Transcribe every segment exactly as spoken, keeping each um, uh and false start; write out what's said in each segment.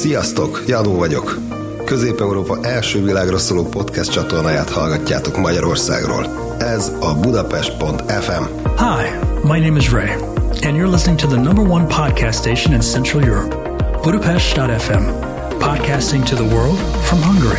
Sziasztok, Jadó vagyok. Közép-Európa első világra szóló podcast csatornáját hallgatjátok Magyarországról. Ez a Budapest pont ef em. Hi, my name is Ray, and you're listening to the number one podcast station in Central Europe, Budapest dot ef em, podcasting to the world from Hungary.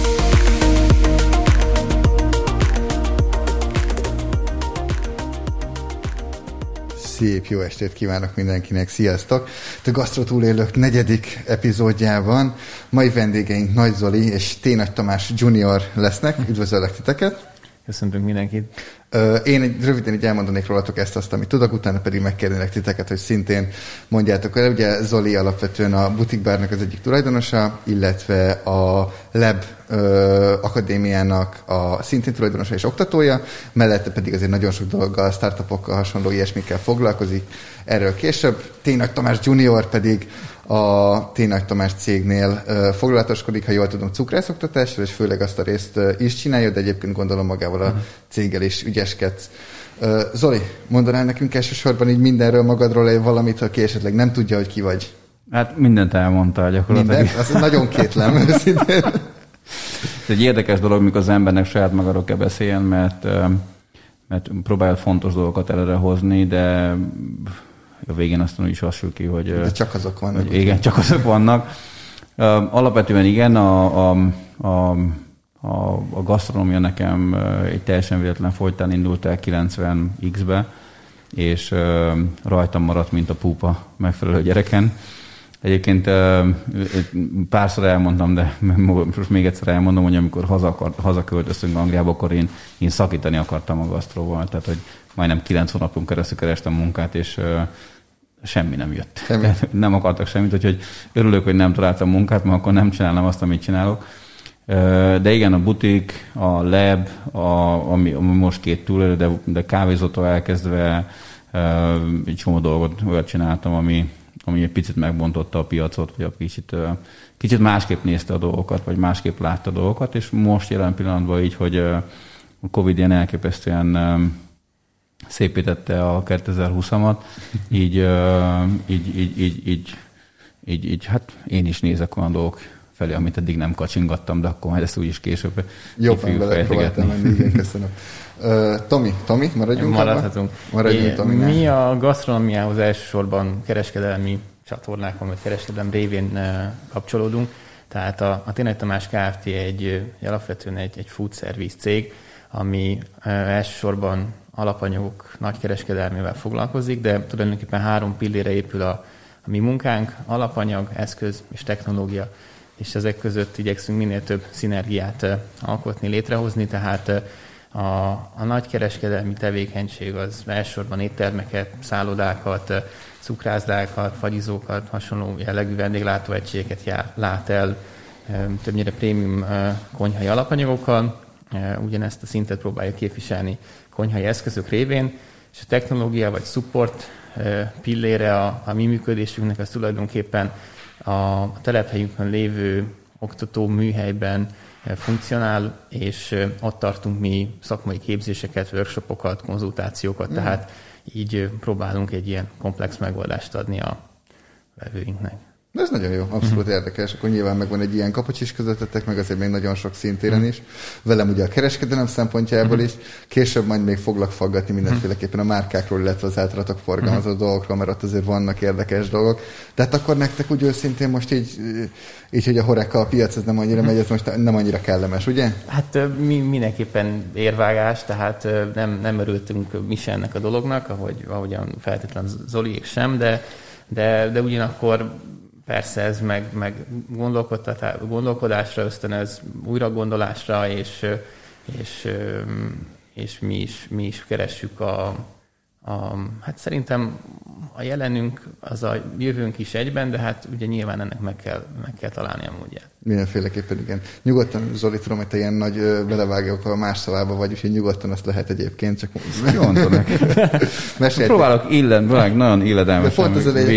Szép jó estét kívánok mindenkinek, sziasztok! A Gasztro Túlélők negyedik epizódjában mai vendégeink Nagy Zoli és T. Nagy Tamás junior lesznek. Üdvözöllek titeket! Köszöntünk mindenkit! Én egy, röviden így elmondanék rólatok ezt azt, amit tudok, utána pedig megkérnélek titeket, hogy szintén mondjátok el. Ugye Zoli alapvetően a Butikbárnak az egyik tulajdonosa, illetve a Lab ö, Akadémiának a szintén tulajdonosa és oktatója, mellette pedig azért nagyon sok dologgal, startupokkal, hasonló ilyesmikkel foglalkozik. Erről később. T. Nagy Tamás junior pedig a T. Nagy Tamás cégnél uh, foglalatoskodik, ha jól tudom, cukrászoktatással, és főleg azt a részt uh, is csinálja, de egyébként gondolom magával a céggel is ügyeskedsz. Uh, Zoli, mondanál nekünk elsősorban így mindenről magadról valamit, aki esetleg nem tudja, hogy ki vagy? Hát mindent elmondta gyakorlatilag. Mindent? Az nagyon kétlem, őszintén. Ez egy érdekes dolog, mikor az embernek saját magáról kell beszéljen, mert, mert próbál fontos dolgokat előre hozni, de a végén aztán is azt sül ki, hogy... De csak azok vannak. Hogy igen, csak azok vannak. Alapvetően igen, a, a, a, a, a gasztronómia nekem egy teljesen véletlen folytán indult el kilencven iksz-be, és rajtam maradt, mint a pupa megfelelő gyereken. Egyébként párszor elmondtam, de most még egyszer elmondom, hogy amikor haza akar, hazaköltöztünk Angliába, akkor én, én szakítani akartam a gasztróval. Tehát, hogy majdnem kilenc hónapon keresztül kerestem munkát, és uh, semmi nem jött. Semmi. Nem akartak semmit, úgyhogy örülök, hogy nem találtam munkát, mert akkor nem csinálnám azt, amit csinálok. Uh, de igen, a butik, a lab, a, ami, ami most két túlélő, de, de kávézótól elkezdve uh, egy csomó dolgot olyat csináltam, ami ami egy picit megbontotta a piacot, vagy a kicsit, kicsit másképp nézte a dolgokat, vagy másképp látta a dolgokat, és most jelen pillanatban így, hogy a Covid ilyen elképesztően szépítette a kétezer-húszat, így, így, így, így, így, így, így, hát én is nézek olyan dolgok felé, amit eddig nem kacsingattam, de akkor majd ezt úgyis később jobban belepróbáltam menni, igen, köszönöm. Uh, Tomi, Tomi, maradjunk Maradhatunk. Maradjunk Tomi. Mi a gasztronómiához elsősorban kereskedelmi csatornákon, vagy kereskedelem révén uh, kapcsolódunk. Tehát a, a T. Nagy Tamás Kft. egy, egy alapvetően egy, egy food service cég, ami uh, elsősorban alapanyagok nagykereskedelmével foglalkozik, de tulajdonképpen három pillére épül a, a mi munkánk: alapanyag, eszköz és technológia. És ezek között igyekszünk minél több szinergiát uh, alkotni, létrehozni, tehát uh, A, a nagykereskedelmi tevékenység az elsősorban éttermeket, szállodákat, cukrászdákat, fagyizókat, hasonló jellegű vendéglátóegységeket lát el, többnyire prémium konyhai alapanyagokkal. Ugyanezt a szintet próbálja képviselni konyhai eszközök révén, és a technológia vagy support pillére a, a mi működésünknek az tulajdonképpen a telephelyünkön lévő oktató műhelyben funkcionál, és ott tartunk mi szakmai képzéseket, workshopokat, konzultációkat, mm. tehát így próbálunk egy ilyen komplex megoldást adni a vevőinknek. Ez nagyon jó, abszolút uh-huh. érdekes. Akkor nyilván megvan egy ilyen kapocs is közöttetek, meg azért még nagyon sok szintéren uh-huh. is. Velem ugye a kereskedelem szempontjából uh-huh. is. Később majd még foglak faggatni mindenféleképpen a márkákról, illetve az általatok forgalmazott uh-huh. dolgokról, mert ott azért vannak érdekes dolgok. Tehát akkor nektek úgy őszintén most így, így hogy a Horeca a piac, ez nem annyira megy, ez most nem annyira kellemes, ugye? Hát mi mindenképpen érvágás, tehát nem, nem örültünk mi sem ennek a dolognak, ahogy, ahogyan feltétlenül Zoliék sem, de, de, de ugyanakkor persze ez meg, meg gondolkodásra ösztönöz, újra gondolásra, és, és, és mi, is, mi is keressük a, a... Hát szerintem a jelenünk, az a jövőnk is egyben, de hát ugye nyilván ennek meg kell, meg kell találni a módját. Mindenféleképpen igen. Nyugodtan, Zoli, tudom, hogy te ilyen nagy belevágók a más szavába vagy, úgyhogy nyugodtan azt lehet egyébként, csak mondom neki. Próbálok illen, nagyon illedelmesen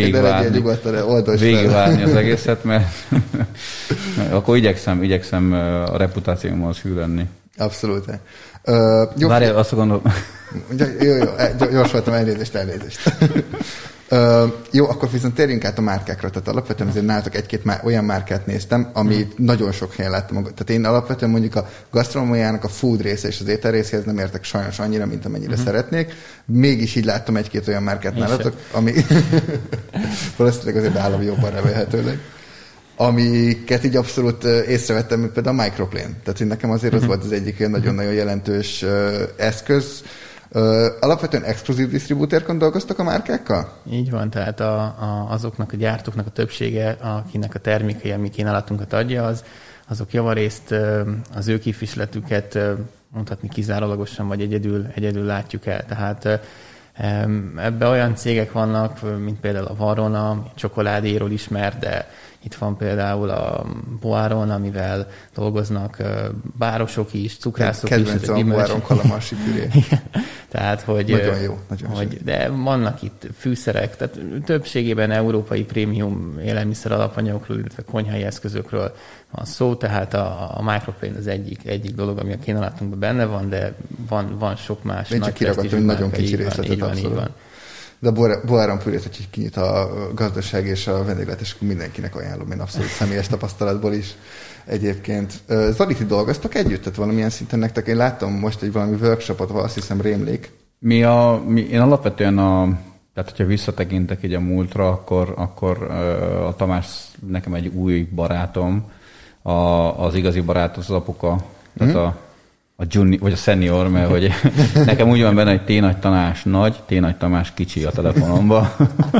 végigvárni az egészet, mert akkor igyekszem, igyekszem a reputációmhoz hű lenni. Abszolút. Uh, Várj, azt gondolom... jó, jó, jó, gyors voltam, elnézést, elnézést. Ö, jó, akkor viszont térjünk át a márkákra. Tehát alapvetően azért nálatok egy-két má- olyan márkát néztem, amit hmm. nagyon sok helyen láttam. Tehát én alapvetően mondjuk a gasztronómiának a food része és az étel részéhez nem értek sajnos annyira, mint amennyire hmm. szeretnék. Mégis így láttam egy-két olyan márkát nálatok, ami valószínűleg azért állami jobban remélhetőleg. Amiket így abszolút észrevettem, mint például a Microplane. Tehát hogy nekem azért az volt az egyik ilyen nagyon-nagyon jelentős eszköz. Alapvetően exkluzív disztribútérkon dolgoztak a márkákkal? Így van, tehát a, a, azoknak a gyártóknak a többsége, akinek a termékei, ami kínálatunkat adja, az, azok javarészt az ő képviseletüket mondhatni kizárólagosan, vagy egyedül, egyedül látjuk el. Tehát ebben olyan cégek vannak, mint például a Varona, csokoládéról ismert, de itt van például a Boiron, amivel dolgoznak bárosok is, cukrászok is. Kedvencem a Boiron kalamarsi püré. Tehát, hogy, nagyon jó. Nagyon hogy, de vannak itt fűszerek, tehát többségében európai prémium élelmiszer alapanyagokról, illetve konyhai eszközökről van szó, tehát a, a Microplane az egyik, egyik dolog, ami a kínálatunkban benne van, de van, van sok más. Én csak kiragadtam nagyon kicsi részletet. Így van, így van. De a Boiron pürét, hogy kinyit a gazdaság és a vendéglát, és mindenkinek ajánlom, én abszolút személyes tapasztalatból is egyébként. Zoli, ti dolgoztak együtt? Tehát valamilyen szinten nektek? Én láttam most egy valami workshopot, azt hiszem rémlik. Mi a, mi, én alapvetően a, tehát hogyha visszatekintek így a múltra, akkor, akkor a Tamás nekem egy új barátom, a, az igazi barát az, az apuka, tehát mm-hmm. a a junior, vagy a senior, mert hogy nekem úgy van benne, hogy T. Nagy Tamás nagy, T. Nagy Tamás kicsi a telefonomba.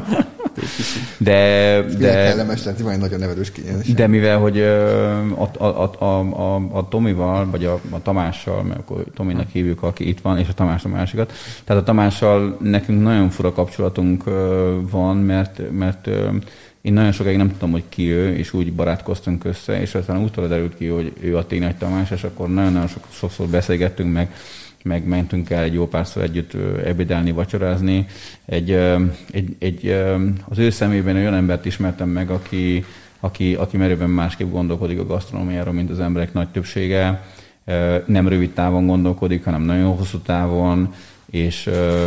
De, de, kellemes lett, van egy nagyon nevelős kényelmes. De mivel, hogy a, a, a, a, a Tomival, vagy a, a Tamással, mert akkor Tominak hívjuk, aki itt van, és a Tamás a másikat. Tehát a Tamással nekünk nagyon fura kapcsolatunk van, mert, mert én nagyon sokáig nem tudtam, hogy ki ő, és úgy barátkoztunk össze, és aztán úttól derült ki, hogy ő a T. Nagy Tamás, és akkor nagyon-nagyon sokszor beszélgettünk meg, meg mentünk el egy jó párszor együtt ebédelni, vacsorázni. Egy, egy, egy, az ő szemében olyan embert ismertem meg, aki, aki, aki merőben másképp gondolkodik a gasztronómiáról, mint az emberek nagy többsége. Nem rövid távon gondolkodik, hanem nagyon hosszú távon, és,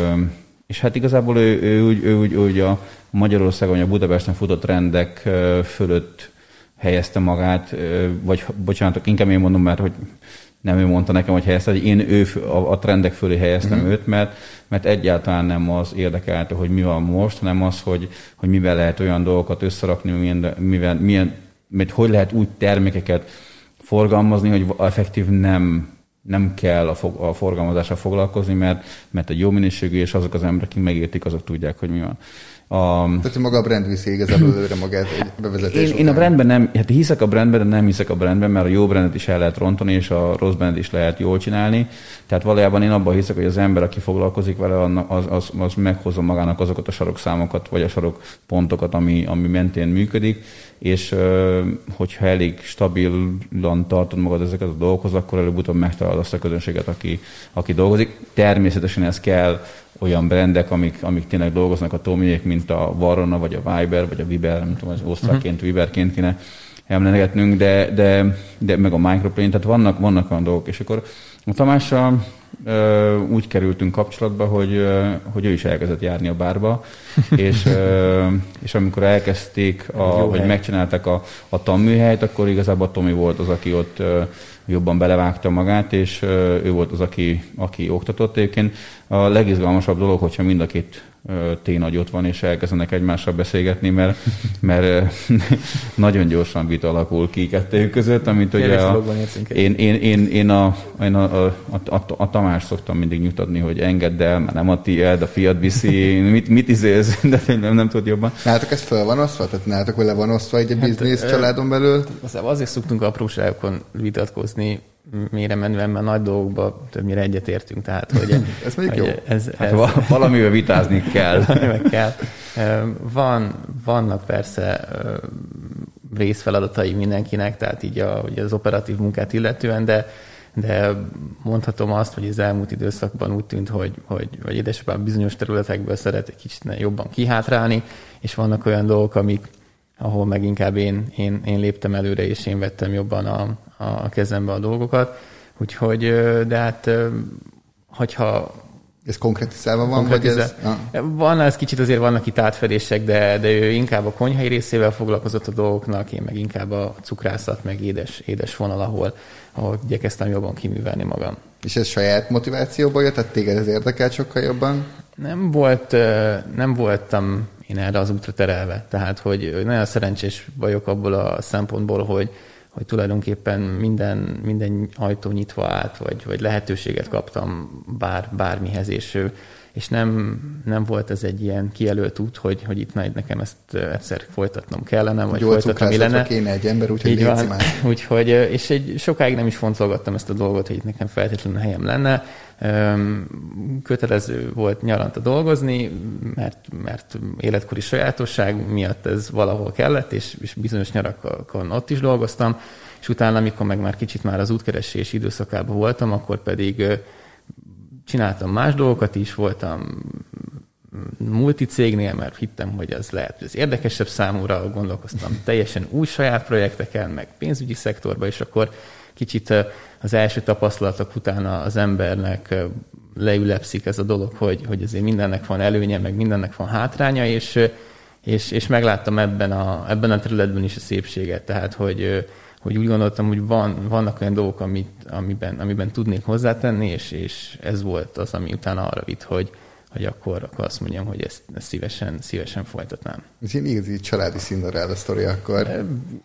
és hát igazából ő, ő, úgy, ő, úgy, úgy a Magyarországon, a Budapesten futott trendek fölött helyezte magát, vagy bocsánat, inkább én mondom már, hogy nem ő mondta nekem, hogy helyezte, hogy én ő a, a trendek fölé helyeztem mm-hmm. őt, mert, mert egyáltalán nem az érdekelte, hogy mi van most, hanem az, hogy, hogy mivel lehet olyan dolgokat összerakni, milyen, mivel, milyen, mert hogy lehet úgy termékeket forgalmazni, hogy effektív nem, nem kell a, fog, a forgalmazással foglalkozni, mert, mert egy jó minőségű, és azok az emberek, akik megértik, azok tudják, hogy mi van. A... Tehát maga a brand viszi igazából előre magát egy bevezetés én, én a brandben nem, hát hiszek a brandben, de nem hiszek a brandben, mert a jó brandet is el lehet rontani, és a rossz brandet is lehet jól csinálni. Tehát valójában én abban hiszek, hogy az ember, aki foglalkozik vele, az, az, az meghozza magának azokat a sarokszámokat, vagy a sarokpontokat, ami, ami mentén működik, és hogyha elég stabilan tartod magad ezeket a dolgokhoz, akkor előbb-utóbb megtalálod azt a közönséget, aki, aki dolgozik. Természetesen ez kell olyan brandek, amik, amik tényleg dolgoznak a Tomiék, mint a Varona, vagy a Viber, vagy a Viber, nem tudom, az osztrákként, Viberként kéne emlegetnünk, de, de, de meg a Microplane, tehát vannak, vannak olyan dolgok. És akkor a Tamással ö, úgy kerültünk kapcsolatba, hogy, ö, hogy ő is elkezdett járni a bárba, és, ö, és amikor elkezdték, a, vagy megcsinálták a, a tanműhelyt, akkor igazából Tomi volt az, aki ott ö, jobban belevágta magát, és ö, ő volt az, aki, aki oktatott. Egyébként a legizgalmasabb dolog, hogyha mind a két T-nagy ott van, és elkezdenek egymással beszélgetni, mert, mert nagyon gyorsan vita alakul ki kettőjük között, amit ugye a, én, én, én, én, a, én a, a, a, a Tamás szoktam mindig nyugtatni, hogy engedd el, már nem a tiéd, a fiad viszi, mit, mit izélsz, de nem, nem tud jobban. Nálatok ez fel van osztva? Tehát nálatok vele van osztva egy hát, biznisz ö, családon belül? Azért szoktunk apróságokon vitatkozni, mélyre menően, mert nagy dolgokban többnyire egyetértünk, tehát hogy, ez mondjuk jó. Ez, hát ez, valamivel vitázni kell. Valamivel kell. Van, vannak persze részfeladatai mindenkinek, tehát így a, ugye az operatív munkát illetően, de, de mondhatom azt, hogy az elmúlt időszakban úgy tűnt, hogy, hogy, hogy édesapám bizonyos területekből szeret egy kicsit jobban kihátrálni, és vannak olyan dolgok, amik ahol meg inkább én, én, én léptem előre, és én vettem jobban a, a kezembe a dolgokat. Úgyhogy, de hát, hogyha Ez konkretizálva van? Konkretizál... Vagy ez... Ah. Van, ez kicsit azért vannak itt átfedések, de, de ő inkább a konyhai részével foglalkozott a dolgoknak, én meg inkább a cukrászat, meg édes, édes vonal, ahol, ahol igyekeztem jobban kiművelni magam. És ez saját motivációból jött? Tehát téged ez érdekelt sokkal jobban? Nem volt, nem voltam én erre az útra terelve. Tehát, hogy nagyon szerencsés vagyok abból a szempontból, hogy, hogy tulajdonképpen minden, minden ajtó nyitva állt, vagy, vagy lehetőséget kaptam bár, bármihez, és, és nem, nem volt ez egy ilyen kijelölt út, hogy, hogy itt majd nekem ezt egyszer folytatnom kellene, vagy folytatnom illene. Kéne egy ember, úgyhogy légy úgyhogy, és egy, sokáig nem is fontolgattam ezt a dolgot, hogy itt nekem feltétlenül helyem lenne. Kötelező volt nyaranta dolgozni, mert, mert életkori sajátosság miatt ez valahol kellett, és, és bizonyos nyarakon ott is dolgoztam, és utána, amikor meg már kicsit már az útkeresés időszakában voltam, akkor pedig csináltam más dolgokat is, voltam multicégnél, mert hittem, hogy az lehet, hogy az érdekesebb számomra, gondolkoztam teljesen új saját projekteken, meg pénzügyi szektorba, és akkor kicsit az első tapasztalatok után az embernek leülepszik ez a dolog, hogy, hogy azért mindennek van előnye, meg mindennek van hátránya, és, és, és megláttam ebben a, ebben a területben is a szépséget. Tehát, hogy, hogy úgy gondoltam, hogy van, vannak olyan dolgok, amit, amiben, amiben tudnék hozzátenni, és, és ez volt az, ami utána arra vitt, hogy, hogy akkor, akkor azt mondjam, hogy ezt, ezt szívesen, szívesen folytatnám. Ez ilyen igazi családi Cinderella sztori akkor.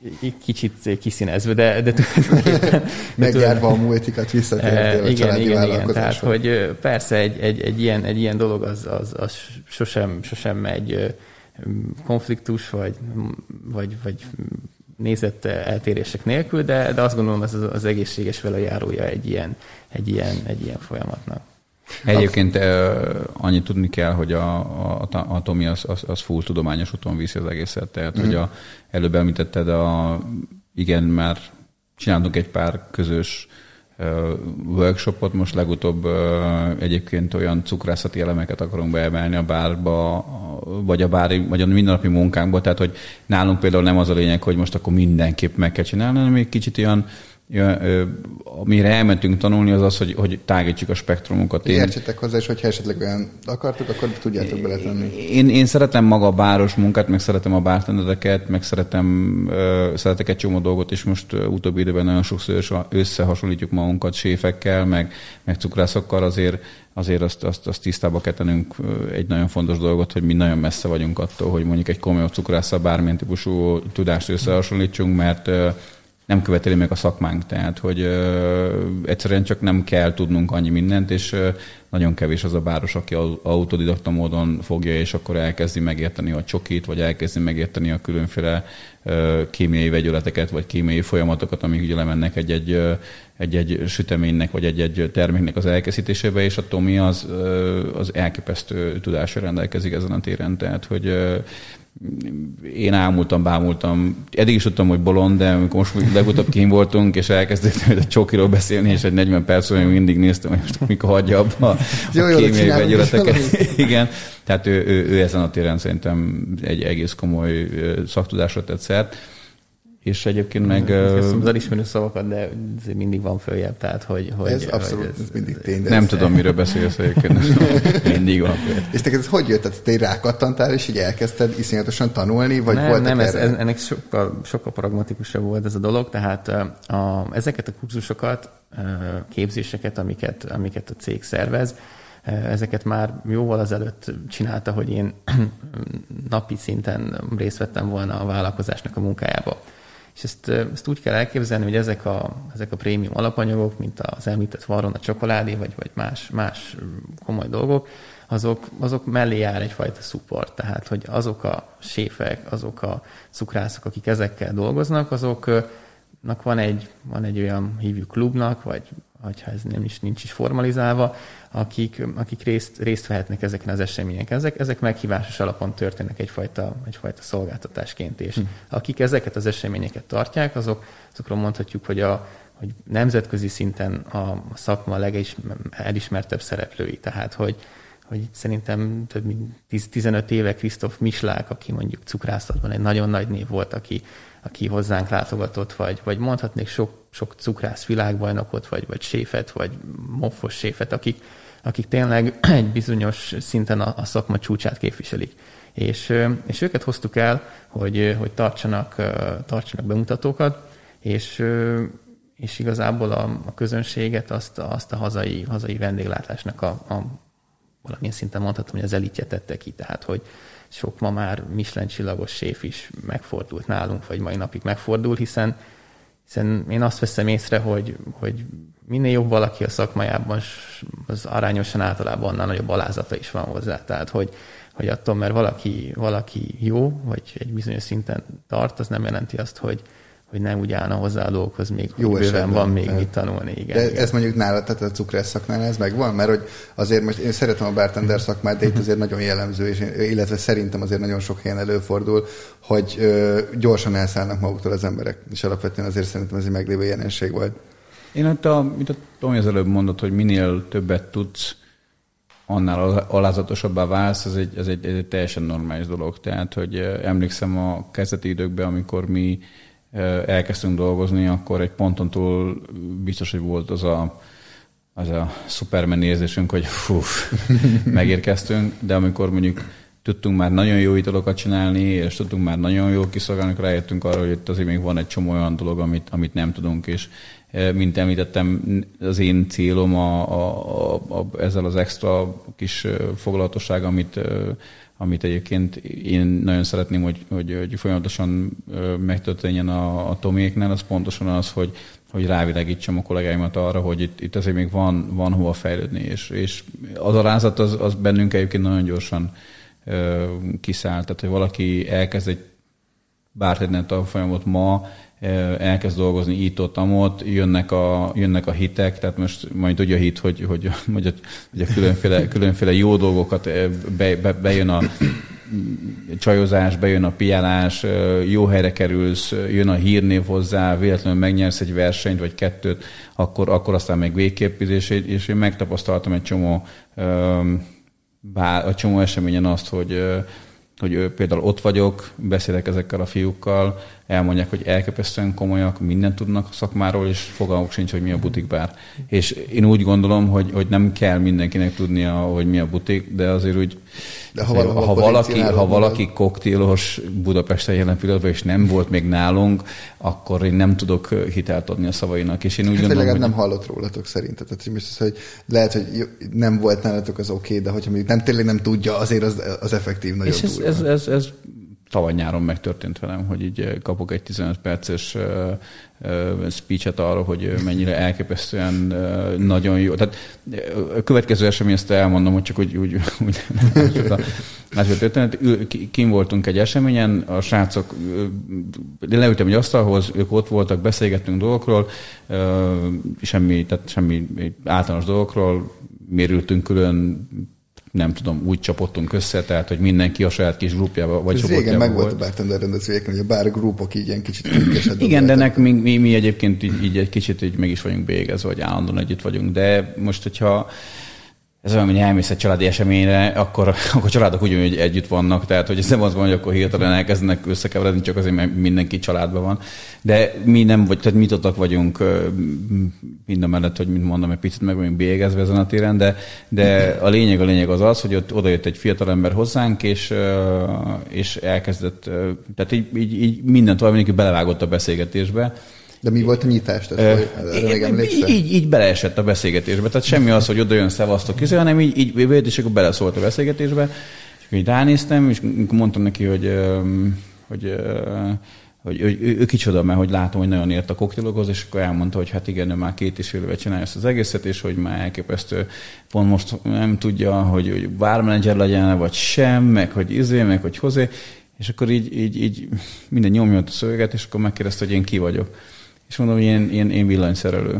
Kicsit kiszínezve, de, de tulajdonképpen... Megjárva a múltikat visszatértél a igen, családi igen, vállalkozásra. Tehát, hogy persze egy, egy, egy, ilyen, egy ilyen dolog az, az, az sosem, sosem megy konfliktus, vagy, vagy, vagy nézett eltérések nélkül, de, de azt gondolom, ez az, az egészséges velejárója egy ilyen, egy, ilyen, egy ilyen folyamatnak. Egyébként uh, annyit tudni kell, hogy a, a, a Tomi az, az, az full tudományos úton viszi az egészet. Tehát, mm. hogy a, előbb említetted, a, igen, már csináltunk egy pár közös uh, workshopot, most legutóbb uh, egyébként olyan cukrászati elemeket akarunk beemelni a bárba, vagy a bári, vagy a mindennapi munkánkba. Tehát, hogy nálunk például nem az a lényeg, hogy most akkor mindenképp meg kell csinálni, hanem egy kicsit olyan Ja, amire elmentünk tanulni, az az, hogy, hogy tágítsuk a spektrumunkat. Én... Értsetek hozzá, és hogyha esetleg olyan akartuk, akkor tudjátok beletenni. Én, én szeretem maga a báros munkát, meg szeretem a bartendereket, meg szeretem, uh, szeretek egy csomó dolgot, és most uh, utóbbi időben nagyon sokszor összehasonlítjuk magunkat séfekkel, meg, meg cukrászokkal, azért, azért azt, azt, azt tisztába kell tennünk egy nagyon fontos dolgot, hogy mi nagyon messze vagyunk attól, hogy mondjuk egy komolyabb cukrásszal bármilyen típusú tudást összehasonlítsunk, mert uh, nem követeli meg a szakmánk, tehát hogy ö, egyszerűen csak nem kell tudnunk annyi mindent, és ö, nagyon kevés az a báros, aki autodidakta módon fogja, és akkor elkezdi megérteni a csokit, vagy elkezdi megérteni a különféle ö, kémiai vegyületeket, vagy kémiai folyamatokat, amik ugye lemennek egy-egy, ö, egy-egy süteménynek, vagy egy-egy terméknek az elkészítésébe, és a Tomi az, ö, az elképesztő tudásra rendelkezik ezen a téren, tehát hogy ö, én ámultam, bámultam. Eddig is tudtam, hogy bolond, de amikor most legutóbb kín voltunk, és elkezdődtem a csokiról beszélni, és egy negyven percben mindig néztem, hogy most mikor hagyja abba a, jó, a kémiai vegyületeket. Igen, tehát ő, ő, ő ezen a téren szerintem egy egész komoly szaktudásra tett szert. És egyébként meg... Köszönöm az elismerő szavakat, de mindig van följebb, tehát hogy... hogy ez abszolút, hogy ez, ez mindig tény. Nem tudom, miről beszélsz egyébként. Mindig van följebb. És neked ez hogy jött? Tehát te rákattantál, és így elkezdted iszonyatosan tanulni, vagy nem, voltak nem, ez, erre? ennek sokkal, sokkal pragmatikusabb volt ez a dolog, tehát a, ezeket a kurzusokat, képzéseket, amiket, amiket a cég szervez, ezeket már jóval azelőtt csinálta, hogy én napi szinten részt vettem volna a vállalkozásnak a munkájába. És ezt, ezt úgy kell elképzelni, hogy ezek a, ezek a prémium alapanyagok, mint az említett varrona csokoládé, vagy, vagy más, más komoly dolgok, azok, azok mellé jár egyfajta support. Tehát, hogy azok a séfek, azok a cukrászok, akik ezekkel dolgoznak, azoknak van egy, van egy olyan, hívjuk klubnak, vagy ha ez nem is, nincs is formalizálva, akik, akik részt, részt vehetnek ezeken az eseményeken. Ezek, ezek meghívásos alapon történnek egyfajta, egyfajta szolgáltatásként, és hmm. akik ezeket az eseményeket tartják, azok, azokról mondhatjuk, hogy, a, hogy nemzetközi szinten a szakma legelismertebb szereplői. Tehát, hogy, hogy itt szerintem több mint tizenöt éve Krisztof Mislák, aki mondjuk cukrászatban egy nagyon nagy név volt, aki, aki hozzánk látogatott, vagy, vagy mondhatnék sok, sok cukrász világbajnokot, vagy, vagy séfet, vagy moffos séfet, akik, akik tényleg egy bizonyos szinten a, a szakma csúcsát képviselik. És, és őket hoztuk el, hogy, hogy tartsanak, tartsanak bemutatókat, és, és igazából a, a közönséget azt, azt a hazai, hazai vendéglátásnak a, a valamilyen szinten mondhatom, hogy az elitje tette ki, tehát hogy sok ma már Michelin csillagos séf is megfordult nálunk, vagy mai napig megfordul, hiszen, hiszen én azt veszem észre, hogy, hogy minél jobb valaki a szakmájában, az arányosan általában annál nagyobb alázata is van hozzá. Tehát, hogy, hogy attól, mert valaki, valaki jó, vagy egy bizonyos szinten tart, az nem jelenti azt, hogy, hogy nem úgy állna hozzá a dolgokhoz, még jó bőven van még mit tanulni. Igen, de igen. Ez mondjuk nálad, tehát a cukrász szakmánál ez megvan? Mert hogy azért most én szeretem a bartender szakmát, de itt azért nagyon jellemző, és én, illetve szerintem azért nagyon sok helyen előfordul, hogy ö, gyorsan elszállnak maguktól az emberek, és alapvetően azért szerintem ez egy meglévő jelenség volt. Én ott, a, mint a Tomi az előbb mondott, hogy minél többet tudsz, annál alázatosabbá válsz, ez egy, ez, egy, ez egy teljesen normális dolog. Tehát, hogy emlékszem a kezdeti időkben, amikor mi elkezdtünk dolgozni, akkor egy ponton túl biztos, hogy volt az a, az a Superman érzésünk, hogy fú, megérkeztünk, de amikor mondjuk tudtunk már nagyon jó italokat csinálni, és tudtunk már nagyon jól kiszolgálni, akkor rájöttünk arra, hogy itt azért még van egy csomó olyan dolog, amit, amit nem tudunk, és mint említettem, az én célom a, a, a, a, ezzel az extra kis foglalatosság, amit, amit egyébként én nagyon szeretném, hogy, hogy, hogy folyamatosan megtörténjen a, a Tomiéknál, az pontosan az, hogy, hogy rávilágítsam a kollégáimat arra, hogy itt, itt azért még van, van hova fejlődni, és, és az alázat az, az bennünk egyébként nagyon gyorsan kiszáll. Tehát, hogy valaki elkezd egy bartender tanfolyamot ma, elkezd dolgozni itt-ott, amott, jönnek a, jönnek a hitek, tehát most majd tudja a hit, hogy, hogy, hogy, a, hogy a különféle, különféle jó dolgokat be, be, bejön a csajozás, bejön a piálás, jó helyre kerülsz, jön a hírnév hozzá, véletlenül megnyersz egy versenyt, vagy kettőt, akkor, akkor aztán meg végképp, és, és én megtapasztaltam egy csomó, bár, a csomó eseményen azt, hogy hogy például ott vagyok, beszélek ezekkel a fiúkkal, elmondják, hogy elképesztően komolyak, mindent tudnak a szakmáról, és fogalmuk sincs, hogy mi a butikbár. És én úgy gondolom, hogy, hogy nem kell mindenkinek tudnia, hogy mi a butik, de azért úgy, de ha, azért, ha valaki, ha valaki koktélos Budapesten jelen pillanatban, és nem volt még nálunk, akkor én nem tudok hitelt adni a szavainak. És én úgy hát, gondolom, legalább hogy nem hallott rólatok szerinted. Tehát most az, hogy lehet, hogy nem volt nálatok, az oké, okay, de hogyha még nem, tényleg nem tudja, azért az, az effektív nagyon és ez, durva. Ez, ez, ez tavaly nyáron megtörtént velem, hogy így kapok egy tizenöt perces uh, uh, speechet arra, hogy mennyire elképesztően uh, nagyon jó. Tehát a következő esemény, ezt elmondom, hogy csak úgy, úgy, úgy másik történet. Kim voltunk egy eseményen, a srácok, de leültem egy asztalhoz, ők ott voltak, beszélgettünk dolgokról, uh, semmi, tehát semmi általános dolgokról, mérültünk külön, nem tudom, úgy csapottunk össze, tehát, hogy mindenki a saját kis grupjába vagy csoportjába volt. Régen meg volt a bartender rendezvényeken, hogy a bár grupok így ilyen kicsit künkesedben. Igen, de nek, mi, mi, mi egyébként így, így egy kicsit így meg is vagyunk bélyegezve, vagy állandóan együtt vagyunk, de most, hogyha ez olyan, hogy elmész egy családi eseményre, akkor, akkor a családok úgy, hogy együtt vannak, tehát hogy ez nem az van, hogy akkor hirtelen elkezdenek összekeveredni, csak azért, mert mindenki családban van. De mi nem vagy, tehát mitottak vagyunk mind a mellett, hogy mint mondom, egy picit meg vagyunk bélyegezve ezen a téren, de, de a lényeg a lényeg az az, hogy ott odajött egy fiatalember hozzánk, és, és elkezdett, tehát így, így, így mindent tovább mindenki belevágott a beszélgetésbe. De mi volt a nyitás? Tehát, így, így, így beleesett a beszélgetésbe. Tehát semmi az, hogy oda jön szevasztok, hanem így, így bejött, és akkor beleszólt a beszélgetésbe. És akkor így ránéztem, és mondtam neki, hogy, hogy, hogy, hogy ő, ő kicsoda, mert hogy látom, hogy nagyon ért a koktélokhoz, és akkor elmondta, hogy hát igen, ő már két és fél éve csinálja ezt az egészet, és hogy már elképesztő, pont most nem tudja, hogy, hogy bármenedzser legyen, vagy sem, meg hogy izé, meg hogy hozé. És akkor így, így, így minden nyomjott a szöveget, és akkor megkérdezte, hogy én ki vagyok. És mondom, hogy én, én, én villanyszerelő.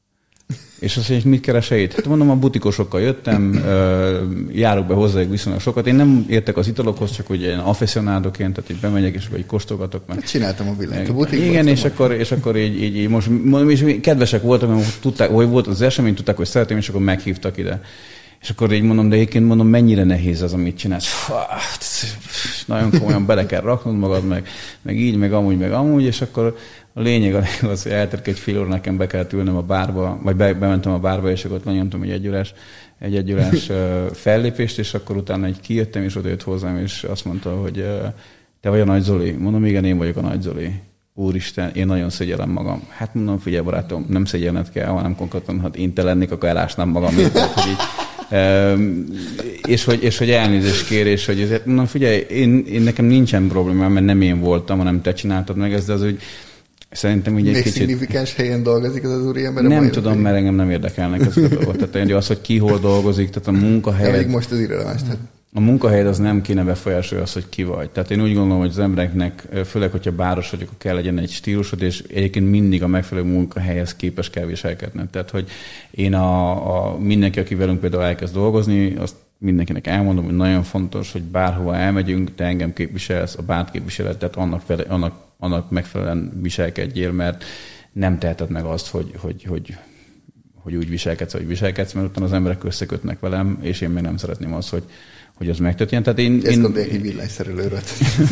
És azt mondja, hogy mit keresel itt? Hát mondom, a butikosokkal jöttem, járok be hozzájuk viszonylag sokat. Én nem értek az italokhoz, csak hogy ilyen affesszionádoként, tehát így bemegyek, és így kóstolgatok meg. Csináltam a villanyt a butikban. Igen, és akkor, és akkor így, így, így most mondom, és kedvesek voltak, mert tudták, hogy volt az esemény, tudták, hogy szeretném, és akkor meghívtak ide. És akkor így mondom, de egyébként mondom, mennyire nehéz az, amit csinálsz. Fá, nagyon komolyan bele kell raknod magad, meg, meg így, meg amúgy, meg amúgy, és akkor a lényeg az, hogy eltérk egy fél óra, nekem be kellett ülnöm a bárba, vagy be, bementem a bárba, és akkor ott lenyomtam egy egyórás, egy egyórás fellépést, és akkor utána egy kijöttem, és oda jött hozzám, és azt mondta, hogy te vagy a Nagy Zoli? Mondom, igen, én vagyok a Nagy Zoli. Úristen, én nagyon szégyellem magam. Hát mondom, figyelj barátom, nem szégyelned kell, hanem konkrétan, hát én te lennék, akkor elásnám magam. Tehát, hogy így, e, és, hogy, és hogy elnézést kér, és hogy ezért mondom, figyelj, én, én nekem nincsen problémám, mert nem én voltam, hanem te csináltad meg ezt, de az, hogy szerintem így egy még kicsit... szignifikáns helyen dolgozik az az úriember? Nem tudom, mert engem nem érdekelnek ezek a dolgok. Tehát az, hogy ki hol dolgozik, tehát a munkahely... Még most az irreleváns. Tehát... A munkahelyed az nem kéne befolyásolja azt, hogy ki vagy. Tehát én úgy gondolom, hogy az embereknek, főleg, hogyha báros vagyok, akkor kell legyen egy stílusod, és egyébként mindig a megfelelő munkahelyhez képes kell viselkedned. Tehát, hogy én a, a mindenki, aki velünk például elkezd dolgozni, azt mindenkinek elmondom, hogy nagyon fontos, hogy bárhova elmegyünk, te engem képviselsz, a bárt képviselet, tehát annak, fele, annak, annak megfelelően viselkedjél, mert nem teheted meg azt, hogy, hogy, hogy, hogy úgy viselkedsz, hogy viselkedsz, mert utána az emberek összekötnek velem, és én még nem szeretném azt, hogy hogy az megtörténjen. Tehát én... Ezt én... gondolják, hogy villanyszerelőről.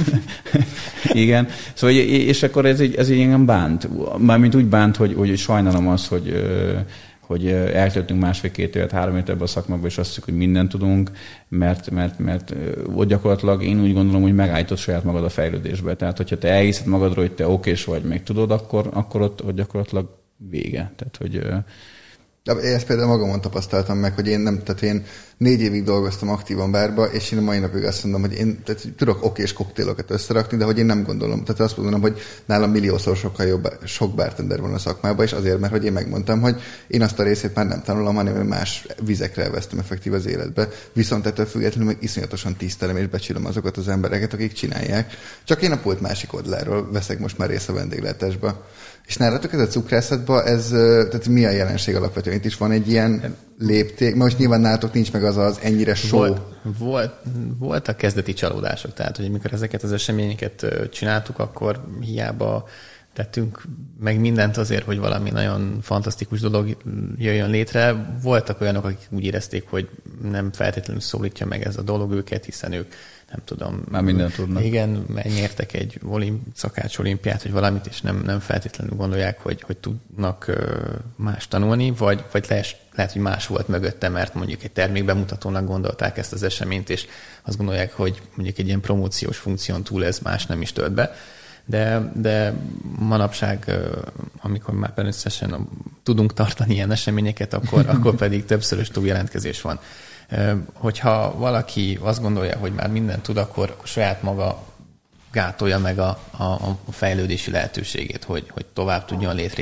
Igen. Szóval, és akkor ez egy, ez egy engem bánt. Mármint úgy bánt, hogy, hogy sajnálom azt, hogy, hogy eltöltünk másfél-két évet, három évet ebben a szakmában, és azt hiszük, hogy mindent tudunk, mert, mert, mert ott gyakorlatilag én úgy gondolom, hogy megállítod saját magad a fejlődésbe. Tehát, hogyha te elhiszed magadról, hogy te okés vagy, meg tudod, akkor, akkor ott, ott gyakorlatilag vége. Tehát, hogy... Én ezt például magamon tapasztaltam meg, hogy én nem, tehát én négy évig dolgoztam aktívan bárba, és én a mai napig azt mondom, hogy én tehát tudok okés koktélokat összerakni, de hogy én nem gondolom. Tehát azt mondom, hogy nálam milliószor sokkal jobb, sok bartender van a szakmában, és azért, mert hogy én megmondtam, hogy én azt a részét már nem tanulom, hanem más vizekre elvesztem effektív az életbe. Viszont ettől függetlenül meg iszonyatosan tisztelem és becsülöm azokat az embereket, akik csinálják. Csak én a pult másik oldaláról veszek most már részt a vendéglátásba. És nálatok ez a cukrászatban, ez, tehát mi a jelenség alapvetően? Itt is van egy ilyen lépték, most nyilván nálatok nincs meg az az ennyire show. Volt, volt, voltak kezdeti csalódások, tehát hogy amikor ezeket az eseményeket csináltuk, akkor hiába tettünk meg mindent azért, hogy valami nagyon fantasztikus dolog jöjjön létre. Voltak olyanok, akik úgy érezték, hogy nem feltétlenül szólítja meg ez a dolog őket, hiszen ők nem tudom. Már mindent tudnak. Igen, nyertek egy olimp, szakács olimpiát, vagy valamit, és nem, nem feltétlenül gondolják, hogy, hogy tudnak más tanulni, vagy, vagy lehet, lehet, hogy más volt mögötte, mert mondjuk egy termékbemutatónak gondolták ezt az eseményt, és azt gondolják, hogy mondjuk egy ilyen promóciós funkción túl ez más nem is tölt be. De, de manapság, amikor már összesen tudunk tartani ilyen eseményeket, akkor, akkor pedig többszörös túljelentkezés van. Hogyha valaki azt gondolja, hogy már mindent tud, akkor, akkor saját maga gátolja meg a, a, a fejlődési lehetőségét, hogy, hogy tovább tudjon létre.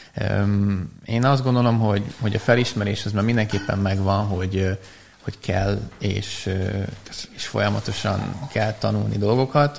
Én azt gondolom, hogy, hogy a felismerés az már mindenképpen megvan, hogy, hogy kell, és, és folyamatosan kell tanulni dolgokat.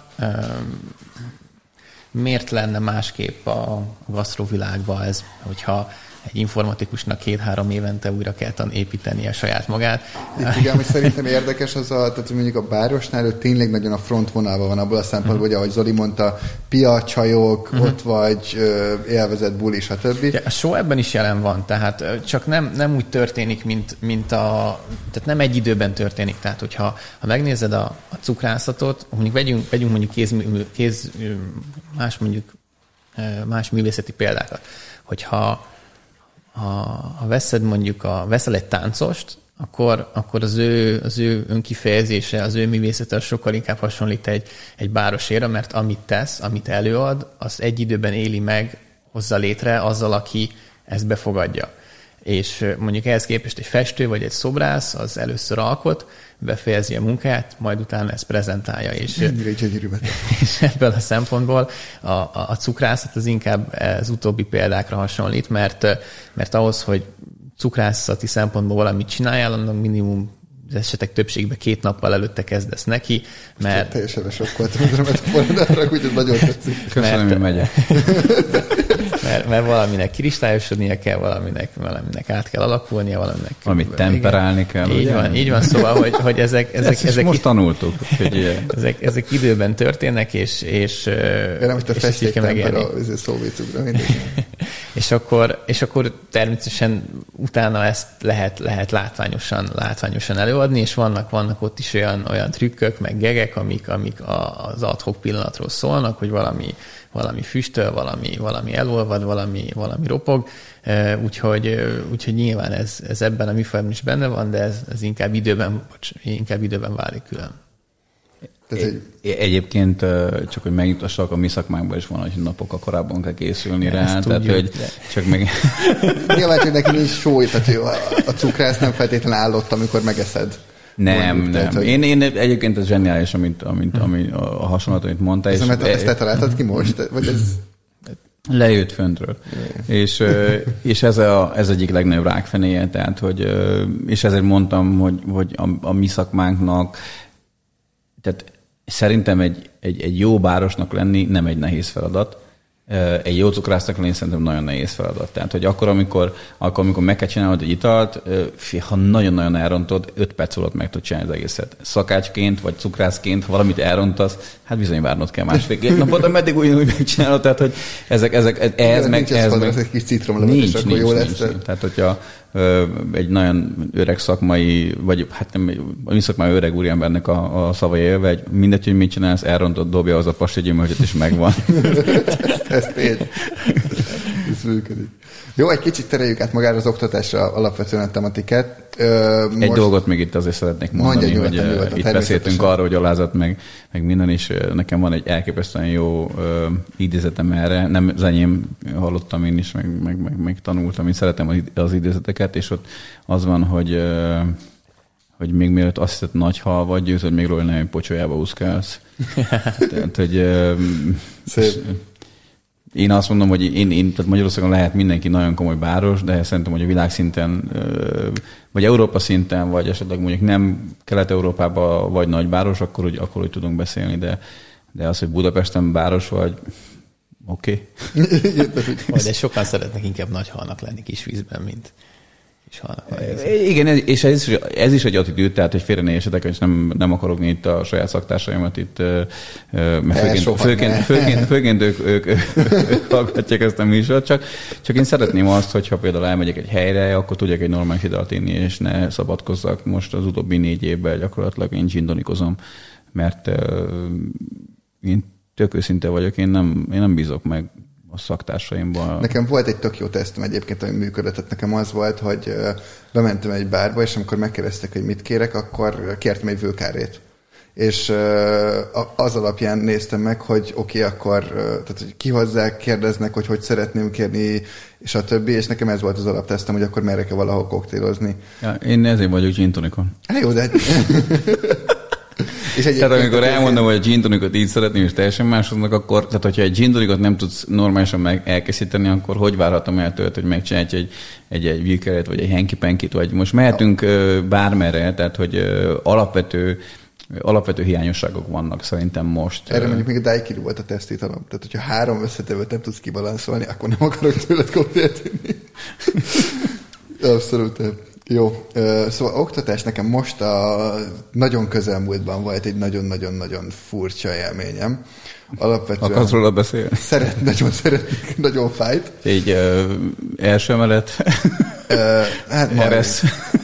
Miért lenne másképp a gasztrovilágban ez, hogyha egy informatikusnak két-három évente újra kell építeni a saját magát. Itt igen, hogy szerintem érdekes az a, tehát mondjuk a Bárosnál, ő tényleg nagyon a frontvonalban van abból a szempontból, uh-huh. hogy ahogy Zoli mondta, pia, csajok, uh-huh. ott vagy, élvezett buli, stb. Ja, a show ebben is jelen van, tehát csak nem, nem úgy történik, mint, mint a, tehát nem egy időben történik. Tehát, hogyha ha megnézed a, a cukrászatot, mondjuk vegyünk, vegyünk mondjuk kéz, kéz, más mondjuk más művészeti példákat, hogyha ha veszed mondjuk, a, veszel egy táncost, akkor, akkor az, ő, az ő önkifejezése, az ő művészete sokkal inkább hasonlít egy, egy bároséra, mert amit tesz, amit előad, az egy időben éli meg, hozza létre azzal, aki ezt befogadja. És mondjuk ehhez képest egy festő vagy egy szobrász, az először alkot, befejezi a munkáját, majd utána ezt prezentálja. És, és ebből a szempontból a, a, a cukrászat az inkább az utóbbi példákra hasonlít, mert, mert ahhoz, hogy cukrászati szempontból valamit csináljál, annak minimum az esetek többségben két nappal előtte kezdesz neki, mert... Teljesen lesokkoltam, hogy nem ezt úgyhogy nagyon tetszik. Köszönöm, hogy megyek. Mert, mert valaminek kristályosodnia kell, valaminek, valaminek át kell alakulnia, valaminek... Valamit temperálni kell. Így van, így van, szóval, hogy, hogy ezek... ezek, ezt ezek most tanultuk. Hogy ezek, ezek időben történnek, és... és de nem, hogy te festék temper a szóvécukra, mindig. És akkor, és akkor természetesen utána ezt lehet, lehet látványosan, látványosan előadni, és vannak, vannak ott is olyan, olyan trükkök, meg gegek, amik, amik az ad-hoc pillanatról szólnak, hogy valami, valami füstöl, valami, valami elolvad, valami, valami ropog, úgyhogy, úgyhogy nyilván ez, ez ebben a műfajban is benne van, de ez, ez inkább, időben, inkább időben válik külön. Egy... Egyébként csak, hogy megnyugtassak, a mi szakmánkban is van, hogy napokkal korábban kell készülni rá, tehát tudjuk, hogy de... csak meg... Nyilván, hogy neki nincs sóly, tehát a cukrász nem feltétlenül állott, amikor megeszed. Nem, mondjuk, nem. Tehát, hogy... én, én egyébként ez zseniális, amit, amit, amit a hasonlat, amit mondtál. Ez, és mert ezt te találtad ki most? Vagy ez... Lejött föntről. és, és ez, a, ez egyik legnagyobb rákfenéje, tehát, hogy, és ezért mondtam, hogy, hogy a, a mi szakmánknak, tehát szerintem egy, egy, egy jó bárosnak lenni nem egy nehéz feladat. Egy jó cukrásznak lenni szerintem nagyon nehéz feladat. Tehát, hogy akkor, amikor, akkor, amikor meg kell csinálnod egy italt, ha nagyon-nagyon elrontod, öt perc alatt meg tud csinálni az egészet. Szakácsként, vagy cukrászként, ha valamit elrontasz, hát bizony várnod kell másfél-két napot, de meddig ugyanúgy megcsinálod. Tehát, hogy ezek, ezek, ehhez meg... Ez meg egy kis citromlevet, és akkor jó lesz. Nincs. Tehát, hogyha egy nagyon öreg szakmai, vagy hát nem, a mi szakmai öreg úriembernek a, a szavai élve, egy mindegy, hogy mit csinálsz, elrontott, dobja az a pasti gyümölcsöt, és megvan. Ez tény. Ez működik. Jó, egy kicsit tereljük át magára az oktatásra alapvetően a tematikát. Ö, most... Egy dolgot még itt azért szeretnék mondani, Mondja, hogy nyugodtan, itt beszéltünk arról, hogy alázat, meg, meg minden, és nekem van egy elképesztően jó ö, idézetem erre. Nem az enyém, hallottam én is, meg, meg, meg, meg tanultam, én szeretem az idézeteket, és ott az van, hogy ö, hogy még mielőtt azt hiszed nagy hal vagy, győződ még róla nem, hogy pocsolyába úszkálsz. Tehát, hogy... Ö, Én azt mondom, hogy én, én, tehát Magyarországon lehet mindenki nagyon komoly báros, de szerintem, hogy a világszinten, vagy Európa szinten, vagy esetleg mondjuk nem Kelet-Európában vagy nagy báros, akkor úgy, akkor úgy tudunk beszélni, de, de az, hogy Budapesten báros vagy, oké. Okay. De sokan szeretnek inkább nagy halnak lenni kis vízben, mint kis halnak. Igen, és ez is, ez is egy attitűd, tehát, hogy félre ne értsetek, és nem, nem akarok itt a saját szaktársaimat itt, mert főként, főként, főként, főként ők, ők, ők, ők hallgatják ezt a műsort, csak, csak én szeretném azt, hogyha például elmegyek egy helyre, akkor tudjak egy normális italt inni, és ne szabadkozzak. Most az utóbbi négy évben gyakorlatilag én gin-tonikozom, mert én tök őszinte vagyok, én nem, én nem bízok meg a szaktársaimban. Nekem volt egy tök jó tesztem egyébként, ami működött. Tehát nekem az volt, hogy bementem egy bárba, és amikor megkérdeztek, hogy mit kérek, akkor kértem egy vőkárét. És az alapján néztem meg, hogy oké, okay, akkor tehát, hogy kihozzák, kérdeznek, hogy hogy szeretném kérni, és a többi, és nekem ez volt az alaptesztem, hogy akkor merre kell valahol koktélozni. Ja, én ezért vagyok gin-tonikon. Hát jó, de... És tehát amikor elmondom, hogy a gin tonicot így szeretném, és teljesen másodnak, akkor, tehát hogyha egy gin tonicot nem tudsz normálisan meg elkészíteni, akkor hogy várhatom el tőled, hogy megcsinálj egy, egy, egy Wilkeret, vagy egy Henki Penkit, vagy most mehetünk uh, bármerre, tehát hogy uh, alapvető, alapvető hiányosságok vannak szerintem most. Erre mondjuk még a Daiquiri volt a tesztitalom. Tehát hogyha három összetevőt nem tudsz kibalanszolni, akkor nem akarok tőled koktélt inni. Abszolút. Jó, szóval oktatás nekem most a nagyon közelmúltban volt egy nagyon-nagyon-nagyon furcsa élményem. Alapvetően... Akarsz róla beszélni? Szeret, nagyon szeretnék, nagyon fájt. Egy uh, első emelet? Uh, hát Eresz.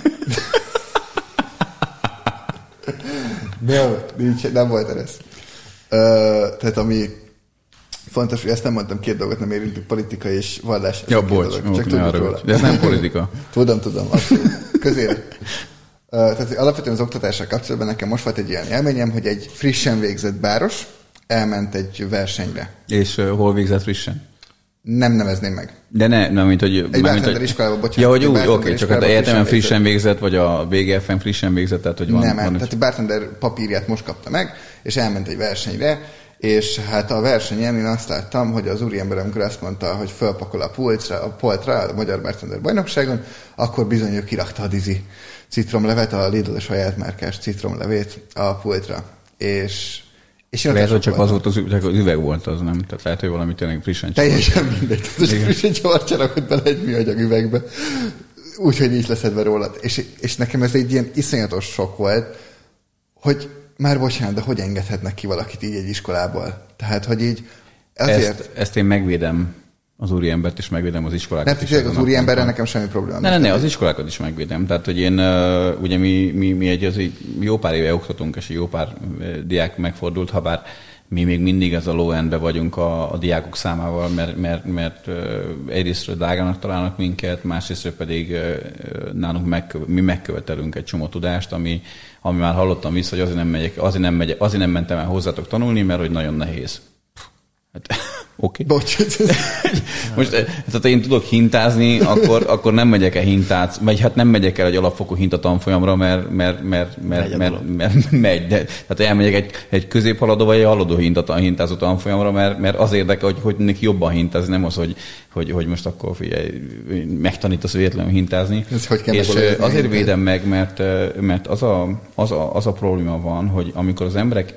nem, nincs, nem volt eresz. Uh, tehát ami fontos, hogy ezt nem mondtam, két dolgot nem érintünk, politika és vallás. Ja, bocs, ó, csak tudjuk róla. De ez nem politika. tudom, tudom, abszolút. Közére. Uh, tehát alapvetően az oktatással kapcsolatban nekem most volt egy ilyen élményem, hogy egy frissen végzett báros elment egy versenyre. És uh, hol végzett frissen? Nem nevezném meg. De ne, nem, mint hogy... Egy bartender iskolában, bocsánat. Ja, hogy úgy, oké, okay, csak az egyetemen frissen végzett, vagy a bé gé ef-en frissen végzett, tehát hogy van... Nem, van tehát a bartender papírját most kapta meg, és elment egy versenyre, és hát a versenyen én azt láttam, hogy az úriember, amikor azt mondta, hogy fölpakol a pultra, a poltra, a Magyar Bartender Bajnokságon, akkor bizony ő kirakta a Dizi citromlevet, a Lidl saját márkás citromlevét a pultra. És, és lehet, hogy csak az volt az, az üveg volt az, nem? Tehát lehet, hogy valami tényleg frissen csavart. Teljesen mindegy. Tehát frissen csavart csarakott bele egy műanyag üvegbe. Úgyhogy nincs leszedve rólad. És, és nekem ez egy ilyen iszonyatos sok volt, hogy már bocsánat, de hogy engedhetnek ki valakit így egy iskolából? Tehát, hogy így azért... Ezt, ezt én megvédem az úriembert is megvédem, az iskolákat nem, is. Nem, az úriemberrel nekem semmi probléma. Ne, ne, ne, az iskolákat is megvédem. Tehát, hogy én, uh, ugye mi, mi, mi egy, az egy jó pár éve oktatunk, és jó pár diák megfordult, ha bár mi még mindig ez a low endbe vagyunk a, a diákok számával, mert, mert, mert uh, egyrésztről drágának találnak minket, másrésztről pedig uh, nálunk megköv, mi megkövetelünk egy csomó tudást, ami, ami már hallottam vissza, hogy azért nem, megyek, azért, nem megyek, azért nem mentem el hozzátok tanulni, mert hogy nagyon nehéz. Hát, oké. Okay. Most, tehát én tudok hintázni, akkor, akkor nem megyek el hintát, vagy hát nem megyek el egy alapfokú hintatanfolyamra, mert, mert, mert, mert, mert, mert, mert megy. De, tehát elmegyek egy, egy középhaladó vagy egy haladó hintázó tanfolyamra, mert, mert az érdekel, hogy, hogy neki jobban hintázni, nem az, hogy, hogy, hogy most akkor figyelj, megtanítasz véletlenül hintázni. Ez hogy kell és azért hintázni? Védem meg, mert, mert az, a, az, a, az a probléma van, hogy amikor az emberek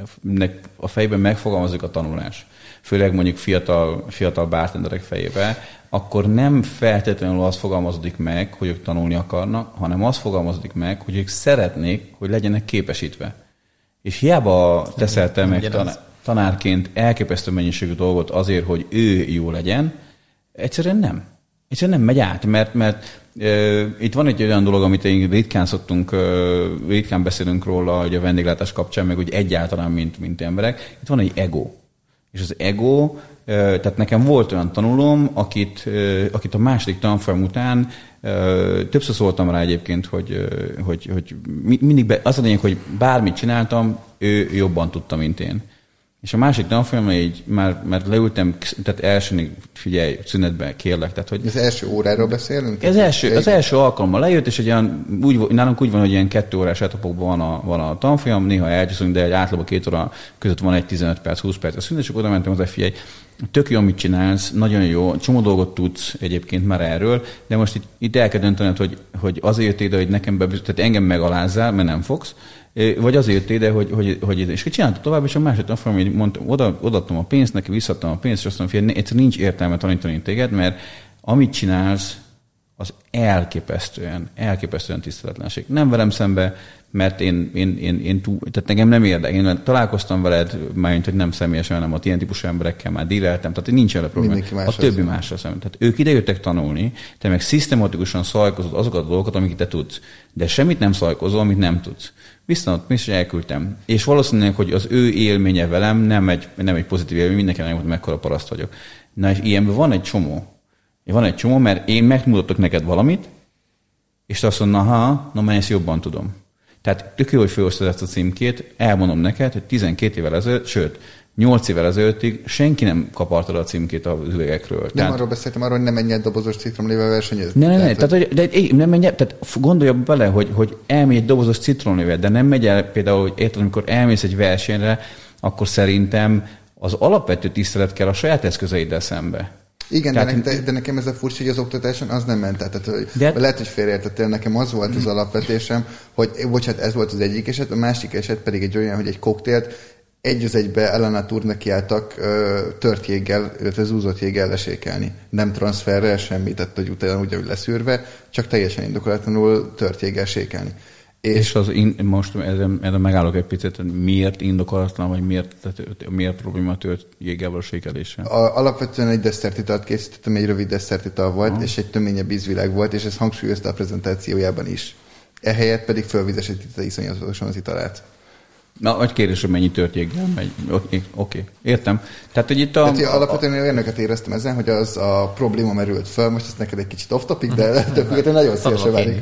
a fejben megfogalmazik a tanulás, főleg mondjuk fiatal, fiatal bartenderek fejébe, akkor nem feltétlenül az fogalmazódik meg, hogy ők tanulni akarnak, hanem az fogalmazódik meg, hogy ők szeretnék, hogy legyenek képesítve. És hiába teszel te meg tanárként elképesztő mennyiségű dolgot azért, hogy ő jó legyen, egyszerűen nem. Egyszerűen nem megy át, mert, mert uh, itt van egy olyan dolog, amit én ritkán szoktunk, uh, ritkán beszélünk róla, hogy a vendéglátás kapcsán, meg úgy egyáltalán, mint, mint emberek. Itt van egy ego. És az ego, uh, tehát nekem volt olyan tanulóm, akit, uh, akit a második tanfolyam után uh, többször szóltam rá egyébként, hogy, uh, hogy, hogy mindig be, az a lényeg, hogy bármit csináltam, ő jobban tudta, mint én. És a másik tanfolyamon így már, már leültem, tehát elsőnig, figyelj, szünetben kérlek. Tehát, hogy az első óráról beszélünk? Az első, az első alkalommal lejött, és egy olyan, úgy, nálunk úgy van, hogy ilyen kettő órás etapokban van a, van a tanfolyam, néha elcsúszunk, de egy általában két óra között van egy tizenöt perc, húsz perc a szünet, és akkor oda mentem, az figyelj, tök jó, amit csinálsz, nagyon jó, csomó dolgot tudsz egyébként már erről, de most itt, itt el kell döntened, hogy, hogy azért ide, hogy nekem be, tehát engem megalázzál, mert nem fogsz, vagy azért ide, hogy, hogy, hogy és csináltam tovább, és a második tanfolyamon mondtam, oda, odaadtam a pénzt, neki visszadtam a pénzt, és azt mondom, hogy egyszerűen nincs értelme tanítani téged, mert amit csinálsz, az elképesztően, elképesztően tiszteletlenség. Nem velem szembe, mert én, én, én, én túl, tehát nekem nem érdekel. Én találkoztam veled, mármint, hogy nem személyesen, hanem ott ilyen típusú emberekkel már díleltem, tehát nincs erre probléma. A többi másra szemben. Tehát ők idejöttek tanulni, te meg szisztematikusan szajkozod azokat a dolgokat, amiket te tudsz. De semmit nem szajkozol, amit nem tudsz. Viszont mi is elküldtem. És valószínűleg, hogy az ő élménye velem nem egy, nem egy pozitív élmény, mindenki nem, hogy mekkora paraszt vagyok. Na és ilyenben van egy csomó. Van egy csomó, mert én megmutatok neked valamit, és te azt mondod, ha, na, mert ezt jobban tudom. Tehát tök jó, hogy felhoztad ezt a címkét, elmondom neked, hogy tizenkét évvel ezelőtt, sőt, nyolc évvel ezelőttig senki nem kapartad a címkét az üvegekről. Nem tehát, arról beszéltem, arról, hogy nem menj egy dobozos citromlével versenyezni. Ne, ne, ne, tehát, hogy, de, nem menj, tehát gondolj bele, hogy, hogy elmegy egy dobozos citromlével, de nem megy el például, hogy érted, amikor elmész egy versenyre, akkor szerintem az alapvető tisztelet kell a saját eszközeiddel szembe. Igen, tehát, de, ne, de nekem ez a furcsa, hogy az oktatáson az nem ment. Tehát, hogy de... lehet, hogy félreértettél, nekem az volt az alapvetésem, hogy bocsánat, ez volt az egyik eset, a másik eset pedig egy olyan, hogy egy koktélt egy az egybe Elena Tournak kiálltak tört jéggel, illetve zúzott jéggel lesékelni. Nem transferrel, semmi, tehát hogy utána úgy, hogy leszűrve, csak teljesen indokolatlanul tört jéggel sékelni. És, és az in, most ezen megállok egy picit, hogy miért indokolatlan, vagy miért, tehát, miért probléma tört jéggel a sékeléssel? Alapvetően egy desszertitalt készítettem, egy rövid desszertital volt, ha. És egy töményebb ízvilág volt, és ez hangsúlyozta a prezentációjában is. Ehelyett pedig fölvizesítette iszonyatosan az italát. Na, egy kérdés, hogy mennyi tört jéggel megy. Oké, okay, értem. Tehát, hogy itt a... Tehát, a, alapvetően a... olyanokat éreztem ezen, hogy az a probléma merült föl, most ez neked egy kicsit off-topic, de többféletesen nagyon szélső válik.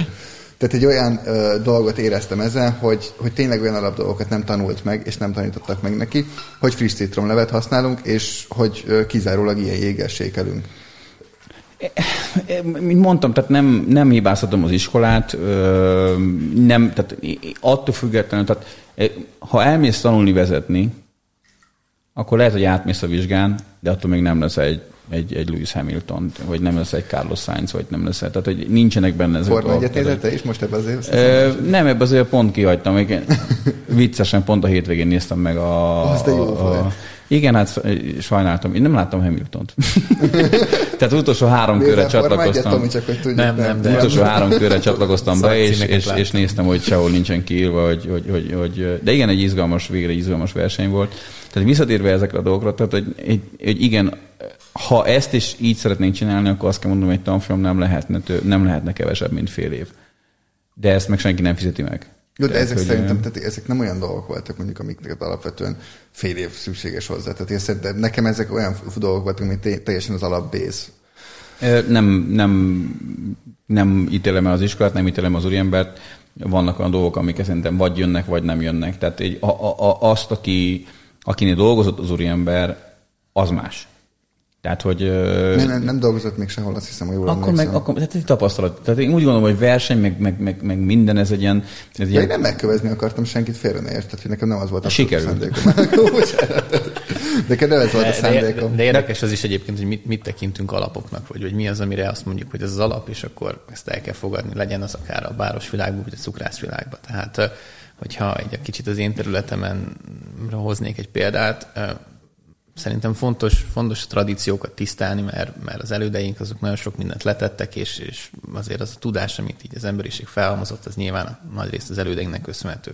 Tehát egy olyan ö, dolgot éreztem ezen, hogy, hogy tényleg olyan alap dolgokat nem tanult meg, és nem tanítottak meg neki, hogy friss citromlevet használunk, és hogy ö, kizárólag ilyen jéggel sékelünk. Mint mondtam, tehát nem, nem hibáztatom az iskolát, ö, nem, tehát attól függetlenül, tehát ha elmész tanulni vezetni, akkor lehet, hogy átmész a vizsgán, de attól még nem lesz egy Egy, egy Lewis Hamilton, vagy nem lesz egy Carlos Sainz, vagy nem lesz, tehát hogy nincsenek benne ezek a... Forma egyet nézette is most ebben az évben? E, nem, ebben azért pont kihagytam. Igen, viccesen pont a hétvégén néztem meg a... Azt a jó a, igen, hát sajnáltam. Én nem láttam Hamiltont. Tehát utolsó három körre csatlakoztam. Egyet, csak, hogy tudjuk, nem, nem, nem. Utolsó három körre csatlakoztam be, és, és, és néztem, hogy sehol nincsen kiírva, hogy, hogy, hogy, hogy... De igen, egy izgalmas, végre izgalmas verseny volt. Tehát visszatérve ezekre a dolgokra, tehát hogy, hogy igen, ha ezt is így szeretnénk csinálni, akkor azt kell mondanom, hogy egy tanfolyam nem lehetne, nem lehetne kevesebb, mint fél év. De ezt meg senki nem fizeti meg. Jó, de tehát, ezek szerintem, tehát ezek nem olyan dolgok voltak, mondjuk, amiket alapvetően fél év szükséges hozzá. Tehát én szerintem nekem ezek olyan dolgok voltak, mint teljesen az alapbéz. Nem, nem, nem ítélem el az iskolát, nem ítélem az úriembert. Vannak olyan dolgok, amik szerintem vagy jönnek, vagy nem jönnek. Tehát egy, a, a, azt, aki, akinél dolgozott az úriember, az más. Tehát, hogy... Nem, nem, nem dolgozott még sehol, azt hiszem, hogy jól akkor meg, akkor, tehát egy tapasztalat. Tehát én úgy gondolom, hogy verseny, meg, meg, meg, meg minden, ez egy ilyen... Ez ja, ilyen... Én nem megkövezni akartam senkit, félre ne ért, tehát hogy nekem nem az volt a szándékom. Nekem nem ez volt a szándékom. De, de érdekes az is egyébként, hogy mit, mit tekintünk alapoknak, vagy hogy mi az, amire azt mondjuk, hogy ez az alap, és akkor ezt el kell fogadni, legyen az akár a bárosvilágban, vagy a cukrászvilágban. Tehát, hogyha egy kicsit az én területemen hoznék egy példát, szerintem fontos, fontos a tradíciókat tisztelni, mert, mert az elődeink azok nagyon sok mindent letettek, és, és azért az a tudás, amit így az emberiség felhalmozott, az nyilván a nagy részt az elődeinknek köszönhető.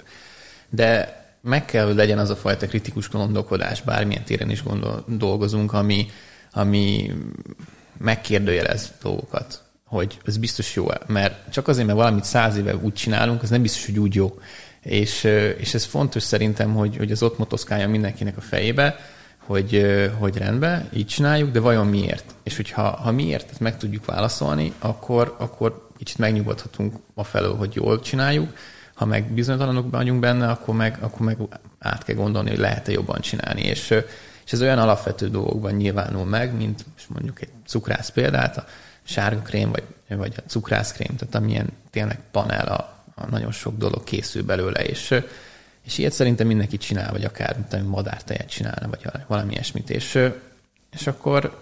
De meg kell, hogy legyen az a fajta kritikus gondolkodás, bármilyen téren is gondol, dolgozunk, ami, ami megkérdőjelez dolgokat, hogy ez biztos jó, mert csak azért, mert valamit száz éve úgy csinálunk, az nem biztos, hogy úgy jó. És, és ez fontos szerintem, hogy, hogy az ott motoszkáljon mindenkinek a fejébe, hogy, hogy rendben, így csináljuk, de vajon miért? És hogyha ha miért ezt meg tudjuk válaszolni, akkor, akkor kicsit megnyugodhatunk afelől, hogy jól csináljuk. Ha meg bizonytalanok vagyunk benne, akkor meg, akkor meg át kell gondolni, hogy lehet-e jobban csinálni. És, és ez olyan alapvető dolgokban nyilvánul meg, mint most mondjuk egy cukrász példát, a sárga krém, vagy, vagy a cukrászkrém, tehát amilyen tényleg panel, a, a nagyon sok dolog készül belőle, és És ilyet szerintem mindenki csinál, vagy akár mint madártejet csinálna, vagy valami ilyesmit. És, és akkor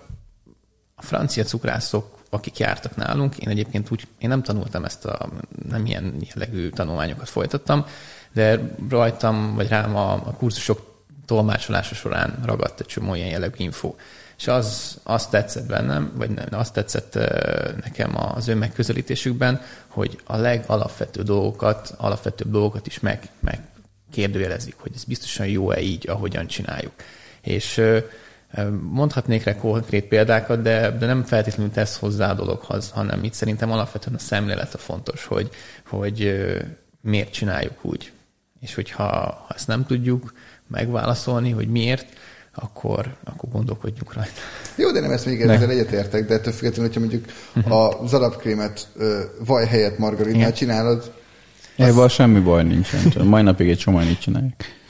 a francia cukrászok, akik jártak nálunk, én egyébként úgy, én nem tanultam ezt a, nem ilyen jellegű tanulmányokat folytattam, de rajtam, vagy rám a, a kurzusok tolmácsolása során ragadt egy csomó ilyen jellegű info. És az, azt tetszett bennem, vagy azt tetszett nekem az ő megközelítésükben, hogy a legalapvetőbb dolgokat, alapvetőbb dolgokat is meg, meg kérdőjelezik, hogy ez biztosan jó-e így, ahogyan csináljuk. És mondhatnék rá konkrét példákat, de, de nem feltétlenül tesz hozzá a dologhoz, hanem itt szerintem alapvetően a szemlélet a fontos, hogy, hogy miért csináljuk úgy. És hogyha ha ezt nem tudjuk megválaszolni, hogy miért, akkor, akkor gondolkodjunk rajta. Jó, de nem ezt még ezzel egyetértek, de ettől függetlenül, hogyha mondjuk uh-huh. az alapkrémet vaj helyett margarinát csinálod, Ebben semmi baj nincsen. Mai napig egy csomó így csináljuk.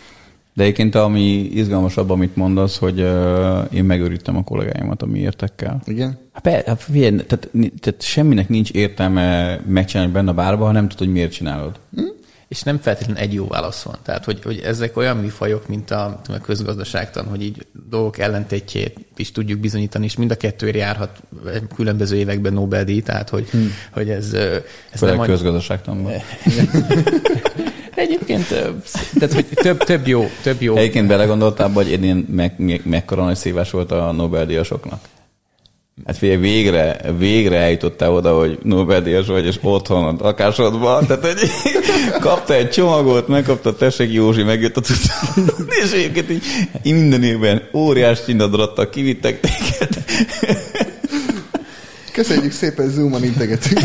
De egyébként ami izgalmasabb, amit mondasz, hogy uh, én megőrítem a kollégáimat a mi értekkel. Igen? Hát, hát figyelj, tehát, tehát semminek nincs értelme megcsinálni benne a bárba, ha nem tudod, hogy miért csinálod. Hm? És nem feltétlenül egy jó válasz van. Tehát, hogy, hogy ezek olyan műfajok, mint a, a közgazdaságtan, hogy így dolgok ellentétjét is tudjuk bizonyítani, és mind a kettőért járhat különböző években Nobel-díj, tehát, hogy, hm. hogy ez... ez nem a közgazdaságtanban. Egyébként tehát, hogy több, több jó. Több jó. Egyébként belegondoltál, hogy én meg, mekkora nagy szívás volt a Nobel-díjasoknak? Hát figyelj, végre, végre eljutottál oda, hogy Nobel-díjas vagy, és otthon a lakásodban. Tehát egy, kapta egy csomagot, megkapta, tessék Józsi, megjött a tudod. És egyébként így, így minden évben óriás csindadrattal kivittek téged. Köszönjük szépen, Zoom-on integetünk.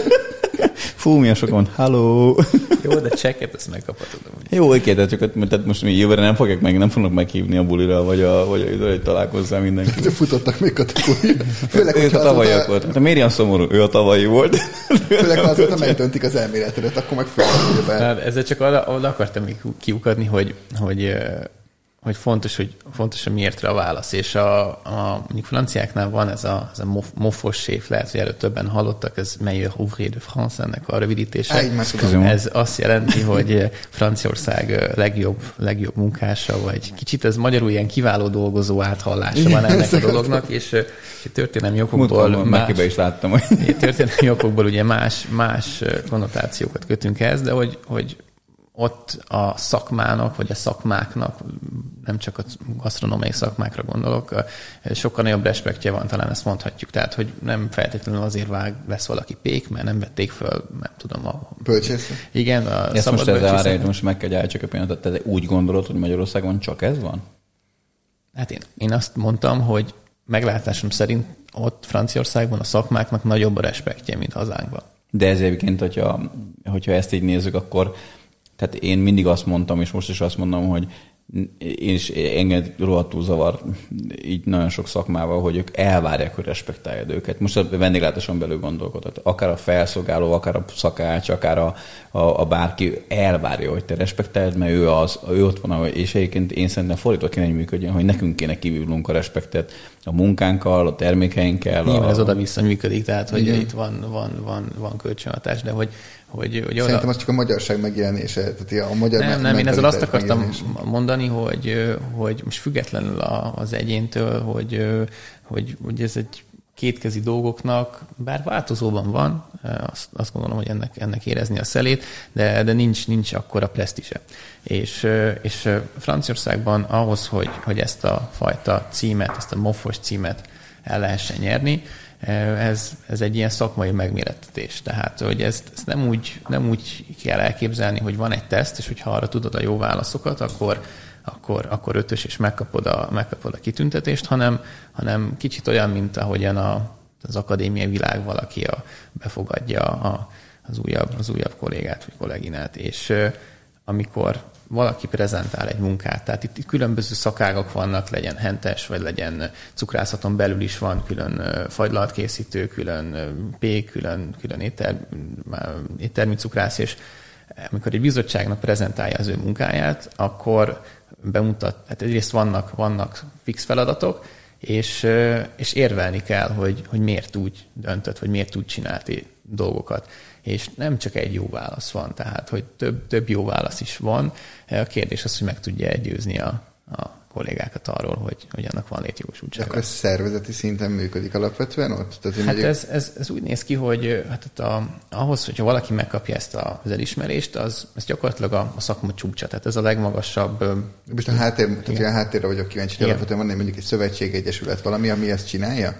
Fú, milyen sokan, halló! Jó, de csekket ezt megkaphatod. Jó, oké, de csak tehát most mi jövőre nem fogják meg, nem fognak meghívni a bulira, vagy a, vagy a időre, hogy találkozzál mindenki. De futottak még kategória. Főleg, ő a tavalyiak volt. Hát miért ilyen szomorú? Ő a tavalyi volt. Főleg, ha azóta megdöntik az elméletedet, akkor meg főleg. Ezzel csak oda, oda akartam még kiukadni, hogy, hogy hogy fontos, hogy fontos a miértre a válasz, és a, a mondjuk franciáknál van ez a, ez a mofos séf, lehet, hogy előtt többen hallottak, ez meilleur ouvrier de France, ennek a rövidítése. Á, ez azt jelenti, hogy Franciaország legjobb, legjobb munkása, vagy kicsit ez magyarul ilyen kiváló dolgozó áthallása van ennek a dolognak, és történelmi okokból más, is láttam, hogy történelmi okokból ugye más, más konnotációkat kötünk ehhez, de hogy, hogy ott a szakmának, vagy a szakmáknak, nem csak a gasztronómiai szakmákra gondolok, sokkal nagyobb respektje van, talán ezt mondhatjuk. Tehát, hogy nem feltétlenül azért vág, lesz valaki pék, mert nem vették föl, nem tudom, a... Bölcsészet? Igen, a ezt szabad most ezzel bölcsészet. most meg kell gyárni csak a pillanatot, te úgy gondolod, hogy Magyarországon csak ez van? Hát én, én azt mondtam, hogy meglátásom szerint ott Franciaországban a szakmáknak nagyobb a respektje, mint hazánkban. De ez egyébként, hogyha, hogyha ezt így nézzük, akkor tehát én mindig azt mondtam, és most is azt mondom, hogy én is engem rohadtul zavar így nagyon sok szakmával, hogy ők elvárják, hogy respektáljad őket. Most a vendéglátáson belül gondolkodhat. Akár a felszolgáló, akár a szakács, akár a, a, a bárki elvárja, hogy te respektáljad, mert ő, az, ő ott van, és egyébként én szerintem fordítva kéne, hogy működjön, hogy nekünk kéne kívülnünk a respektet a munkánkkal, a termékeinkkel. Nyilván a... ez oda-vissza működik, tehát hogy igen. Itt van, van, van, van kölcsönhatás, de hogy Hogy, hogy Szerintem oda... az csak a magyarság megjelenése. Tehát a magyar nem, nem, én ezzel azt akartam mondani, hogy, hogy most függetlenül az egyéntől, hogy, hogy, hogy ez egy kétkezi dolgoknak, bár változóban van, azt, azt gondolom, hogy ennek, ennek érezni a szelét, de, de nincs, nincs akkora presztízse. És, és Franciaországban ahhoz, hogy, hogy ezt a fajta címet, ezt a mofos címet el lehessen nyerni, Ez, ez egy ilyen szakmai megmérettetés. Tehát, hogy ezt, ezt nem, úgy, nem úgy kell elképzelni, hogy van egy teszt, és hogyha arra tudod a jó válaszokat, akkor, akkor, akkor ötös, és megkapod a, megkapod a kitüntetést, hanem, hanem kicsit olyan, mint ahogyan a, az akadémiai világ valaki a, befogadja a, az, újabb, az újabb kollégát, vagy kolléginát. És amikor valaki prezentál egy munkát, tehát itt különböző szakágak vannak, legyen hentes, vagy legyen cukrászaton belül is van külön fagylaltkészítő, külön pék, külön, külön étel, éttermi cukrász, és amikor egy bizottságnak prezentálja az ő munkáját, akkor bemutat, hát egyrészt vannak, vannak fix feladatok, és, és érvelni kell, hogy, hogy miért úgy döntött, vagy miért úgy csinált dolgokat. És nem csak egy jó válasz van, tehát hogy több, több jó válasz is van. A kérdés az, hogy meg tudja győzni a, a kollégákat arról, hogy, hogy annak van létjogosultsága. Akkor ez szervezeti szinten működik alapvetően ott? Tehát, hát mondjuk... ez, ez, ez úgy néz ki, hogy hát a, ahhoz, hogyha valaki megkapja ezt az elismerést, az ez gyakorlatilag a, a szakma csúcsa, tehát ez a legmagasabb... Most a háttér, tehát a háttérre vagyok kíváncsi, hogy alapvetően van mondjuk egy szövetség, egyesület, valami, ami ezt csinálja?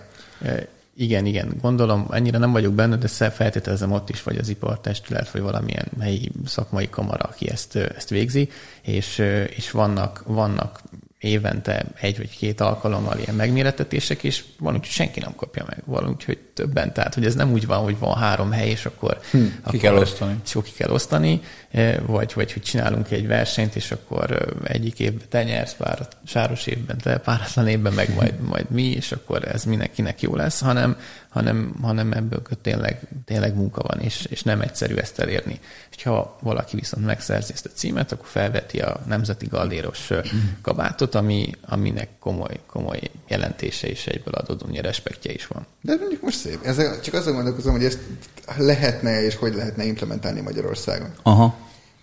Igen, igen, gondolom, ennyire nem vagyok benne, de feltételezem ott is, vagy az ipartestület, vagy valamilyen helyi szakmai kamara, aki ezt, ezt végzi, és, és vannak, vannak évente egy vagy két alkalommal ilyen megmérettetések, és van úgy, hogy senki nem kapja meg, van úgy, hogy többen, tehát hogy ez nem úgy van, hogy van három hely, és akkor, hm, akkor ki kell osztani. És ki kell osztani, vagy, vagy hogy csinálunk egy versenyt, és akkor egyik évben te nyersz, pár, sáros évben te, páratlan évben meg majd, majd mi, és akkor ez mindenkinek jó lesz, hanem, hanem, hanem ebből tényleg, tényleg munka van, és, és nem egyszerű ezt elérni. És ha valaki viszont megszerzi ezt a címet, akkor felveti a nemzeti galléros kabátot, ami, aminek komoly, komoly jelentése és egyből adódónyi respektje is van. De mondjuk most szép. Ezzel csak azon gondolkozom, hogy ezt lehetne és hogy lehetne implementálni Magyarországon. Aha.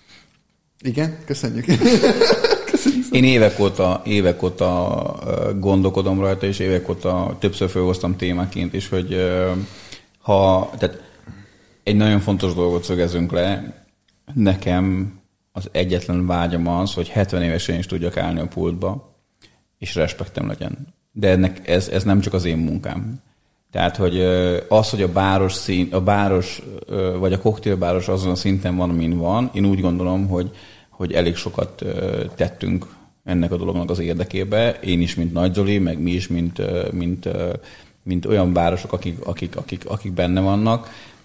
Igen, köszönjük. köszönjük. Én évek óta, évek óta gondolkodom rajta, és évek óta többször felhoztam témaként is, hogy ha, tehát egy nagyon fontos dolgot szögezünk le, nekem az egyetlen vágyam az, hogy hetven évesen is tudjak állni a pultba, és respektem legyen. De ennek ez, ez nem csak az én munkám. Tehát, hogy az, hogy a báros, szín, a báros vagy a koktélbáros azon a szinten van, amin van, én úgy gondolom, hogy, hogy elég sokat tettünk ennek a dolognak az érdekébe. Én is, mint Nagy Zoli, meg mi is, mint, mint, mint olyan bárosok, akik, akik, akik, akik benne vannak,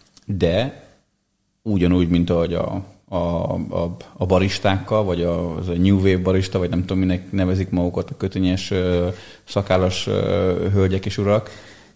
de ugyanúgy, mint ahogy a, a, a, a baristákkal, vagy a, az a New Wave barista, vagy nem tudom, minek nevezik magukat a kötönyes, szakállas hölgyek és urak.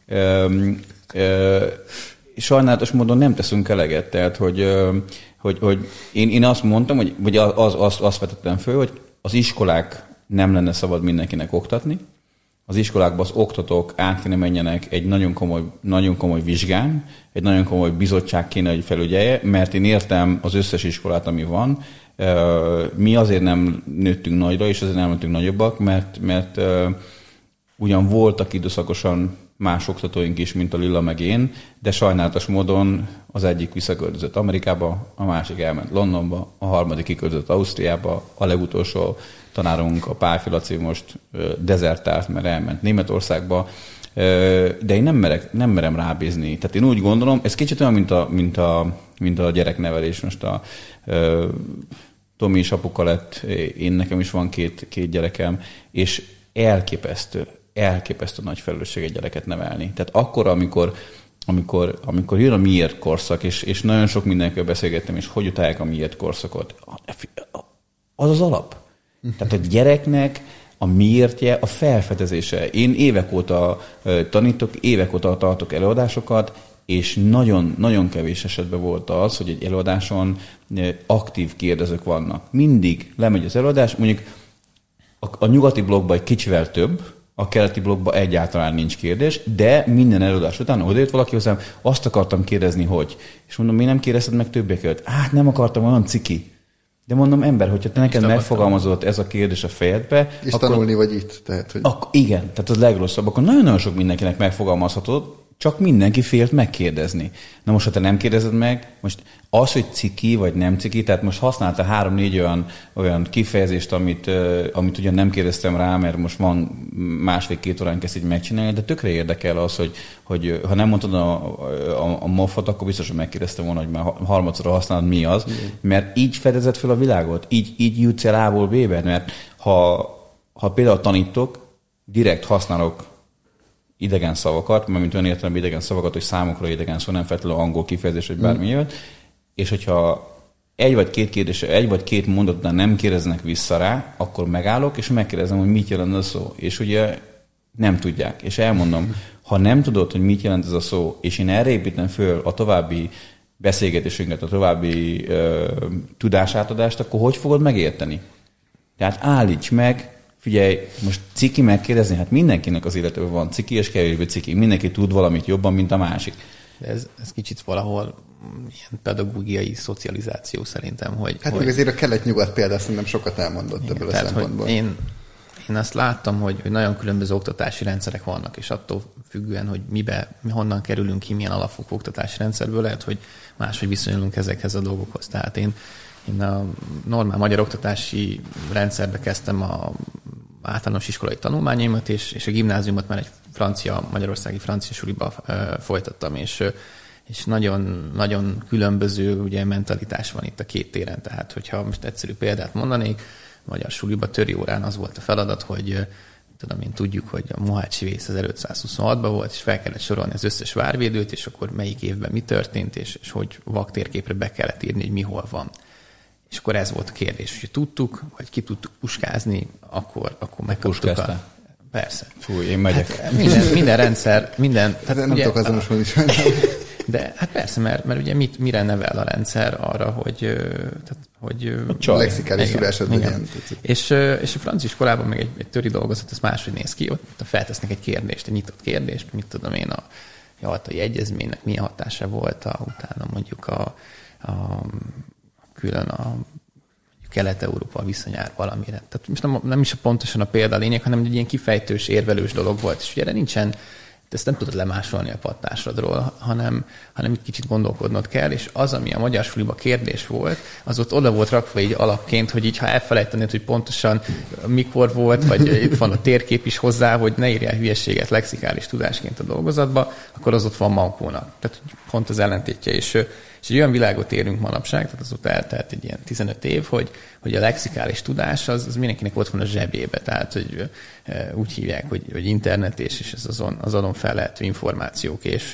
Sajnálatos módon nem teszünk eleget, tehát, hogy, hogy, hogy én, én azt mondtam, hogy, vagy az, az, azt vetettem föl, hogy az iskolák nem lenne szabad mindenkinek oktatni, az iskolákban az oktatók át kéne menjenek egy nagyon komoly, nagyon komoly vizsgán, egy nagyon komoly bizottság kéne, hogy felügyelje, mert én értem az összes iskolát, ami van. Mi azért nem nőttünk nagyra, és azért nem nőttünk nagyobbak, mert, mert ugyan voltak időszakosan más oktatóink is, mint a Lilla meg én, de sajnálatos módon az egyik visszaköltözött Amerikába, a másik elment Londonba, a harmadik kiköltözött Ausztriába, a legutolsó tanárunk, a Pálfi Laci most dezertált, mert elment Németországba, de én nem, merek, nem merem rábízni. Tehát én úgy gondolom, ez kicsit olyan, mint a, mint a, mint a gyereknevelés. Most a Tomi is apuka lett, én nekem is van két, két gyerekem, és elképesztő, elképesztő nagy felelősség egy gyereket nevelni. Tehát akkor, amikor, amikor, amikor jön a miért korszak, és, és nagyon sok mindenkivel beszélgettem, és hogy utálják a miért korszakot, az az alap. Tehát a gyereknek a miértje, a felfedezése. Én évek óta tanítok, évek óta tartok előadásokat, és nagyon, nagyon kevés esetben volt az, hogy egy előadáson aktív kérdezők vannak. Mindig lemegy az előadás, mondjuk a, a nyugati blogban egy kicsivel több, a keleti blogban egyáltalán nincs kérdés, de minden előadás után odajött valaki hozzám, azt akartam kérdezni, hogy. És mondom, mi nem kérdezted meg többeket? Hát nem akartam, olyan ciki. De mondom, ember, hogyha te neked megfogalmazott ez a kérdés a fejedbe... És akkor, tanulni vagy itt. Tehát, hogy... Ak- igen, tehát az legrosszabb. Akkor nagyon-nagyon sok mindenkinek megfogalmazhatod, csak mindenki félt megkérdezni. Na most, ha te nem kérdezed meg, most az, hogy ciki vagy nem ciki, tehát most használta három-négy olyan, olyan kifejezést, amit, uh, amit ugyan nem kérdeztem rá, mert most van másfél-két órán kezd így megcsinálni, de tökre érdekel az, hogy, hogy ha nem mondtad a, a, a moffot, akkor biztos, hogy megkérdeztem volna, hogy már harmadszorra használod, mi az, igen. Mert így fedezed fel a világot, így, így jutsz el A-ból B-be, mert ha, ha például tanítok, direkt használok idegen szavakat, mert mint olyan értelemben idegen szavakat, hogy számokra idegen szó, nem feltétlenül angol kifejezés, vagy bármi mm. jövet, és hogyha egy vagy két kérdés, egy vagy két mondatnál nem kérdeznek vissza rá, akkor megállok, és megkérdezem, hogy mit jelent ez a szó. És ugye nem tudják. És elmondom, ha nem tudod, hogy mit jelent ez a szó, és én erre építem föl a további beszélgetésünket, a további ö, tudásátadást, akkor hogy fogod megérteni? Tehát állíts meg, figyelj, most ciki megkérdezni, hát mindenkinek az életében van ciki, és kevésbé ciki. Mindenki tud valamit jobban, mint a másik. De ez, ez kicsit valahol ilyen pedagógiai szocializáció szerintem, hogy... Hát hogy... azért a kelet-nyugat példa szerintem sokat elmondott igen, ebből a szempontból. Én, én azt láttam, hogy, hogy nagyon különböző oktatási rendszerek vannak, és attól függően, hogy mibe, mi honnan kerülünk ki, milyen alapfokú oktatási rendszerből, lehet, hogy máshogy viszonyulunk ezekhez a dolgokhoz. Tehát én, én a normál magyar oktatási rendszerbe kezdtem a általános iskolai tanulmányaimat, és, és a gimnáziumot már egy francia, magyarországi francia suliba uh, folytattam, és, és nagyon, nagyon különböző ugye, mentalitás van itt a két téren. Tehát, hogyha most egyszerű példát mondanék, magyar suliba töri órán az volt a feladat, hogy tudom én, tudjuk, hogy a Mohácsi vész ezerötszázhuszonhatban volt, és fel kellett sorolni az összes várvédőt, és akkor melyik évben mi történt, és, és hogy vaktérképre be kellett írni, hogy mi hol van. És akkor ez volt a kérdés, hogy tudtuk, vagy ki tudtuk puskázni, akkor, akkor megkaptuk a... Persze. Fúj, én megyek. Hát minden, minden rendszer, minden... Hát nem tudok azonosulni is. De hát persze, mert, mert ugye mit, mire nevel a rendszer arra, hogy... Tehát, hogy a lexikális tudásod legyen. És, és a francia iskolában még egy, egy töri dolgozat, ez máshogy néz ki, ott feltesznek egy kérdést, egy nyitott kérdést, mit tudom én, a Jaltai Egyezménynek milyen hatása volt, a, utána mondjuk a, a külön a Kelet-Európa viszonyára valamire. Tehát most nem, nem is pontosan a példa a lényeg, hanem egy ilyen kifejtős, érvelős dolog volt. És ugye erre nincsen, ezt nem tudod lemásolni a pattásodról, hanem, hanem itt kicsit gondolkodnod kell, és az, ami a magyar suliba kérdés volt, az ott oda volt rakva így alapként, hogy így ha elfelejtenéd, hogy pontosan mikor volt, vagy itt van a térkép is hozzá, hogy ne írjál hülyeséget lexikális tudásként a dolgozatba, akkor az ott van mankónak. Tehát pont az ellentétje. És, és egy olyan világot érünk manapság, tehát az ott eltelt egy ilyen tizenöt év, hogy, hogy a lexikális tudás az, az mindenkinek ott van a zsebébe. Tehát, hogy e, úgy hívják, hogy, hogy internet, és, és ez azon, az azon fellehető információk. És,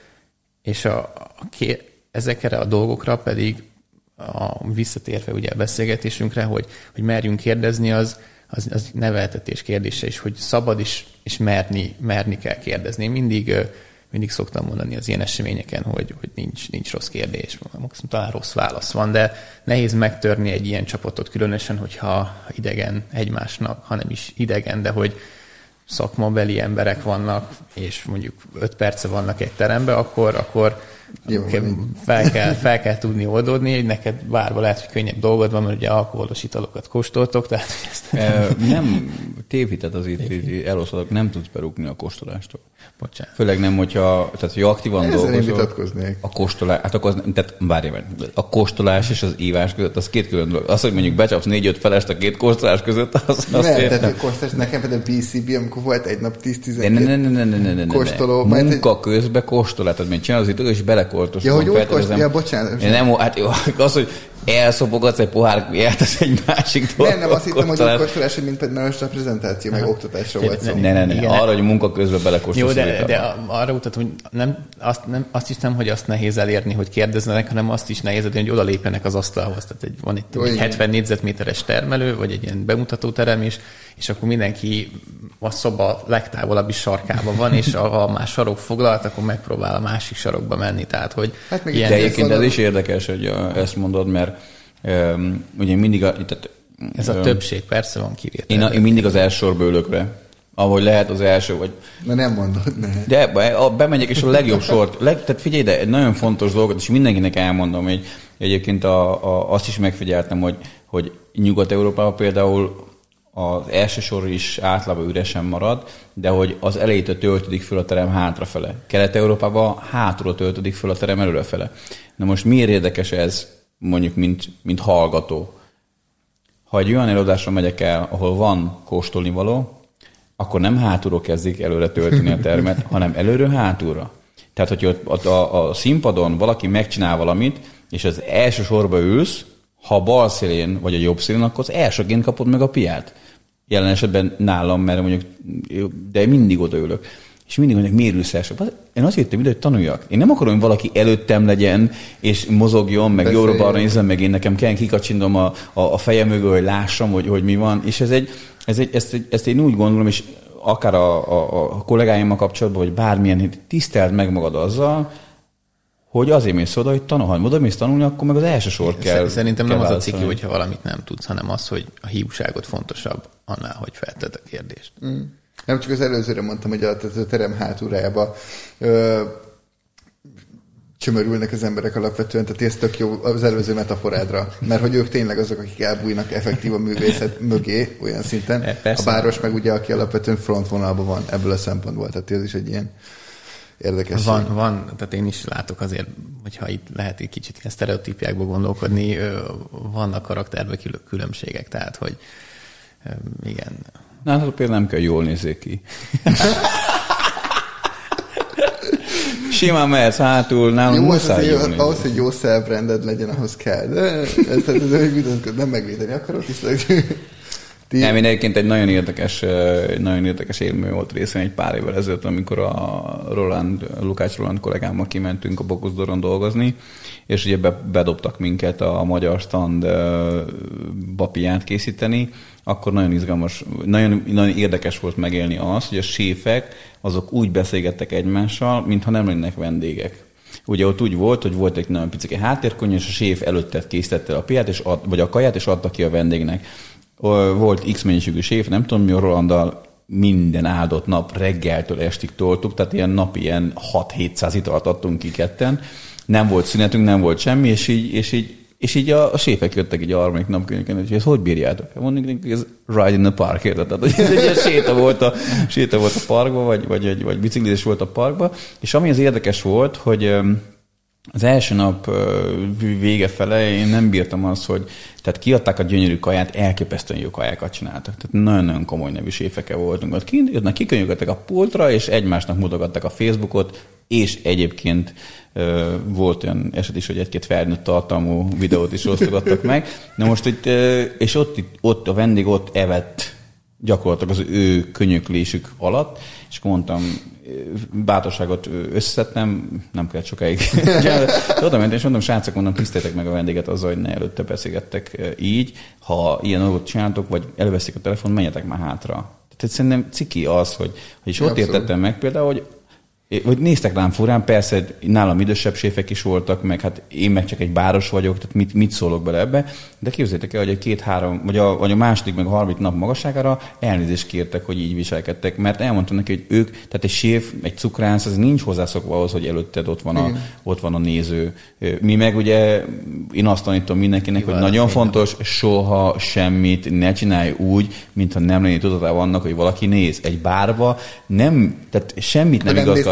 és a, a ké, ezekre a dolgokra pedig a, visszatérve ugye a beszélgetésünkre, hogy, hogy merjünk kérdezni, az, az, az neveltetés kérdése is, hogy szabad is, és merni, merni kell kérdezni. Én mindig Mindig szoktam mondani az ilyen eseményeken, hogy, hogy nincs, nincs rossz kérdés, talán rossz válasz van, de nehéz megtörni egy ilyen csapatot, különösen, hogyha idegen egymásnak, hanem is idegen, de hogy szakmabeli emberek vannak, és mondjuk öt perce vannak egy teremben, akkor, akkor Jó, fel, kell, fel kell tudni oldódni, hogy neked bárba lehet, hogy könnyebb dolgod van, mert ugye alkoholos italokat kóstoltok, tehát ezt... E, nem tévhitet az itt eloszladok, nem tudsz berúgni a kóstolástól. Bocsánat. Főleg nem, hogyha, tehát, hogy aktívan ezzel dolgozol. Ezzel én vitatkoznék. A kóstolás, hát akkor az, tehát várj, a kóstolás és az ívás között, az két külön dolog. Az, hogy mondjuk becsapsz négy-öt felest a két kóstolás között, az azt nem, értem. tehát a kóstolás, nekem például bé cé bé, amikor volt egy nap tíz-tizenkét ne, ne, ne, ne, ne, ne, kóstoló. Ne. Munka egy... közben kóstolás, tehát még csinálod az itt, és belekortosodom. Ja, hogy úgy kóstolja, bocsánat. Nem, hát jó, az, hogy elszopogatsz egy pohár kuját, az egy másik dolog. Nem, nem, azt hittem, hogy akkor feleség, mint például most a prezentáció, meg oktatásra volt szó. Ne, ne, ne, arra, hogy munka közben belekóstolsz. Jó, de, de arra utat, hogy nem, azt, nem, azt is nem, hogy azt nehéz elérni, hogy kérdezzenek, hanem azt is nehéz elérni, hogy odalépjenek az asztalhoz. Tehát egy, van itt egy hetven négyzetméteres termelő, vagy egy ilyen bemutatóterem is, és akkor mindenki a szoba legtávolabbi sarkában van, és ha már sarok foglalt, akkor megpróbál a másik sarokba menni. Tehát, hogy hát de egyébként ez is érdekes, hogy ezt mondod, mert um, ugye mindig a, tehát, ez a um, többség, persze van kivétel. Én, a, én mindig az első sorba ülök be. Ahogy lehet az első, vagy... Na nem mondod, ne. De be, bemegyek, és a legjobb sort... Leg, tehát figyelj, de egy nagyon fontos dolgot, és mindenkinek elmondom, hogy egyébként a, a, azt is megfigyeltem, hogy, hogy Nyugat-Európában például az első sor is általában üresen marad, de hogy az elejétől töltődik föl a terem hátrafele. Kelet-Európában hátulról töltődik föl a terem előrefele. Na most miért érdekes ez, mondjuk, mint, mint hallgató? Ha egy olyan előadásra megyek el, ahol van kóstolnivaló, akkor nem hátulról kezdik előre tölteni a termet, hanem előről hátulra. Tehát, hogy a, a, a színpadon valaki megcsinál valamit, és az első sorba ülsz, ha a bal szélén vagy a jobb szélén, akkor az elsőként kapod meg a piát. Jelen esetben nálam, mert mondjuk, de mindig odaülök. És mindig mondják, miért ülsz első? Én azt hittem, hogy tanuljak. Én nem akarom, hogy valaki előttem legyen, és mozogjon, meg jobbra-balra nézzen, meg én nekem kell kikacsintom a, a, a fejem mögül, hogy lássam, hogy, hogy mi van. És ez egy, ez egy, ezt, ezt én úgy gondolom, és akár a, a, a kollégáimmal kapcsolatban, vagy bármilyen, tiszteld meg magad azzal, hogy azért mész oda, hogy tanul, ha oda mész tanulni, akkor meg az első sor kell. Szerintem kell nem az a cikk, hogyha valamit nem tudsz, hanem az, hogy a hiúságot fontosabb annál, hogy feltedd a kérdést. Mm. Nem csak az előzőre mondtam, hogy a, a terem hátuljába ö, csömörülnek az emberek alapvetően, tehát ez tök jó az előző metaforádra, mert hogy ők tényleg azok, akik elbújnak effektív a művészet mögé olyan szinten. E, a Báros meg ugye, aki alapvetően frontvonalban van ebből a szempontból, tehát ez is egy ilyen érdekes. Van, van, tehát én is látok azért, hogyha itt lehet egy kicsit ilyen sztereotípiákból gondolkodni, vannak karakterben különbségek, tehát hogy igen. Na, hát például nem kell jól nézzék ki. Simán mehetsz hátul, nálunk muszáj jól nézni. Ahhoz, hogy jó self-branded legyen, ahhoz kell. De ezt, ezt nem megvédeni akarod, hiszek. Nem, én egyébként egy nagyon érdekes, nagyon érdekes élmény volt részén egy pár évvel ezelőtt, amikor a Roland, Lukács Roland kollégámmal kimentünk a Bokusdoron dolgozni, és ugye be, bedobtak minket a magyar stand bapiát készíteni, akkor nagyon izgalmas, nagyon, nagyon érdekes volt megélni azt, hogy a séfek azok úgy beszélgettek egymással, mintha nem lennének vendégek. Ugye ott úgy volt, hogy volt egy nagyon picike háttérkonyha, és a séf előttet készítette a piát, és ad, vagy a kaját, és adta ki a vendégnek. Volt X mennyiségű séf, nem tudom mi, a Rolanddal minden áldott nap reggeltől estig toltuk, tehát ilyen napi ilyen hat-hétszáz italt adtunk ki ketten. Nem volt szünetünk, nem volt semmi, és így, és így, és így a, a séfek jöttek így a harmadik nap könyveken, hogy ezt hogy bírjátok? Mondjuk, hogy ez ride in the park, érted? Tehát, hogy ez egy ilyen séta volt a, séta volt a parkba, vagy, vagy, vagy biciklizés volt a parkba, és ami az érdekes volt, hogy az első nap vége fele én nem bírtam azt, hogy tehát kiadták a gyönyörű kaját, elképesztően jó kajákat csináltak. Tehát nagyon-nagyon komoly nevű séfekkel voltunk. Ott kint, kikönyögöttek a pultra, és egymásnak mutogattak a Facebookot, és egyébként volt olyan eset is, hogy egy-két felnőtt tartalmú videót is osztogattak meg. Na most itt, és ott, ott a vendég ott evett gyakorlatilag az ő könyöklésük alatt, és akkor mondtam, bátorságot összeszedtem, nem kellett sokáig. Oda mentem, és mondom, srácok, mondom, tiszteljetek meg a vendéget azzal, hogy ne előtte beszélgettek így. Ha ilyen dolgot csináltok, vagy előveszik a telefon, menjetek már hátra. Tehát szerintem ciki az, hogy, hogy is ott értettem meg például, hogy vagy néztek rám furán, persze nálam idősebb séfek is voltak, meg hát én meg csak egy báros vagyok, tehát mit, mit szólok bele ebbe, de képzeljétek el, hogy a két-három, vagy a, vagy a második, meg a harmadik nap magasságára elnézést kértek, hogy így viselkedtek, mert elmondtam neki, hogy ők, tehát egy séf, egy cukrász, az nincs hozzászokva ahhoz, hogy előtted ott van a, mm. ott van a néző. Mi meg ugye, én azt tanítom mindenkinek, hogy nagyon fontos, soha semmit ne csinálj úgy, mintha nem lenni tudatában annak, hogy valaki néz. Egy bárba nem, tehát semmit nem igazgat.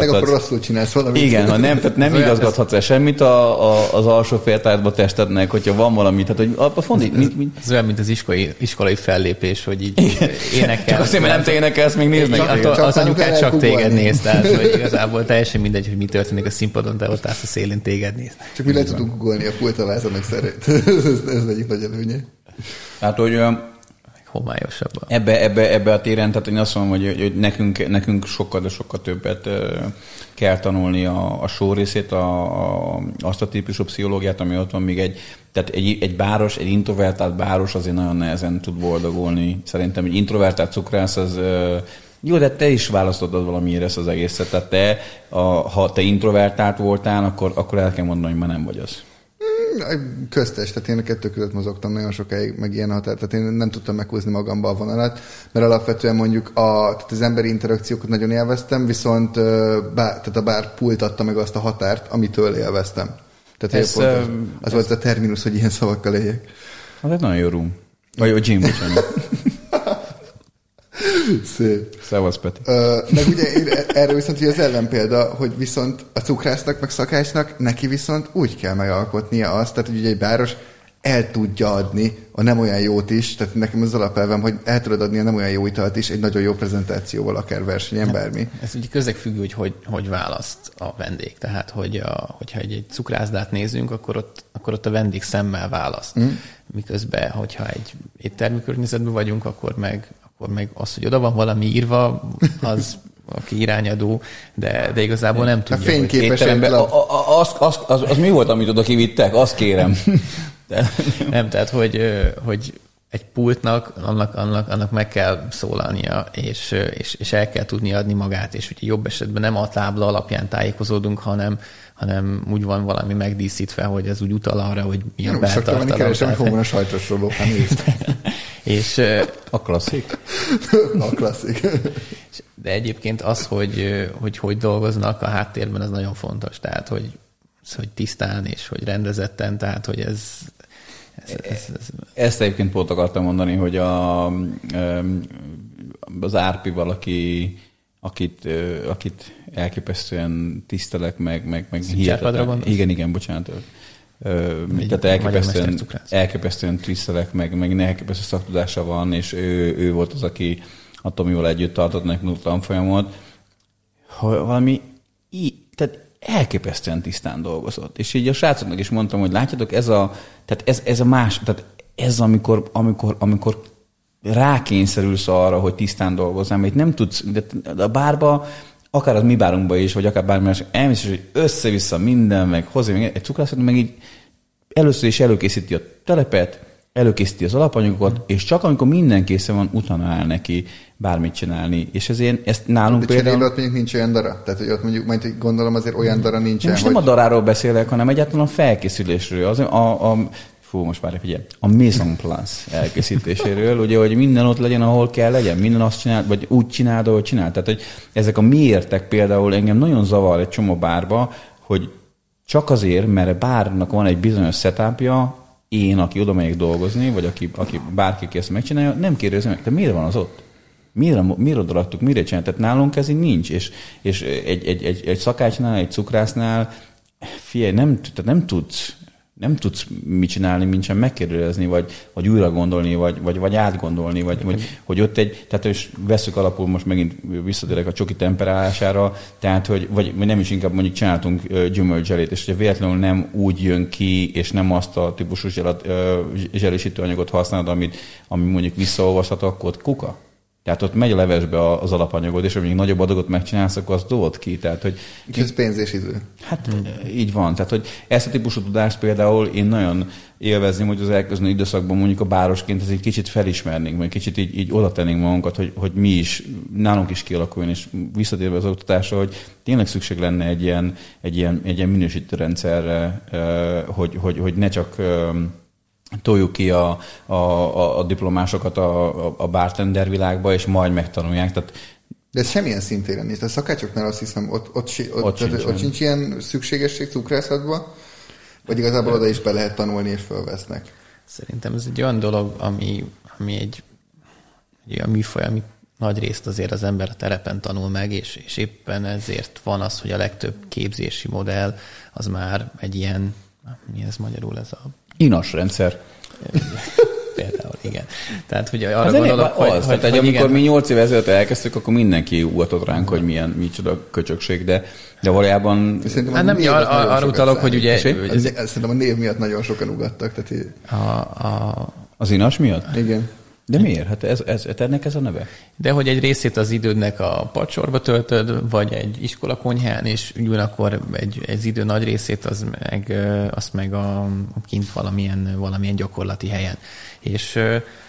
meg akkor rosszul csinálsz valamit. Igen, ha nem, tehát nem igazgathatsz el semmit a, a, az alsó féltárba testednek, hogyha van valami. Tehát, hogy a, a fondi, ez, mi, mi... ez olyan, mint az iskolai, iskolai fellépés, hogy így énekel. Csak azért, mert nem te énekelsz, még néznek. Csak, csak az anyukát csak téged néz, tehát hogy igazából teljesen mindegy, hogy mi történik a színpadon, de ott állsz a szélén, téged néz. Csak mi le tudunk ugolni a pultavázónak szeret. ez, ez egyik nagy előnye. Hát, hogy homályosabban. Ebbe, ebbe, ebbe a téren, tehát én azt mondom, hogy, hogy nekünk, nekünk sokkal, de sokkal többet uh, kell tanulni a, a show részét, a, a, azt a típusú pszichológiát, ami ott van, még egy, tehát egy, egy báros, egy introvertált báros azért nagyon nehezen tud boldogulni. Szerintem egy introvertált cukrász az uh, jó, de te is választottad valamiért ezt az egészet. Tehát te, a, ha te introvertált voltál, akkor, akkor el kell mondani, hogy már nem vagy az. Köztes, tehát én a kettő között mozogtam nagyon sokáig, meg ilyen határ, tehát én nem tudtam meghúzni magamba a vonalat, mert alapvetően mondjuk a, tehát az emberi interakciókat nagyon élveztem, viszont bár, tehát a bár pult adta meg azt a határt, amitől élveztem. Tehát ez, pont az, az ez volt a terminus, hogy ilyen szavakkal éljek. Az egy nagyon jó room. Vagy a gym, bocsánat. Szép. Szevasz, Peti. Ö, meg ugye én erről viszont az ellenpélda, hogy viszont a cukrásznak, meg szakácsnak neki viszont úgy kell megalkotnia azt, tehát hogy ugye egy báros el tudja adni a nem olyan jót is, tehát nekem az alapelvem, hogy el tudod adni a nem olyan jó italt is egy nagyon jó prezentációval, akár versenyen, bármi. Ez ugye közegfüggő, hogy, hogy hogy választ a vendég. Tehát, hogy a, hogyha egy, egy cukrászdát nézünk, akkor ott, akkor ott a vendég szemmel választ. Mm. Miközben, hogyha egy éttermi környezetben vagyunk, akkor meg akkor meg az, hogy oda van valami írva, az aki irányadó, de, de igazából nem tudja. A fényképes az, az, az, az, az mi volt, amit oda kivittek? Azt kérem. De, nem, tehát, hogy, hogy egy pultnak annak, annak, annak meg kell szólalnia, és, és, és el kell tudni adni magát, és ugye jobb esetben nem a tábla alapján tájékozódunk, hanem, hanem úgy van valami megdíszítve, hogy ez úgy utal arra, hogy mi a beltartalom. Szoktam menni keresem, hogy hol van a sajtos roló. És a klasszik. A klasszik. De egyébként az, hogy, hogy hogy dolgoznak a háttérben, az nagyon fontos. Tehát, hogy, hogy tisztán és hogy rendezetten, tehát, hogy ez... ez, ez, ez... Ezt egyébként pont akartam mondani, hogy a, az Árpi valaki, akit, akit elképesztően tisztelek, meg, meg, meg hihetetlen. Igen, igen, bocsánat. Egy, tehát elképesztően, elképesztően tisztelek, meg, meg elképesztő szaktudása van, és ő, ő volt az, aki a Tomival együtt tartott nekünk a tanfolyamot. Valami, tehát elképesztően tisztán dolgozott. És így a srácoknak is mondtam, hogy látjátok, ez a, tehát ez, ez a más, tehát ez amikor, amikor, amikor rákényszerülsz arra, hogy tisztán dolgozzál, mert nem tudsz, de a bárba, akár az mi bárunkba is, vagy akár bármi más, elmész, hogy össze-vissza minden, meg hozzá, meg egy cukrászat, meg így először is előkészíti a telepet, előkészíti az alapanyagokat, és csak amikor minden készen van, utána áll neki bármit csinálni. És ezért ezt nálunk de például... De ott mondjuk nincs olyan dara? Tehát, hogy ott mondjuk, majd hogy gondolom azért olyan dara nincsen, most hogy... nem a daráról beszélek, hanem egyáltalán a felkészülésről. Az, a, a, fú, most már figyelj, a mise en place elkészítéséről, ugye, hogy minden ott legyen, ahol kell legyen, minden azt csinál, vagy úgy csináld, ahogy csinál. Tehát, hogy ezek a miértek például engem nagyon zavar egy csomó bárba, hogy csak azért, mert a bárnak van egy bizonyos setupja, én, aki oda megyek dolgozni, vagy aki, aki bárki, aki ezt megcsinálja, nem kérdezem meg, de miért van az ott? Miért, miért oda raktuk, mire csinál? Tehát nálunk ez így nincs. És, és egy, egy, egy, egy szakácsnál, egy cukrásznál, figyelj, nem, tehát nem tudsz, nem tudsz mit csinálni, mint sem megkérdezni, vagy, vagy újra gondolni, vagy, vagy, vagy átgondolni, vagy, vagy hogy ott egy, tehát és veszük alapul, most megint visszatérek a csoki temperálására, tehát, hogy, vagy, vagy nem is inkább mondjuk csináltunk gyümölcselét, és hogyha véletlenül nem úgy jön ki, és nem azt a típusú zselésítő anyagot használod, amit, ami mondjuk visszaolvasható, akkor ott kuka. Tehát ott megy a levesbe az alapanyagod, és amíg nagyobb adagot megcsinálsz, akkor azt dobod ki. Tehát, hogy ez pénz és idő. Hát hmm. így van. Tehát, hogy ezt a típusú tudást például én nagyon élvezném, hogy az elkövetkező időszakban mondjuk a bárosként ez egy kicsit felismernénk, vagy kicsit így, így oda tennénk magunkat, hogy, hogy mi is, nálunk is kialakuljon, és visszatérve az oktatásra, hogy tényleg szükség lenne egy ilyen, egy ilyen, egy ilyen minősítő rendszerre, hogy, hogy, hogy ne csak toljuk ki a, a, a, a diplomásokat a, a, a bartender világba, és majd megtanulják. Tehát de ez semmilyen szintéren nincs. A szakácsoknál azt hiszem, ott, ott, ott, ott, sincs, ott sincs ilyen szükségesség cukrászatban, vagy igazából oda is be lehet tanulni, és fölvesznek. Szerintem ez egy olyan dolog, ami, ami egy, egy olyan műfaj, amit nagy részt azért az ember a terepen tanul meg, és, és éppen ezért van az, hogy a legtöbb képzési modell az már egy ilyen, mi ez magyarul, ez a... Inas rendszer. Például, igen. Tehát, hogy arra hát gondolok, hogy... Az, hogy, tehát, hogy amikor igen, mi nyolc éve ezelőtt elkezdtük, akkor mindenki ugatott ránk, hogy milyen, micsoda köcsökség, de, de valójában... Hát nem, ar, ar, arra utalok, hogy ugye... Ez, szerintem a név miatt nagyon sokan ugattak. Tehát a, a, az inas miatt? Igen. De miért? Hát ez, ez, ennek ez a neve? De hogy egy részét az idődnek a padsorba töltöd, vagy egy iskolakonyhán, és ugyanakkor egy, egy idő nagy részét az meg, azt meg a, kint valamilyen, valamilyen gyakorlati helyen. És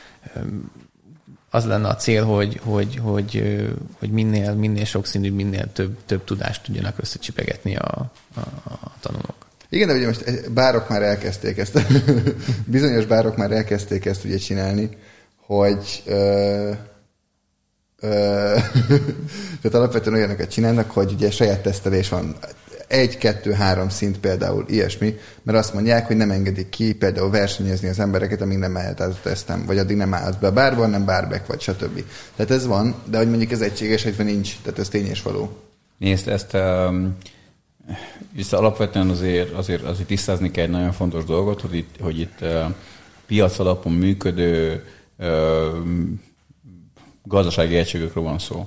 az lenne a cél, hogy, hogy, hogy, hogy minél, minél sokszínűbb, minél több, több tudást tudjanak összecsipegetni a, a, a tanulók. Igen, de ugye most bárok már elkezdték ezt, bizonyos bárok már elkezdték ezt ugye csinálni, hogy ö, ö, tehát alapvetően olyanokat csinálnak, hogy ugye saját tesztelés van, egy, kettő, három szint például ilyesmi, mert azt mondják, hogy nem engedik ki például versenyezni az embereket, amíg nem mehet át a tesztem, vagy addig nem állsz be a bárban, nem bárback, vagy stb. Tehát ez van, de hogy mondjuk ez egységes, hogy nincs, tehát ez tény és való. Nézd, ezt um, vissza alapvetően azért, azért, azért tisztázni kell egy nagyon fontos dolgot, hogy itt, hogy itt uh, piac alapon működő gazdasági egységekről van szó.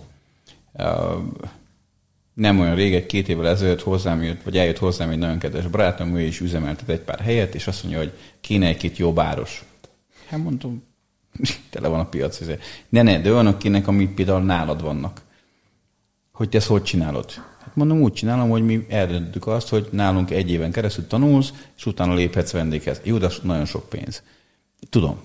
Nem olyan rég, egy két évvel ezelőtt hozzám jött, vagy eljött hozzám egy nagyon kedves barátom, ő is üzemeltet egy pár helyet, és azt mondja, hogy kéne egy-két jobb áros. Hát mondom, tele van a piac. Ne, ne, de olyanok kének, amik például nálad vannak. Hogy te ezt hogy csinálod? Hát mondom, úgy csinálom, hogy mi eldöntjük azt, hogy nálunk egy éven keresztül tanulsz, és utána léphetsz vendéghez. Jó, de nagyon sok pénz. Tudom.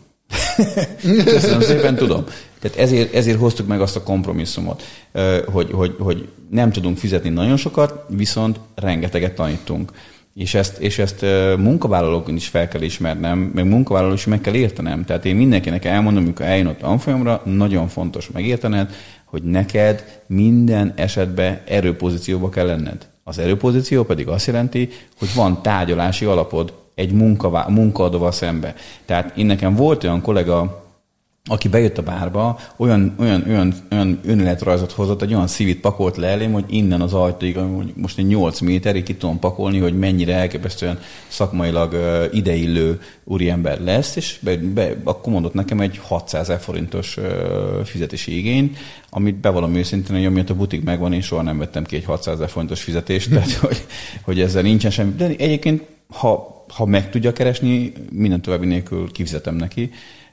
Köszönöm szépen, tudom. Tehát ezért, ezért hoztuk meg azt a kompromisszumot, hogy, hogy, hogy nem tudunk fizetni nagyon sokat, viszont rengeteget tanítunk. És ezt, és ezt munkavállalókon is fel kell ismernem, meg munkavállalók is meg kell értenem. Tehát én mindenkinek elmondom, amikor eljön ott tanfolyamra, nagyon fontos megértened, hogy neked minden esetben erőpozícióba kell lenned. Az erőpozíció pedig azt jelenti, hogy van tárgyalási alapod egy munkavá- munkaadóval szembe. Tehát én nekem volt olyan kollega, aki bejött a bárba, olyan, olyan, olyan, olyan önéletrajzot hozott, egy olyan szívit pakolt le elém, hogy innen az ajtóig, mondjuk most egy nyolc méterig ki tudom pakolni, hogy mennyire elképesztően szakmailag uh, ideillő úriember lesz, és be, be, akkor mondott nekem egy hatszázezer forintos uh, fizetési igényt, amit bevallom őszintén, hogy amiatt a butik megvan, én soha nem vettem ki egy hatszázezer forintos fizetést, tehát hogy, hogy ezzel nincsen semmi. De egyébként, ha ha meg tudja keresni, minden további nélkül kifizetem neki.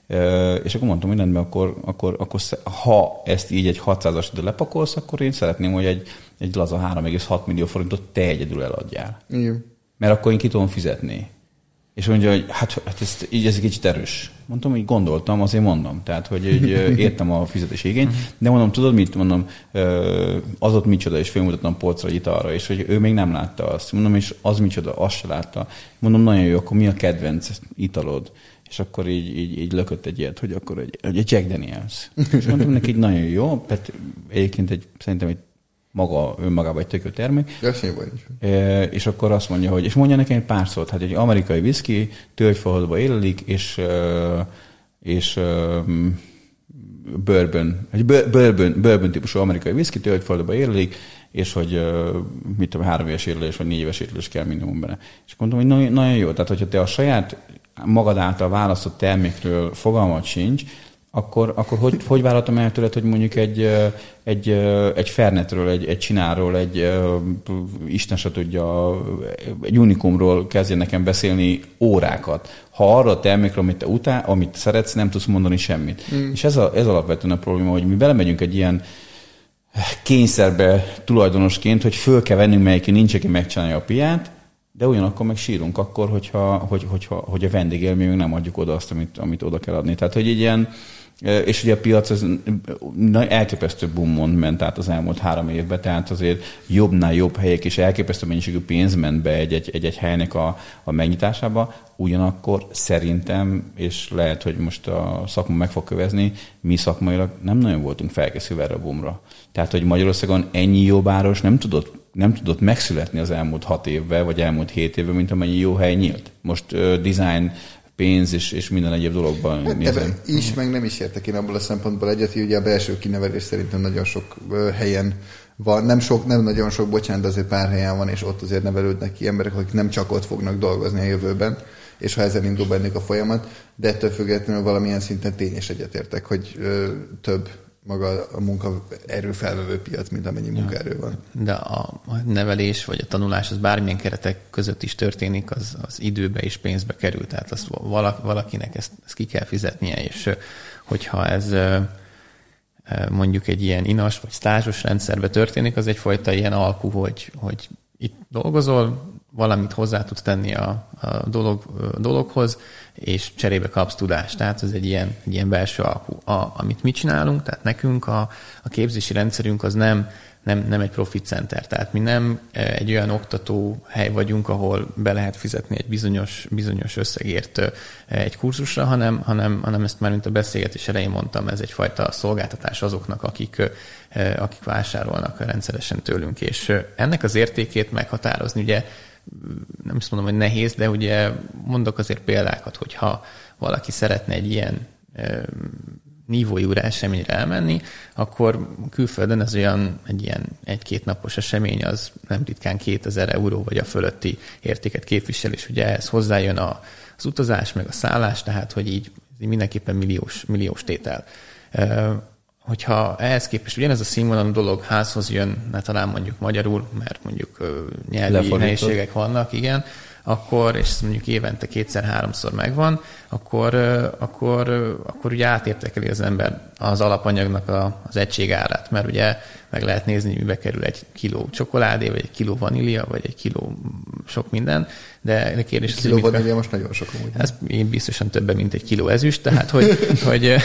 És akkor mondtam, hogy rendben, akkor, akkor, akkor ha ezt így egy hatszázas ide lepakolsz, akkor én szeretném, hogy egy, egy laza három egész hat millió forintot te egyedül eladjál. Igen. Mert akkor én ki tudom fizetni. És mondja, hogy hát, hát ez, így ez egy kicsit erős. Mondtam, hogy gondoltam, azért mondom. Tehát, hogy így, értem a fizetési igényt, de mondom, tudod mit? Mondom, az ott micsoda, és felmutattam polcra egy italra, és hogy ő még nem látta azt. Mondom, és az micsoda, azt se látta. Mondom, nagyon jó, akkor mi a kedvenc italod? És akkor így, így, így lökött egy ilyet, hogy akkor egy, egy Jack Daniels. És mondtam neki, így nagyon jó, mert egyébként egy, szerintem egy maga, önmagában egy tök jó termék. E, és akkor azt mondja, hogy, és mondja nekem egy pár szót, hát egy amerikai whisky, tölgyfahodba élelik, és, és bourbon, egy bourbon, bourbon típusú amerikai whisky, tölgyfahodba élelik, és hogy mit tudom, három éves érlelés, vagy négy éves érlelés kell minimum benne. És mondtam, hogy nagyon, nagyon jó, tehát hogyha te a saját magad által választott termékről fogalmat sincs, akkor, akkor hogy, hogy vállaltam el tőled, hogy mondjuk egy, egy, egy Fernetről, egy, egy Csinárról, egy Isten se tudja, egy Unicumról kezdjen nekem beszélni órákat. Ha arra a termékről, amit te utál, amit szeretsz, nem tudsz mondani semmit. Mm. És ez, a, ez alapvetően a probléma, hogy mi belemegyünk egy ilyen kényszerbe tulajdonosként, hogy föl kell vennünk, melyik nincs, aki megcsinálja a piát, de ugyanakkor meg sírunk akkor, hogyha, hogy, hogyha, hogy a vendégélmény még nem adjuk oda azt, amit, amit oda kell adni. Tehát, hogy egy ilyen, és ugye a piac az elképesztő boomon ment át az elmúlt három évben, tehát azért jobbnál jobb helyek és elképesztő mennyiségű pénz ment be egy-egy, egy-egy helynek a, a megnyitásába, ugyanakkor szerintem, és lehet, hogy most a szakma meg fog kövezni, mi szakmailag nem nagyon voltunk felkészülve erre a boomra. Tehát, hogy Magyarországon ennyi jobbáros nem tudott, nem tudott megszületni az elmúlt hat évben, vagy elmúlt hét évben, mint amennyi jó hely nyílt. Most uh, design pénz és, és minden egyéb dologban hát nézem. Ebben is, meg nem is értek én abból a szempontból egyet, hogy ugye a belső kinevelés szerintem nagyon sok helyen van, nem sok, nem nagyon sok, bocsánat, de azért pár helyen van, és ott azért nevelődnek ki emberek, akik nem csak ott fognak dolgozni a jövőben, és ha ezen indul bennük a folyamat, de ettől függetlenül valamilyen szinten tényes egyetértek, hogy ö, több maga a munkaerő felvevő piac, mint amennyi munkaerő van. De a nevelés vagy a tanulás az bármilyen keretek között is történik, az, az időbe és pénzbe kerül. Tehát azt valakinek ezt, ezt ki kell fizetnie, és hogyha ez mondjuk egy ilyen inas vagy stázsos rendszerbe történik, az egyfajta ilyen alkú, hogy, hogy itt dolgozol, valamit hozzá tudsz tenni a, a, dolog, a dologhoz, és cserébe kapsz tudást. Tehát ez egy ilyen, egy ilyen belső alkú. A, amit mi csinálunk, tehát nekünk a, a képzési rendszerünk az nem, nem, nem egy profit center. Tehát mi nem egy olyan oktató hely vagyunk, ahol be lehet fizetni egy bizonyos, bizonyos összegért egy kurzusra, hanem, hanem, hanem ezt már, mint a beszélgetés elején mondtam, ez egyfajta szolgáltatás azoknak, akik, akik vásárolnak rendszeresen tőlünk. És ennek az értékét meghatározni, ugye nem is mondom, hogy nehéz, de ugye mondok azért példákat, hogyha valaki szeretne egy ilyen e, nívójú eseményre elmenni, akkor külföldön ez olyan egy ilyen egy-két napos esemény, az nem ritkán kétezer euró vagy a fölötti értéket képvisel, és ugye ehhez hozzájön a, az utazás, meg a szállás, tehát hogy így mindenképpen milliós, milliós tétel. E, hogyha ehhez képest ugyanez a színvonalú dolog házhoz jön, ne talán mondjuk magyarul, mert mondjuk nyelvi Lefordított. nehézségek vannak, igen, akkor, és mondjuk évente kétszer-háromszor megvan, akkor, akkor, akkor ugye átértékeli az ember az alapanyagnak a, az egységárát, mert ugye meg lehet nézni, hogy mibe kerül egy kiló csokoládé, vagy egy kiló vanília, vagy egy kiló sok minden, de, de kérdés egy kiló vanília most nagyon sok amúgy. Ez biztosan többen, mint egy kiló ezüst, tehát hogy, hogy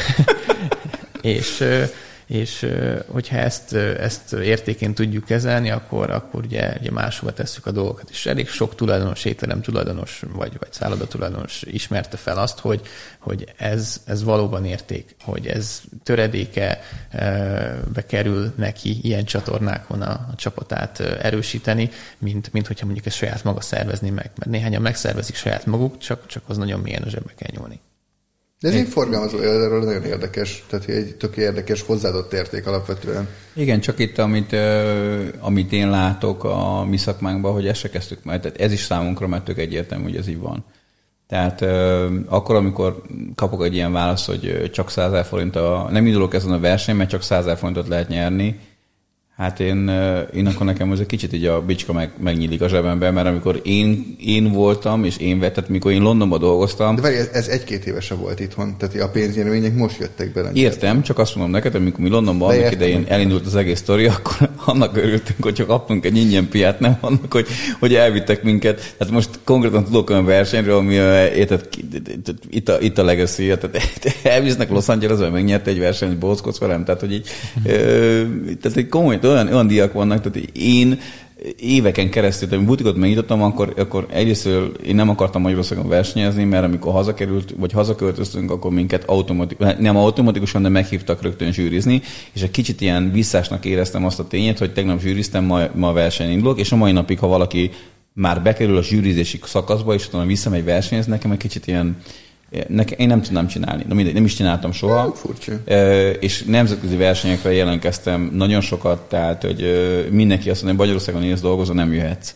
és, és hogyha ezt, ezt értékén tudjuk kezelni, akkor, akkor ugye, ugye máshova tesszük a dolgokat. És elég sok tulajdonos, étterem tulajdonos, vagy, vagy szálloda tulajdonos ismerte fel azt, hogy, hogy ez, ez valóban érték, hogy ez töredéke bekerül neki ilyen csatornákon a, a csapatát erősíteni, mint, mint hogyha mondjuk ezt saját maga szervezni meg. Mert néhányan megszervezik saját maguk, csak, csak az nagyon mélyen a zsebbe kell nyúlni. De ez egy forgalmazó oldalról nagyon érdekes, tehát egy tök érdekes hozzáadott érték alapvetően. Igen, csak itt, amit, uh, amit én látok a mi szakmánkban, hogy ezt se kezdtük meg, tehát ez is számunkra már tök egyértelmű, hogy ez így van. Tehát uh, akkor, amikor kapok egy ilyen választ, hogy csak százezer forint, a, nem indulok ezen a verseny, mert csak százezer forintot lehet nyerni, hát én, én akkor nekem ez egy kicsit így a bicska meg, megnyílik a zsebemben, mert amikor én, én voltam, és én vettem, mikor én Londonban dolgoztam... De várj, ez egy-két évese volt itthon, tehát a pénznyeremények most jöttek be. Értem, csak azt mondom neked, hogy amikor mi Londonban annak idején elindult az egész sztori, akkor annak örültünk, hogy csak kaptunk egy ingyen piát, nem annak, hogy, hogy elvittek minket. Tehát most konkrétan tudok olyan versenyről, ami érted, itt a, itt a legacy, tehát elvisznek Los Angelesbe, megnyerte egy versenyt, bóckodsz velem, tehát hogy így, tehát egy komoly, olyan, olyan díjak vannak, tehát én éveken keresztül, tehát butikot megnyitottam, akkor, akkor egyrészt én nem akartam Magyarországon versenyezni, mert amikor hazakerült, vagy hazaköltöztünk, akkor minket automatikusan, nem automatikusan, de meghívtak rögtön zsűrizni, és egy kicsit ilyen visszásnak éreztem azt a tényet, hogy tegnap zsűriztem, ma, ma versenyen indulok, és a mai napig, ha valaki már bekerül a zsűrizési szakaszba, és utána visszamegy versenyezni, nekem egy kicsit ilyen Nekem, én nem tudnám csinálni. Na mindegy, nem is csináltam soha. Furcsa. És nemzetközi versenyekre jelentkeztem nagyon sokat, tehát hogy mindenki azt mondja, hogy Magyarországon élsz, dolgozol, nem jöhetsz.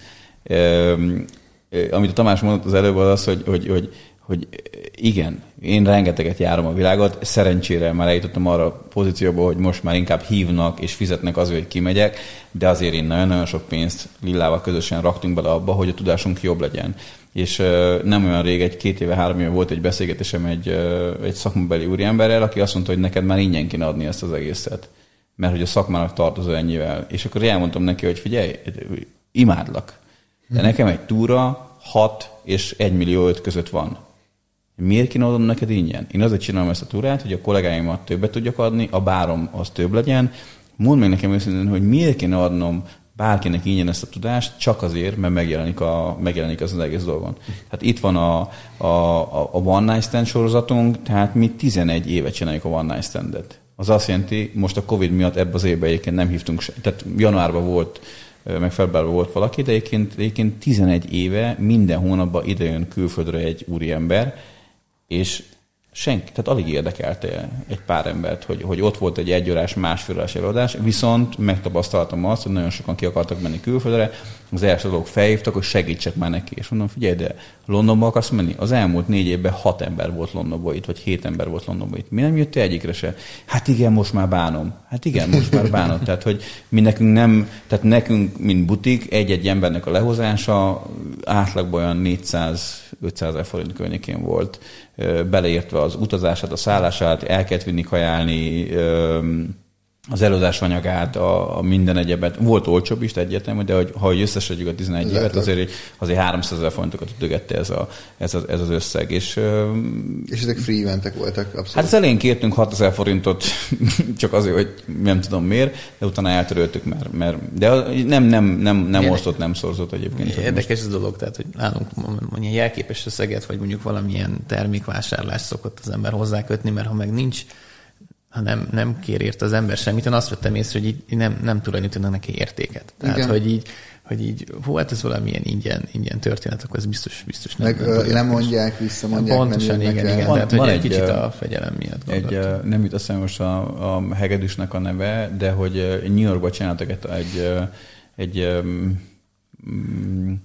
Amit a Tamás mondott az előbb, az az, hogy, hogy, hogy, hogy igen, én rengeteget járom a világot, szerencsére már eljutottam arra a pozícióba, hogy most már inkább hívnak és fizetnek azért, hogy kimegyek, de azért én nagyon-nagyon sok pénzt Lillával közösen raktunk bele abba, hogy a tudásunk jobb legyen. És uh, nem olyan rég, egy két éve, három éve volt egy beszélgetésem egy, uh, egy szakmabeli úriemberrel, aki azt mondta, hogy neked már ingyen kéne adni ezt az egészet, mert hogy a szakmának tartozó ennyivel. És akkor elmondtam neki, hogy figyelj, imádlak, de nekem egy túra hat és egy millió öt között van. Miért kéne adom neked ingyen? Én azért csinálom ezt a túrát, hogy a kollégáimat többet tudjak adni, a bárom az több legyen. Mondd meg nekem őszintén, hogy miért kéne adnom bárkinek ingyen ezt a tudást, csak azért, mert megjelenik, a, megjelenik az, az egész dolgon. Tehát itt van a, a, a One Night Stand sorozatunk, tehát mi tizenegy éve csináljuk a One Night Standet. Az azt jelenti, most a Covid miatt ebben az évben egyébként nem hívtunk se, tehát januárban volt, meg februárban volt valaki, de egyébként, egyébként tizenegy éve minden hónapban idejön külföldre egy úriember, és senki, tehát alig érdekelte egy pár embert, hogy, hogy ott volt egy egyórás, másfél órás előadás, viszont megtapasztaltam azt, hogy nagyon sokan ki akartak menni külföldre, az első dolgok felhívtak, hogy segítsek már neki. És mondom, figyelj, de Londonba akarsz menni? Az elmúlt négy évben hat ember volt Londonba itt, vagy hét ember volt Londonba itt. Mi nem jöttél egyikre se? Hát igen, most már bánom. Hát igen, most már bánod. Tehát, hogy mi nekünk nem, tehát nekünk, mint butik, egy-egy embernek a lehozása átlagban olyan négyszáz-ötszáz forint környékén volt, beleértve az utazását, a szállását, el kellett vinni kajálni, az előadás anyagát, a, a minden egyebet. Volt olcsóbb is egyértelmű, de hogy, ha összesedjük a tizenegy Lehet, évet, azért, azért háromszázezer forintokat ütögette ez, a, ez, a, ez az összeg. És, és ezek free eventek voltak, abszolút. Hát az elején kértünk hatezer forintot, csak azért, hogy nem tudom miért, de utána eltöröltük, mert, mert de nem, nem, nem, nem osztott, nem szorzott egyébként. Érdekes ez a dolog, tehát, hogy nálunk mondja, jelképes összeget, vagy mondjuk valamilyen termékvásárlás szokott az ember hozzákötni, mert ha meg nincs, ha nem, nem kér érte az ember semmit, én azt vettem észre, hogy így nem, nem tulajdonítanak neki értéket. Tehát, igen. hogy így, hogy így, hú, hát ez valamilyen ingyen, ingyen történet, akkor ez biztos, biztos nem. Meg nem lemondják, visszamondják. Pontosan, igen, igen. igen. Van, Tehát, van hogy egy, egy kicsit a fegyelem miatt egy, nem jut eszembe most a, a hegedűsnek a neve, de hogy New Yorkban csináltak egy, egy, egy um,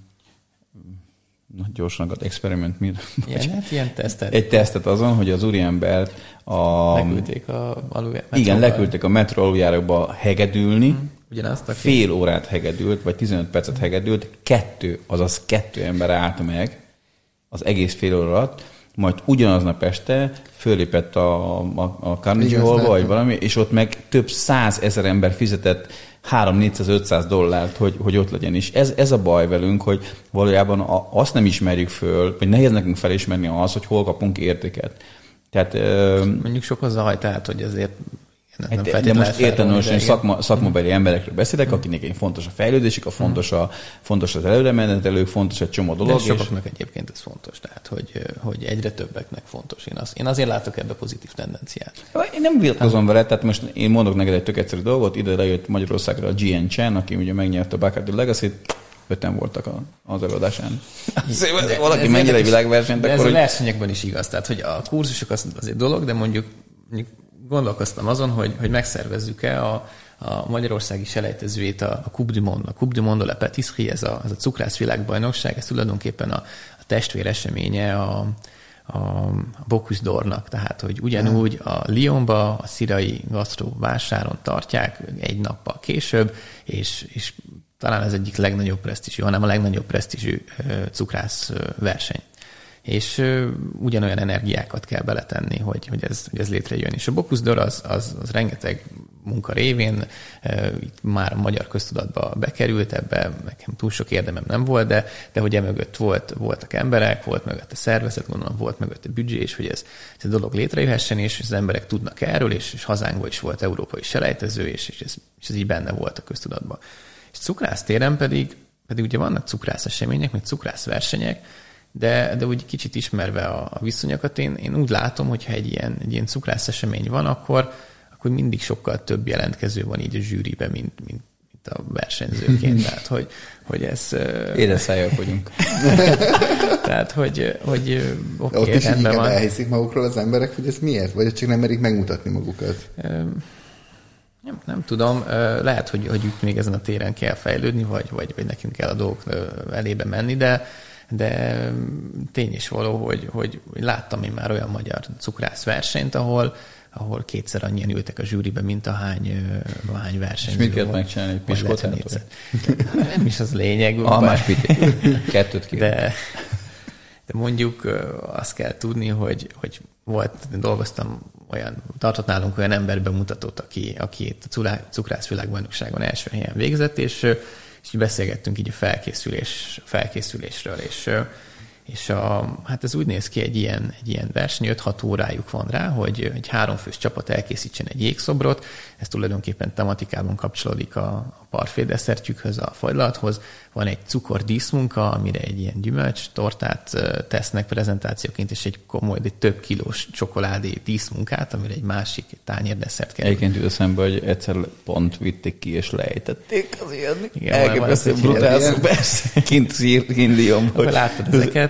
nagy gyorsan experiment, mi? Ilyen, hát ilyen tesztet. Egy tesztet azon, hogy az úriembert a... Leküldték a aluljáróba. Igen, leküldték a metró aluljáróba hegedülni. Hmm. Ugyanazt a fél órát hegedült, vagy tizenöt percet hegedült, kettő, azaz kettő ember állt meg az egész fél óra alatt, majd ugyanaznap este fölépett a, a, a Carnegie Hallba, vagy valami, és ott meg több százezer ember fizetett háromszáz-négyszáz-ötszáz dollárt, hogy, hogy ott legyen. És ez, ez a baj velünk, hogy valójában a, azt nem ismerjük föl, vagy nehéz nekünk felismerni az, hogy hol kapunk értéket. Tehát, mondjuk sok az zaj, tehát, hogy ezért nem de, de most értelemesen szakma, szakmabeli emberekről beszélek, akinek fontos a fejlődésük, a fontos, a, fontos az előremenetelők, fontos egy csomó dolog. De sokaknak és... egyébként ez fontos, tehát hogy, hogy egyre többeknek fontos. Én, az, én azért látok ebbe pozitív tendenciát. Én nem vitatkozom vele, tehát most én mondok neked egy tök egyszerű dolgot, ide lejött Magyarországra a G N Chen, aki ugye megnyerte a Bacardi Legacy-t, öten voltak az előadásán. De, valaki mennyire egy világversenyt, de akkor... ez hogy... a versenyekben is igaz, tehát hogy a kurzusok az, az egy dolog, de mondjuk, mondjuk gondolkoztam azon, hogy, hogy megszervezzük-e a, a magyarországi selejtezőjét a, a Coupe du Monde. A Coupe du Monde Le Patisserie, ez a, ez a cukrász világbajnokság, ez tulajdonképpen a, a testvér eseménye a, a, a Bocuse d'Ornak. Tehát, hogy ugyanúgy a Lyonba, a szirai gasztró vásáron tartják egy nappal később, és, és talán ez egyik legnagyobb presztízsű, hanem a legnagyobb presztízsű cukrász verseny. És uh, ugyanolyan energiákat kell beletenni, hogy, hogy, ez, hogy ez létrejön. És a Bocuse d'Or az, az, az rengeteg munka révén uh, itt már a magyar köztudatba bekerült, ebbe nekem túl sok érdemem nem volt, de, de hogy emögött volt, voltak emberek, volt mögött a szervezet, gondolom volt mögött a büdzsé, és hogy ez, ez a dolog létrejöhessen, és az emberek tudnak erről, és, és hazánkban is volt európai selejtező, és, és, ez, és ez így benne volt a köztudatban. És cukrásztéren pedig, pedig ugye vannak cukrász események, meg cukrász versenyek, De, de úgy kicsit ismerve a, a viszonyokat, én, én úgy látom, hogyha egy ilyen, egy ilyen cukrász esemény van, akkor, akkor mindig sokkal több jelentkező van így a zsűriben, mint, mint, mint a versenyzőként. Tehát, hogy, hogy ez... Édes szájjal vagyunk. Tehát, hogy, hogy oké, okay, rendben van. Ott is inkább elhiszik magukról az emberek, hogy ez miért? Vagy csak nem merik megmutatni magukat? Nem, nem tudom. Lehet, hogy, hogy itt még ezen a téren kell fejlődni, vagy, vagy, vagy nekünk kell a dolgok elébe menni, de de tény is való, hogy, hogy láttam én már olyan magyar cukrász versenyt, ahol, ahol kétszer annyian ültek a zsűribe, mint a hány, a hány versenyző. És mit kellett megcsinálni? Egy piskótát? Nem is az lényeg. Ah, más piti. Kettőt ki. De, de mondjuk azt kell tudni, hogy, hogy volt, dolgoztam olyan, tartott nálunk olyan emberbemutatót, aki, aki itt a cukrász világbajnokságon első helyen végzett, és és beszélgettünk így a felkészülés, felkészülésről, és, és a, hát ez úgy néz ki egy ilyen, egy ilyen verseny, öt-hat órájuk van rá, hogy egy háromfős csapat elkészítsen egy jégszobrot, ez tulajdonképpen tematikában kapcsolódik a, a parfait desszertjükhöz, a fagylalthoz, van egy cukor-díszmunka, amire egy ilyen gyümölcs tortát tesznek prezentációként, és egy komoly, egy több kilós csokoládé díszmunkát, amire egy másik tányérdesszert kell. Egyébként jut eszembe, hogy egyszer pont vitték ki, és lejtették az ilyen elképesztő brutális, persze, kint Lyonban. Akkor láttad ezeket,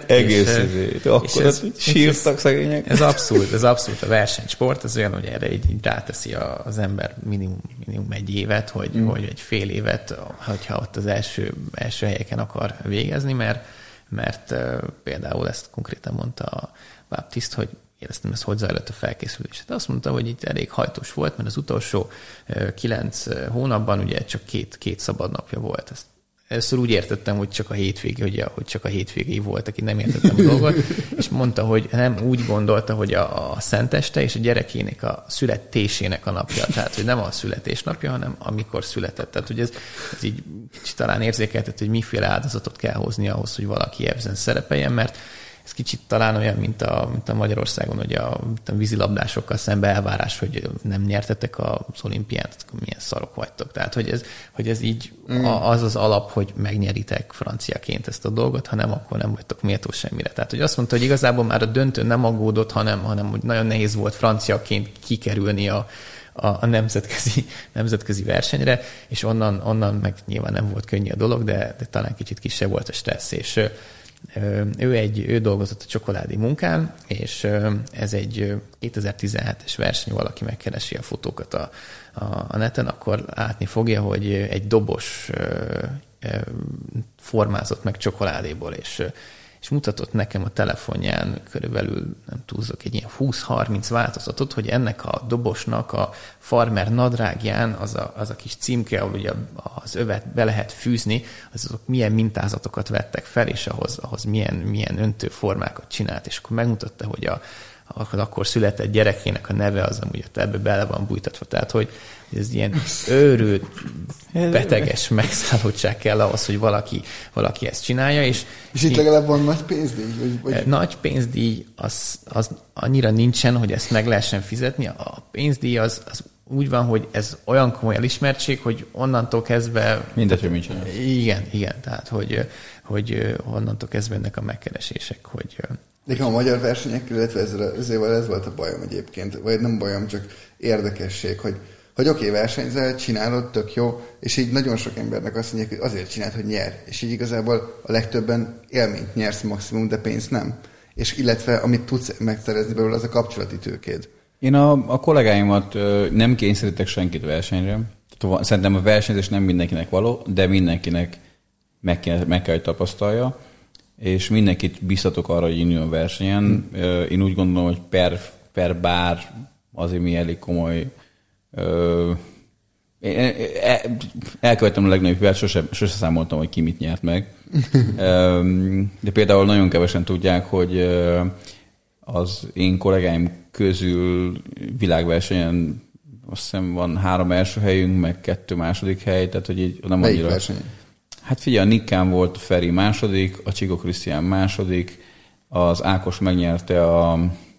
Egész és, akkor ez, sírtak szegények. Ez abszolút, ez abszolút a versenysport, ez olyan, hogy erre így, így ráteszi az ember minimum, minimum egy évet, hogy, mm. hogy egy fél évet, hogyha ott az első, első helyeken akar végezni, mert, mert például ezt konkrétan mondta a Baptist, hogy éreztem, ez hogy zajlott a felkészülés. Hát azt mondta, hogy itt elég hajtós volt, mert az utolsó kilenc hónapban ugye csak két, két szabad napja volt. Ezt először úgy értettem, hogy csak a hétvégé, hogy, hogy csak a hétvégéi volt, aki nem értettem a dolgot, és mondta, hogy nem úgy gondolta, hogy a, a szenteste és a gyerekének a születésének a napja, tehát hogy nem a születésnapja, hanem amikor született. Tehát, hogy ez, ez így kicsit talán érzékeltet, hogy miféle áldozatot kell hozni ahhoz, hogy valaki ebben szerepeljen, mert ez kicsit talán olyan, mint a, mint a Magyarországon, hogy a, a vízilabdásokkal szembe elvárás, hogy nem nyertetek az olimpiát, milyen szarok vagytok. Tehát, hogy ez, hogy ez így mm. az az alap, hogy megnyeritek franciaként ezt a dolgot, ha nem, akkor nem vagytok méltó semmire. Tehát, hogy azt mondta, hogy igazából már a döntő nem aggódott, hanem, hanem hogy nagyon nehéz volt franciaként kikerülni a, a, a nemzetközi, nemzetközi versenyre, és onnan, onnan meg nyilván nem volt könnyű a dolog, de, de talán kicsit kisebb volt a stressz, és Ő, egy, ő dolgozott a csokoládé munkán, és ez egy kétezer-tizenhetes verseny, valaki megkeresi a fotókat a, a, a neten, akkor látni fogja, hogy egy dobos formázott meg csokoládéból, és, és mutatott nekem a telefonján körülbelül, nem túlzok, egy ilyen húsz-harminc változatot, hogy ennek a dobosnak a farmer nadrágján az a, az a kis címke, ahol ugye az övet be lehet fűzni, azok milyen mintázatokat vettek fel, és ahhoz, ahhoz milyen, milyen öntőformákat csinált, és akkor megmutatta, hogy a, az akkor született gyerekének a neve az amúgy ott ebbe bele van bújtatva. Tehát, hogy ez ilyen őrült, beteges megszállottság kell ahhoz, hogy valaki, valaki ezt csinálja. És, és itt legalább van nagy pénzdíj? Vagy, vagy... Nagy pénzdíj az, az annyira nincsen, hogy ezt meg lehessen fizetni. A pénzdíj az, az úgy van, hogy ez olyan komoly elismertség, hogy onnantól kezdve... Mindegy, hogy mit csinál. Igen, igen. Tehát, hogy, hogy onnantól kezdve ennek a megkeresések, hogy... Nekem a magyar versenyekkel, illetve ezzel, ezzel ez volt a bajom egyébként. Vagy nem bajom, csak érdekesség, hogy hogy oké, okay, versenyzel, csinálod, tök jó, és így nagyon sok embernek azt mondják, hogy azért csináld, hogy nyer. És így igazából a legtöbben élményt nyersz maximum, de pénzt nem. És illetve amit tudsz megszerezni belőle, az a kapcsolati tőkéd. Én a, a kollégáimat nem kényszerítek senkit versenyre. Szerintem a versenyzés nem mindenkinek való, de mindenkinek meg kell, meg kell, hogy tapasztalja. És mindenkit biztatok arra, hogy induljon versenyen. Hmm. Én úgy gondolom, hogy per, per bár azért mi elég komoly. Én elkövettem a legnagyobb hibát, sose, sose számoltam, hogy ki mit nyert meg. De például nagyon kevesen tudják, hogy az én kollégáim közül világversenyen azt hiszem van három első helyünk, meg kettő második hely, tehát hogy így nem Melyik annyira... verseny? Hát figyelj, a Nikkán volt a Feri második, a Csigó Krisztián második, az Ákos megnyerte a,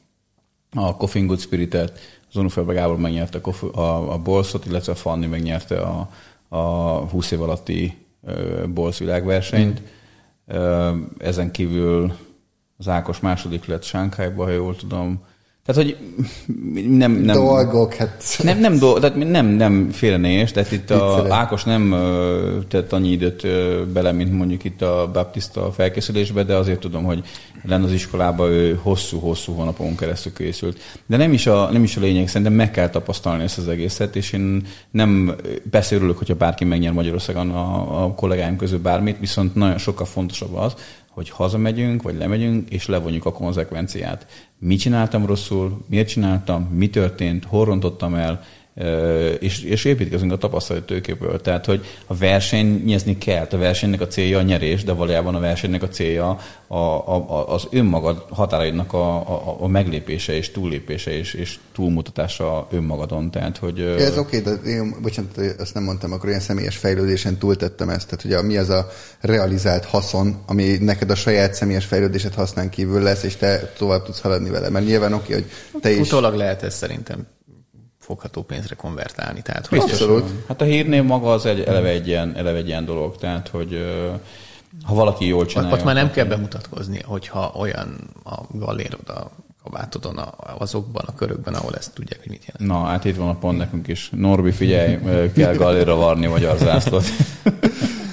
a Coffee Good Spiritet, az Onufelbe Gábor megnyerte a, a, a Bolszot, illetve a Fanni megnyerte a, a húsz év alatti uh, Bolsz világversenyt. Mm. Uh, ezen kívül az Ákos második lett Sánkhájba, ha jól tudom. Tehát, hogy nem... nem dolgok, hát... Nem, nem, do, tehát nem, nem félrenézés, tehát itt a Ákos nem tett annyi időt bele, mint mondjuk itt a baptista felkészülésbe, de azért tudom, hogy lenne az iskolában ő hosszú-hosszú hónapon keresztül készült. De nem is, a, nem is a lényeg, szerintem meg kell tapasztalni ezt az egészet, és én nem persze örülök, hogyha bárki megnyer Magyarországon a, a kollégáim közül bármit, viszont nagyon sokkal fontosabb az, hogy hazamegyünk, vagy lemegyünk, és levonjuk a konzekvenciát. Mit csináltam rosszul, miért csináltam, mi történt, hol rontottam el, és, és építkezünk a tapasztalat tőkéből. Tehát, hogy a versenyezni kell, a versenynek a célja a nyerés, de valójában a versenynek a célja a, a, az önmagad határaidnak a, a, a meglépése és túllépése és, és túlmutatása önmagadon. Tehát, hogy... Ez oké, okay, de én, bocsánat, azt nem mondtam, akkor ilyen személyes fejlődésen túltettem ezt. Tehát, hogy a, mi az a realizált haszon, ami neked a saját személyes fejlődésed hasznán kívül lesz, és te tovább tudsz haladni vele. Mert nyilván oké, okay, hogy te is... Utólag lehet ez szerintem fogható pénzre konvertálni. Tehát, hogy abszolút. Hát a hírnév maga az egy, eleve, egy ilyen, eleve egy ilyen dolog. Tehát, hogy ha valaki jól csinálja... Ott már nem kell bemutatkozni, hogyha olyan a gallérod, a kabátodon, azokban a körökben, ahol ezt tudják, hogy mit jelent. Na, hát itt van a pont nekünk is. Norbi, figyelj, kell gallérra varni magyar zászlót.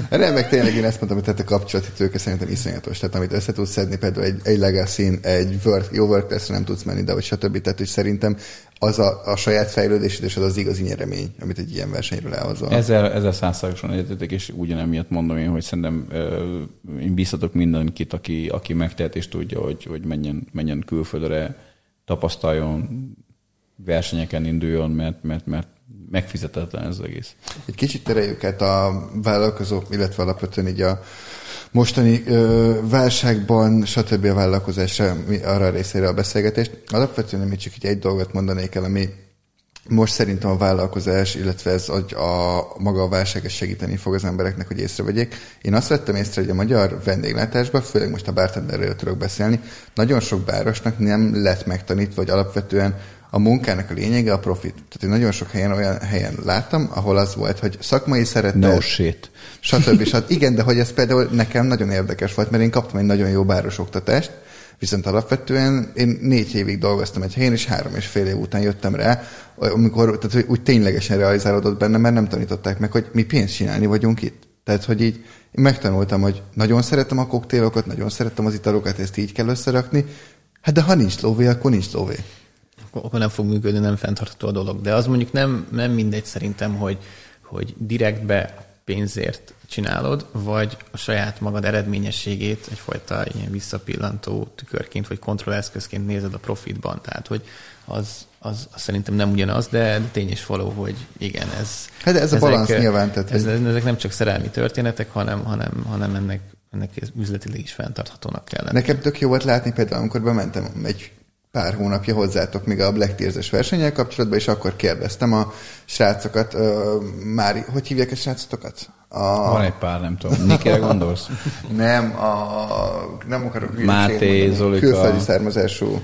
Nem, meg tényleg én ezt mondtam, hogy tehát a kapcsolati tőke szerintem iszonyatos. Tehát amit össze tudsz szedni, például egy, egy Legacy-n, egy work, jó WordPress-re nem tudsz menni, de vagy stb. Tehát, hogy szerintem az a, a saját fejlődésed, és az az igazi nyeremény, amit egy ilyen versenyről elhozol. Ezzel, ezzel százszázalékosan egyetetek, és ugyanemiatt mondom én, hogy szerintem ö, én biztatok mindenkit, aki, aki megtehet és tudja, hogy, hogy menjen, menjen külföldre, tapasztaljon, versenyeken induljon, mert, mert, mert megfizetetlen ez az egész. Egy kicsit tereljük át a vállalkozók, illetve alapvetően így a mostani ö, válságban, stb. A vállalkozásra, arra a részére a beszélgetést. Alapvetően még csak így egy dolgot mondanék el, ami most szerintem a vállalkozás, illetve ez a, a maga a válság ezt segíteni fog az embereknek, hogy észrevegyék. Én azt vettem észre, hogy a magyar vendéglátásban, főleg most a bartenderről tudok beszélni, nagyon sok bárosnak nem lett megtanítva, vagy alapvetően a munkának a lényege a profit. Tehát én nagyon sok helyen olyan helyen láttam, ahol az volt, hogy szakmai szeretet. No shit. Stb. Stb. Igen, de hogy ez például nekem nagyon érdekes volt, mert én kaptam egy nagyon jó báros oktatást, viszont alapvetően én négy évig dolgoztam egy helyen, és három és fél év után jöttem rá, amikor tehát, úgy ténylegesen realizálódott bennem, mert nem tanították meg, hogy mi pénzt csinálni vagyunk itt. Tehát, hogy így én megtanultam, hogy nagyon szeretem a koktélokat, nagyon szeretem az italokat, ezt így kell összerakni, hát de ha nincs lóvé, akkor nincs lóvé. Akkor nem fog működni, nem fenntartható a dolog. De az mondjuk nem, nem mindegy szerintem, hogy, hogy direktbe pénzért csinálod, vagy a saját magad eredményességét egyfajta ilyen visszapillantó tükörként, vagy kontrolleszközként nézed a profitban. Tehát, hogy az, az, az szerintem nem ugyanaz, de tény és való, hogy igen, ez... Hát ez ezek, a balansz nyilván. Tehát, ez, ezek nem csak szerelmi történetek, hanem, hanem, hanem ennek, ennek üzletileg is fenntarthatónak kell lenni. Nekem tök jó volt látni például, amikor bementem egy pár hónapja hozzátok még a Black Tears-es versennyel kapcsolatban, és akkor kérdeztem a srácokat, uh, Mári, hogy hívják a srácotokat? A... Van egy pár, nem tudom. Nikire gondolsz? Nem, a... nem akarok Máté, Zolika. Külföldi származású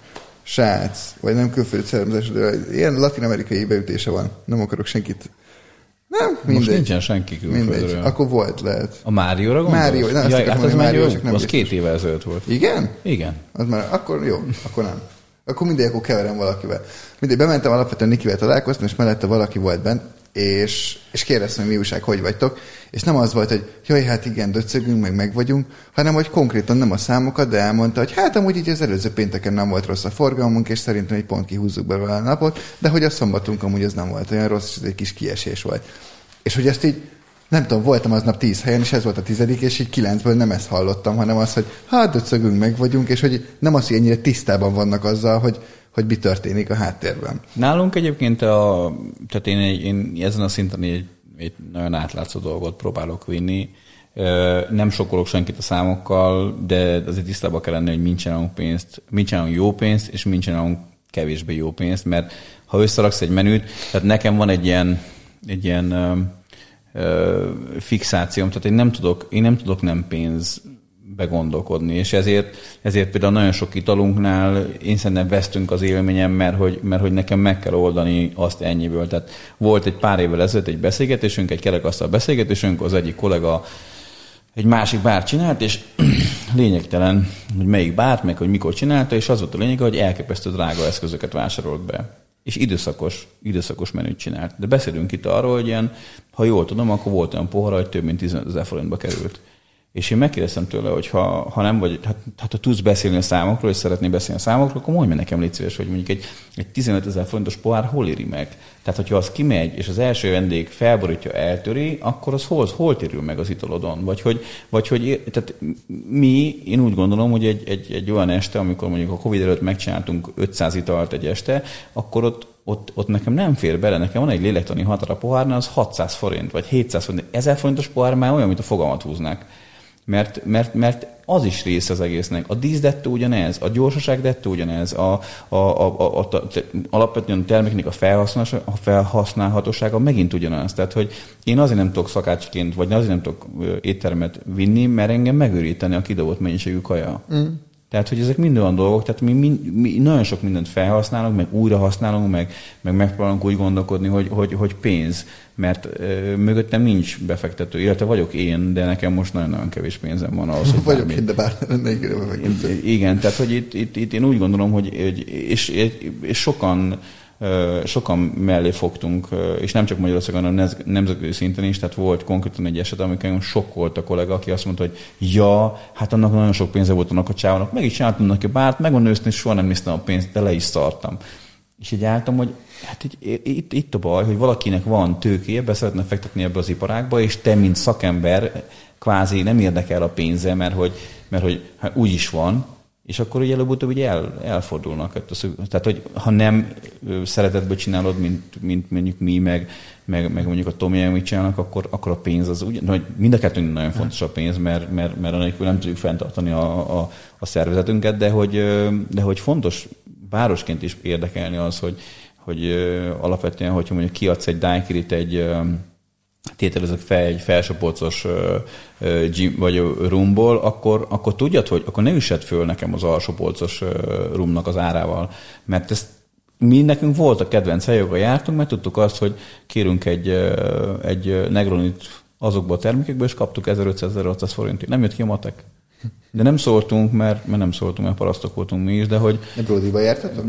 srác, vagy nem külföldi származású, de ilyen latin-amerikai beütése van. Nem akarok senkit. Nem, mindegy. Most nincsen senki külföldről. Akkor volt, lehet. A Márióra gondolsz? Mário, nem, ja, hát az Mário, Mário, csak nem az biztos. két éve ezelőtt volt. Igen? Igen. Az már, akkor jó, akkor nem. Akkor mindegy, akkor keverem valakivel. Mindegy, bementem alapvetően Nikivel találkozni, és mellette valaki volt bent, és, és kérdeztem, hogy mi újság, hogy vagytok, és nem az volt, hogy jaj, hát igen, döcögünk, meg meg vagyunk, hanem hogy konkrétan nem a számokat, de elmondta, hogy hát amúgy így az előző pénteken nem volt rossz a forgalmunk, és szerintem egy pont kihúzzuk belőle a napot, de hogy a szombatunk amúgy az nem volt olyan rossz, és ez egy kis kiesés volt. És hogy ezt így, nem tudom, voltam aznap tíz helyen, és ez volt a tizedik, és így kilencből nem ezt hallottam, hanem az, hogy hát döcögünk, meg vagyunk, és hogy nem az, hogy ennyire tisztában vannak azzal, hogy, hogy mi történik a háttérben. Nálunk egyébként, a, tehát én, én ezen a szinten egy, egy nagyon átlátszó dolgot próbálok vinni. Nem sokkolok senkit a számokkal, de azért tisztában kell lenni, hogy mind csinálunk pénzt, mind csinálunk jó pénzt, és mind csinálunk kevésbé jó pénzt, mert ha összeraksz egy menüt, tehát nekem van egy ilyen, egy ilyen ö, ö, fixációm, tehát én nem tudok, én nem tudok nem pénzbe gondolkodni, és ezért, ezért például nagyon sok italunknál én szerintem vesztünk az élményem, mert hogy, mert hogy nekem meg kell oldani azt ennyiből. Tehát volt egy pár évvel ezelőtt egy beszélgetésünk, egy kerekasztal beszélgetésünk, az egyik kollega egy másik bár csinált, és lényegtelen, hogy melyik bárt, meg hogy mikor csinálta, és az volt a lényeg, hogy elképesztő drága eszközöket vásárolt be. És időszakos, időszakos menüt csinált. De beszélünk itt arról, hogy ilyen, ha jól tudom, akkor volt olyan pohara, hogy több mint tizenöt ezer forintba került. És én megkérdeztem tőle, hogy ha, ha nem vagy, hát, hát ha tudsz beszélni a számokról, és szeretnél beszélni a számokról, akkor mondj meg nekem, légy szíves, hogy mondjuk egy, egy tizenöt ezer forintos pohár hol éri meg. Tehát, hogyha az kimegy, és az első vendég felborítja, eltöri, akkor az hol, hol térül meg az italodon? Vagy hogy, vagy hogy tehát mi, én úgy gondolom, hogy egy, egy, egy olyan este, amikor mondjuk a Covid előtt megcsináltunk ötszáz italt egy este, akkor ott Ott, ott nekem nem fér bele, nekem van egy lélektani határ a pohárnál, az hatszáz forint, vagy hétszáz forint. ezer forintos pohár már olyan, mint a fogamat húznák. Mert, mert, mert az is része az egésznek. A díszdettő ugyanez, a gyorsaság dettő ugyanez, a, a, a, a, a, a, alapvetően a terméknek a, a felhasználhatósága megint ugyanaz. Tehát, hogy én azért nem tudok szakácsként, vagy azért nem tudok éttermet vinni, mert engem megőríteni a kidobott mennyiségű kaja. Mm. Tehát, hogy ezek mind olyan dolgok, tehát mi, mi, mi nagyon sok mindent felhasználunk, meg újra használunk, meg, meg megpróbálunk úgy gondolkodni, hogy, hogy, hogy pénz, mert ö, mögöttem nincs befektető, illetve vagyok én, de nekem most nagyon-nagyon kevés pénzem van ahhoz, hogy vagyok én, de bár lennék befektető. Igen, tehát, hogy itt, itt, itt én úgy gondolom, hogy, hogy és, és sokan sokan mellé fogtunk, és nem csak Magyarországon, hanem nemzetközi szinten is, tehát volt konkrétan egy eset, amikor nagyon sokkolt a kollega, aki azt mondta, hogy ja, hát annak nagyon sok pénze volt annak a csávának, meg is csináltam neki a bárt, megvan őszintén, soha nem néztem a pénzt, de le is szartam. És így álltam, hogy hát így, itt, itt a baj, hogy valakinek van tőkéje, be szeretne fektetni ebbe az iparágba, és te, mint szakember, kvázi nem érdekel a pénze, mert hogy, mert hogy hát úgy is van, és akkor ugye előbb-utóbb ugye el, elfordulnak. Tehát, hogy ha nem szeretetből csinálod, mint, mint mondjuk mi, meg, meg, meg mondjuk a Tomi, amit csinálnak, akkor, akkor a pénz az úgy, hogy mind a kettőnk nagyon fontos a pénz, mert, mert, mert anélkül nem tudjuk fenntartani a, a, a szervezetünket, de hogy, de hogy fontos városként is érdekelni az, hogy, hogy alapvetően, hogyha mondjuk kiadsz egy daiquirit egy tételezek fel egy felsőpolcos gym vagy rumból, akkor, akkor tudjad, hogy akkor ne üssed föl nekem az alsópolcos rumnak az árával. Mert ezt mi nekünk volt a kedvenc helyekben jártunk, mert tudtuk azt, hogy kérünk egy, egy Negronit azokból a termékekből, és kaptuk ezerötszáz-ezerhatszáz forintért. Nem jött ki a matek. De nem szóltunk, mert, mert nem szóltunk, mert parasztok voltunk mi is, de hogy... De Brodyba jártatok?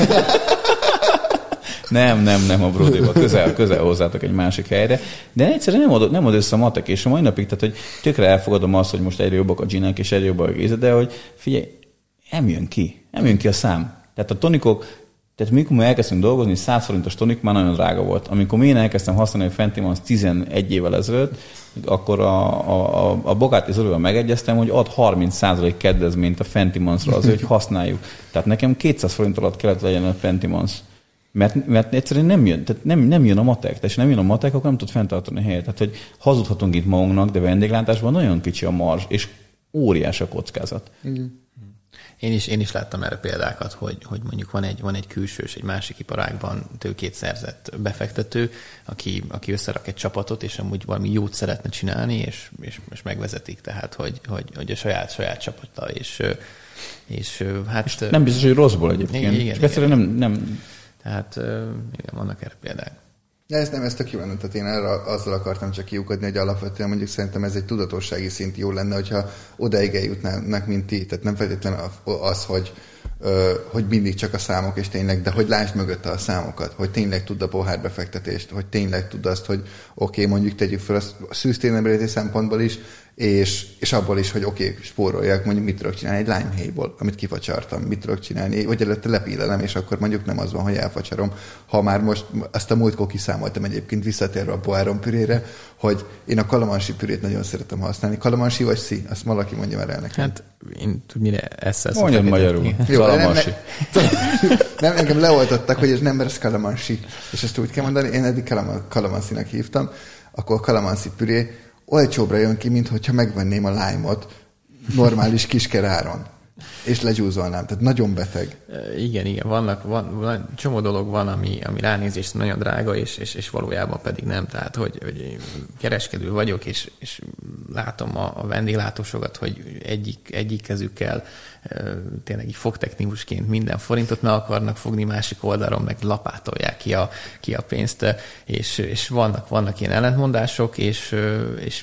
Nem, nem, nem a Brodyba, közel, közel hozzátok egy másik helyre, de egyszerűen nem ad, nem ad össze a matek, és a mai napig, tehát hogy tökre elfogadom azt, hogy most egyre jobbak a ginek, és egyre jobbak a gézek, de hogy figyelj, nem jön ki, nem jön ki a szám. Tehát a tonikok, tehát mikor mi elkezdtünk dolgozni, száz forintos tonik már nagyon drága volt. Amikor én elkezdtem használni a Fentimans tizenegy évvel ezelőtt, akkor a, a, a, a Bogáti Zolival megegyeztem, hogy ad harminc százalék kedvezményt a Fentimansra azért, hogy használjuk. Tehát nekem kétszáz forint alatt kellett legyen a Fentimans. Mert, mert egyszerűen nem jön, tehát nem, nem jön a matek, tehát nem jön a matek, akkor nem tud fenntartani a helyet. Tehát, hogy hazudhatunk itt magunknak, de vendéglátásban nagyon kicsi a marzs, és óriás a kockázat. Mm. Én is, én is láttam erre példákat, hogy, hogy mondjuk van egy, van egy külsős, egy másik iparágban tőkét szerzett befektető, aki, aki összerak egy csapatot, és amúgy valami jót szeretne csinálni, és, és, és megvezetik, tehát, hogy, hogy, hogy a saját, saját csapata, és, és hát... És nem biztos, hogy rosszból egyébként. Igen, igen, igen. Nem, nem... Tehát igen, vannak erre példák. De ez nem, ez tök jó lenne, tehát én erre azzal akartam csak kiukadni, hogy alapvetően mondjuk szerintem ez egy tudatossági szint jó lenne, hogyha odaig eljutnának, mint ti. Tehát nem feltétlenül az, hogy, hogy mindig csak a számok, és tényleg, de hogy lásd mögötte a számokat, hogy tényleg tud a pohárbefektetést, hogy tényleg tud azt, hogy oké, okay, mondjuk tegyük fel a sustainability szempontból is, és, és abból is, hogy oké, okay, spóroljak, mondjuk mit tudok csinálni egy limehéjból, amit kifacsartam, mit tudok csinálni, vagy előtte lepílelem, és akkor mondjuk nem az van, hogy elfacsarom. Ha már most azt a múltkor kiszámoltam egyébként visszatérve a pohárom pürére, hogy én a kalamansi pürét nagyon szeretem használni. Kalamansi vagy szí? Azt valaki mondja már el nekem. Hát én mire ezt ezt mondjad magyarul. Kalamansi. Nem, nem, engem leoltottak, hogy ez nem, mert ez kalamansi. És ezt úgy kell mondani, én eddig kalamansinak hívtam, akkor a kalamansi püré olcsóbbra jön ki, mint hogyha megvenném a lime-ot normális kiskeráron, és legyúzolnám. Tehát nagyon beteg. Igen, igen. Vannak, van, van, csomó dolog van, ami, ami ránézést nagyon drága, és, és, és valójában pedig nem. Tehát, hogy, hogy kereskedő vagyok, és, és látom a, a vendéglátósokat, hogy egyik, egyik kezükkel tényleg így fogtechnikusként minden forintot meg akarnak fogni, másik oldalon meg lapátolják ki a, ki a pénzt, és, és vannak, vannak ilyen ellentmondások, és, és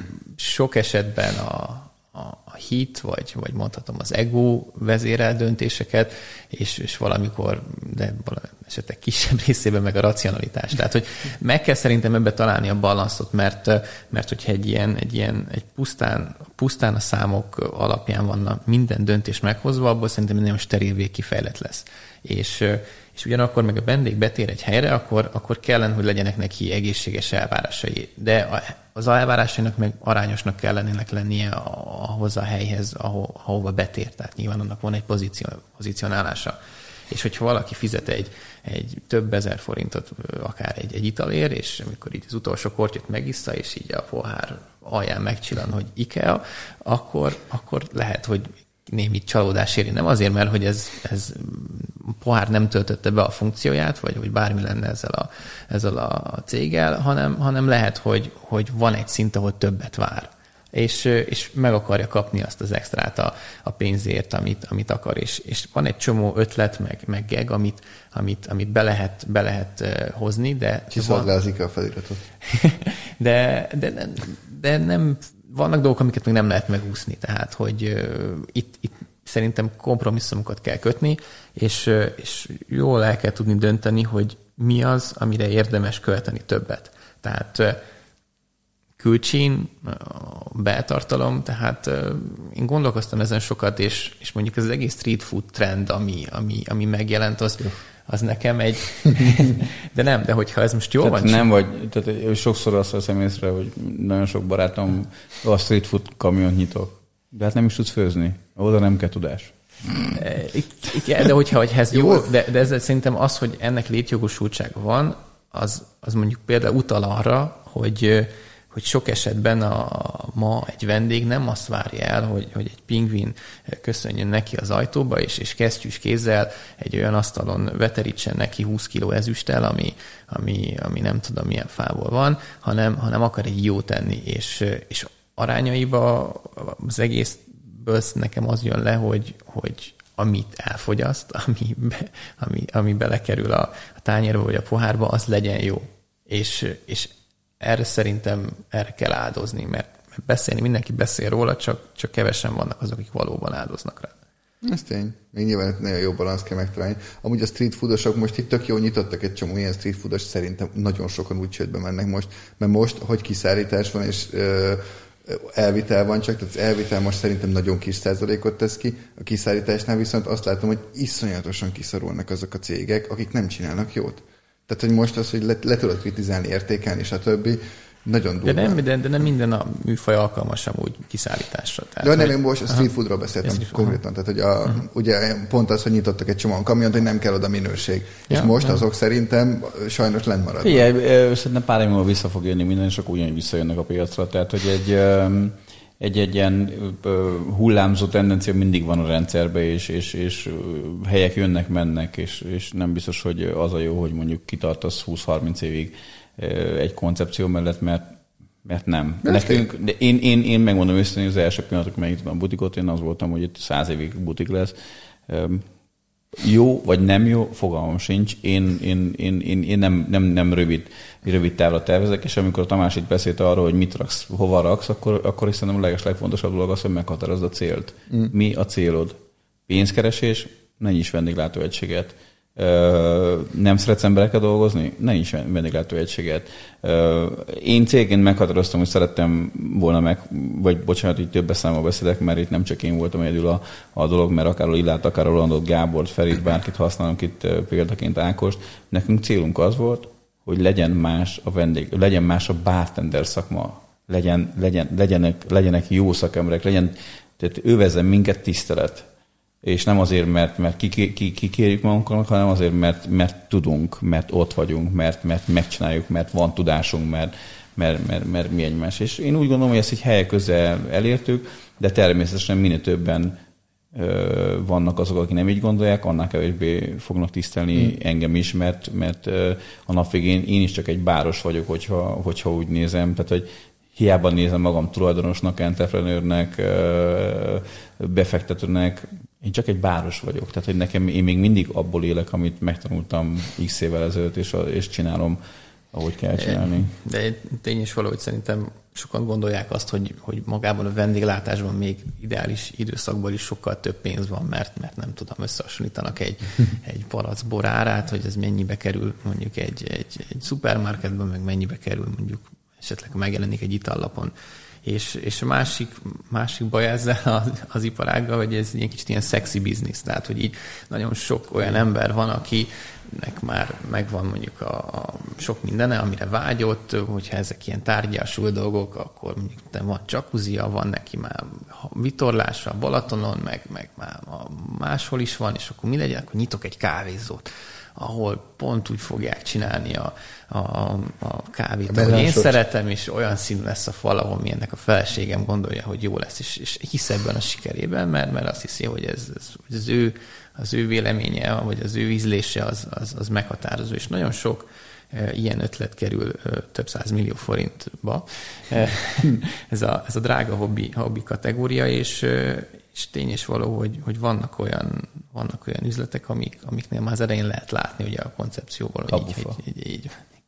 sok esetben a a hit, vagy, vagy mondhatom az ego vezérel döntéseket, és, és valamikor, de esetleg kisebb részében meg a racionalitás. Tehát, hogy meg kell szerintem ebbe találni a balanszot, mert, mert hogyha egy ilyen, egy ilyen egy pusztán, pusztán a számok alapján van minden döntés meghozva, abból szerintem nagyon steril végkifejlett lesz. És, és ugyanakkor meg a vendég betér egy helyre, akkor, akkor kellene, hogy legyenek neki egészséges elvárásai. De a, az elvárásainak meg arányosnak kellene lennie ahhoz a helyhez, aho, ahova betér. Tehát nyilván annak van egy pozíció, pozícionálása. És hogyha valaki fizet egy, egy több ezer forintot akár egy, egy italért, és amikor így az utolsó kortyot megissza, és így a pohár alján megcsillan, hogy IKEA, akkor, akkor lehet, hogy némi csalódás éri. Nem azért, mert hogy ez, ez pohár nem töltötte be a funkcióját, vagy hogy bármi lenne ezzel a, ezzel a céggel, hanem, hanem lehet, hogy, hogy van egy szint, ahol többet vár. És, és meg akarja kapni azt az extrát a, a pénzért, amit, amit akar. És, és van egy csomó ötlet, meg, meg geg, amit, amit, amit be, lehet, be lehet hozni, de... Csiszolod le az IKEA feliratot. de, de, de nem... Vannak dolgok, amiket még nem lehet megúszni, tehát, hogy uh, itt, itt szerintem kompromisszumokat kell kötni, és, és jól el kell tudni dönteni, hogy mi az, amire érdemes költeni többet. Tehát külcsín, beltartalom, tehát én gondolkoztam ezen sokat, és, és mondjuk ez az egész street food trend, ami, ami, ami megjelent, az, az nekem egy... De nem, de hogyha ez most jó tehát van... Nem vagy, tehát sokszor azt veszem észre, hogy nagyon sok barátom a street food kamiont nyitok, de hát nem is tudsz főzni. Oda nem kell tudás. De hogyha hogy ez jó, de, de ez szerintem az, hogy ennek létjogosultsága van, az, az mondjuk például utal arra, hogy, hogy sok esetben a, ma egy vendég nem azt várja el, hogy, hogy egy pingvin köszönjön neki az ajtóba, és, és kesztyűs kézzel egy olyan asztalon veterítsen neki húsz kiló ezüsttel, ami, ami, ami nem tudom milyen fából van, hanem, hanem akar egy jót tenni, és, és arányaiba az egészből nekem az jön le, hogy, hogy amit elfogyaszt, ami, be, ami, ami belekerül a, a tányérba vagy a pohárba, az legyen jó. És, és erre szerintem erre kell áldozni, mert beszélni, mindenki beszél róla, csak, csak kevesen vannak azok, akik valóban áldoznak rá. Ez tény. Még nyilván nagyon jó balansz kell megtalálni. Amúgy a street foodosok most itt tök jól nyitottak egy csomó ilyen street foodos, szerintem nagyon sokan úgy csődbe mennek most, mert most, hogy kiszállítás van, és ö, elvitel van csak, tehát az elvitel most szerintem nagyon kis százalékot tesz ki, a kiszállításnál viszont azt látom, hogy iszonyatosan kiszorulnak azok a cégek, akik nem csinálnak jót. Tehát, hogy most az, hogy le, le tudod kritizálni, értékelni, stb. Nagyon durva. De nem, de, de nem minden a műfaj alkalmas amúgy kiszállításra. Tehát, de hogy... nem, én most a street foodról beszéltem Street konkrétan. Tehát, hogy a, uh-huh. ugye pont az, hogy nyitottak egy csomó kamiont, hogy nem kell oda minőség. Ja, és most ja. azok szerintem sajnos lent maradnak. Figyelj, szerintem pár év múlva vissza fog jönni minden, és csak ugyanúgy visszajönnek a piacra. Tehát, hogy egy, egy, egy ilyen hullámzó tendencia mindig van a rendszerben, és, és, és helyek jönnek, mennek, és, és nem biztos, hogy az a jó, hogy mondjuk kitartasz húsz-harminc évig egy koncepció mellett, mert, mert nem. Nekünk, de én, én, én megmondom őszintén, az első pillanatok megnyitottam a butikot, én az voltam, hogy itt száz évig butik lesz. Jó vagy nem jó, fogalmam sincs. Én, én, én, én, én nem, nem, nem rövid, rövid távra tervezek, és amikor a Tamás itt beszélt arról, hogy mit raksz, hova raksz, akkor, akkor szerintem a leges legfontosabb dolog az, hogy meghatározd a célt. Mm. Mi a célod? Pénzkeresés? Ne nyis vendéglátóegységet. Nem szeretsz emberekkel dolgozni? Ne is vendéglátóegységet. Én cégként meghatároztam, hogy szerettem volna meg, vagy bocsánat, így több számmal beszélek, mert itt nem csak én voltam egyedül a, a dolog, mert akár a Lillát, akár a Rolandot, Gábort, Ferit, bárkit használunk itt példaként, Ákost. Nekünk célunk az volt, hogy legyen más a vendég, legyen más a bartender szakma, legyen, legyen, legyenek, legyenek jó szakemberek, legyen, tehát övezzen minket tisztelet. És nem azért, mert, mert kikérjük ki, ki, ki magunknak, hanem azért, mert, mert tudunk, mert ott vagyunk, mert, mert megcsináljuk, mert van tudásunk, mert, mert, mert, mert mi egymás. És én úgy gondolom, hogy ezt egy helyek közel elértük, de természetesen minél többen ö, vannak azok, akik nem így gondolják, annál kevésbé fognak tisztelni hmm. engem is, mert, mert ö, a nap végén én is csak egy báros vagyok, hogyha, hogyha úgy nézem. Tehát, hogy hiába nézem magam tulajdonosnak, entreprenőrnek, befektetőnek, én csak egy báros vagyok. Tehát, hogy nekem én még mindig abból élek, amit megtanultam x évvel ezelőtt, és, és csinálom, ahogy kell csinálni. De tény is valahogy szerintem sokan gondolják azt, hogy, hogy magában a vendéglátásban még ideális időszakban is sokkal több pénz van, mert, mert nem tudom, összehasonlítanak egy, egy palac bor árát, hogy ez mennyibe kerül mondjuk egy, egy, egy szupermarketben, meg mennyibe kerül mondjuk esetleg megjelenik egy itallapon. És, és a másik, másik baj ezzel az, az iparággal, hogy ez egy kicsit ilyen szexi biznisz. Tehát, hogy így nagyon sok olyan ember van, akinek már megvan mondjuk a, a sok mindene, amire vágyott, hogyha ezek ilyen tárgyasú dolgok, akkor mondjuk van jacuzzia, van neki már vitorlása a Balatonon, meg, meg már máshol is van, és akkor mi legyen, akkor nyitok egy kávézót, ahol pont úgy fogják csinálni a, a, a kávét, ahogy én szeretem, és olyan színű lesz a fal, ahol mi ennek a feleségem gondolja, hogy jó lesz, és, és hisz ebben a sikerében, mert, mert azt hiszi, hogy ez, ez hogy az, ő, az ő véleménye, vagy az ő ízlése az, az, az meghatározó, és nagyon sok e, ilyen ötlet kerül e, több száz millió forintba. E, ez, a, ez a drága hobbi, hobbi kategória, és e, és tény és való, hogy, hogy vannak, olyan, vannak olyan üzletek, amik, amiknél már az elején lehet látni ugye a koncepcióból, hogy így, így, így, így.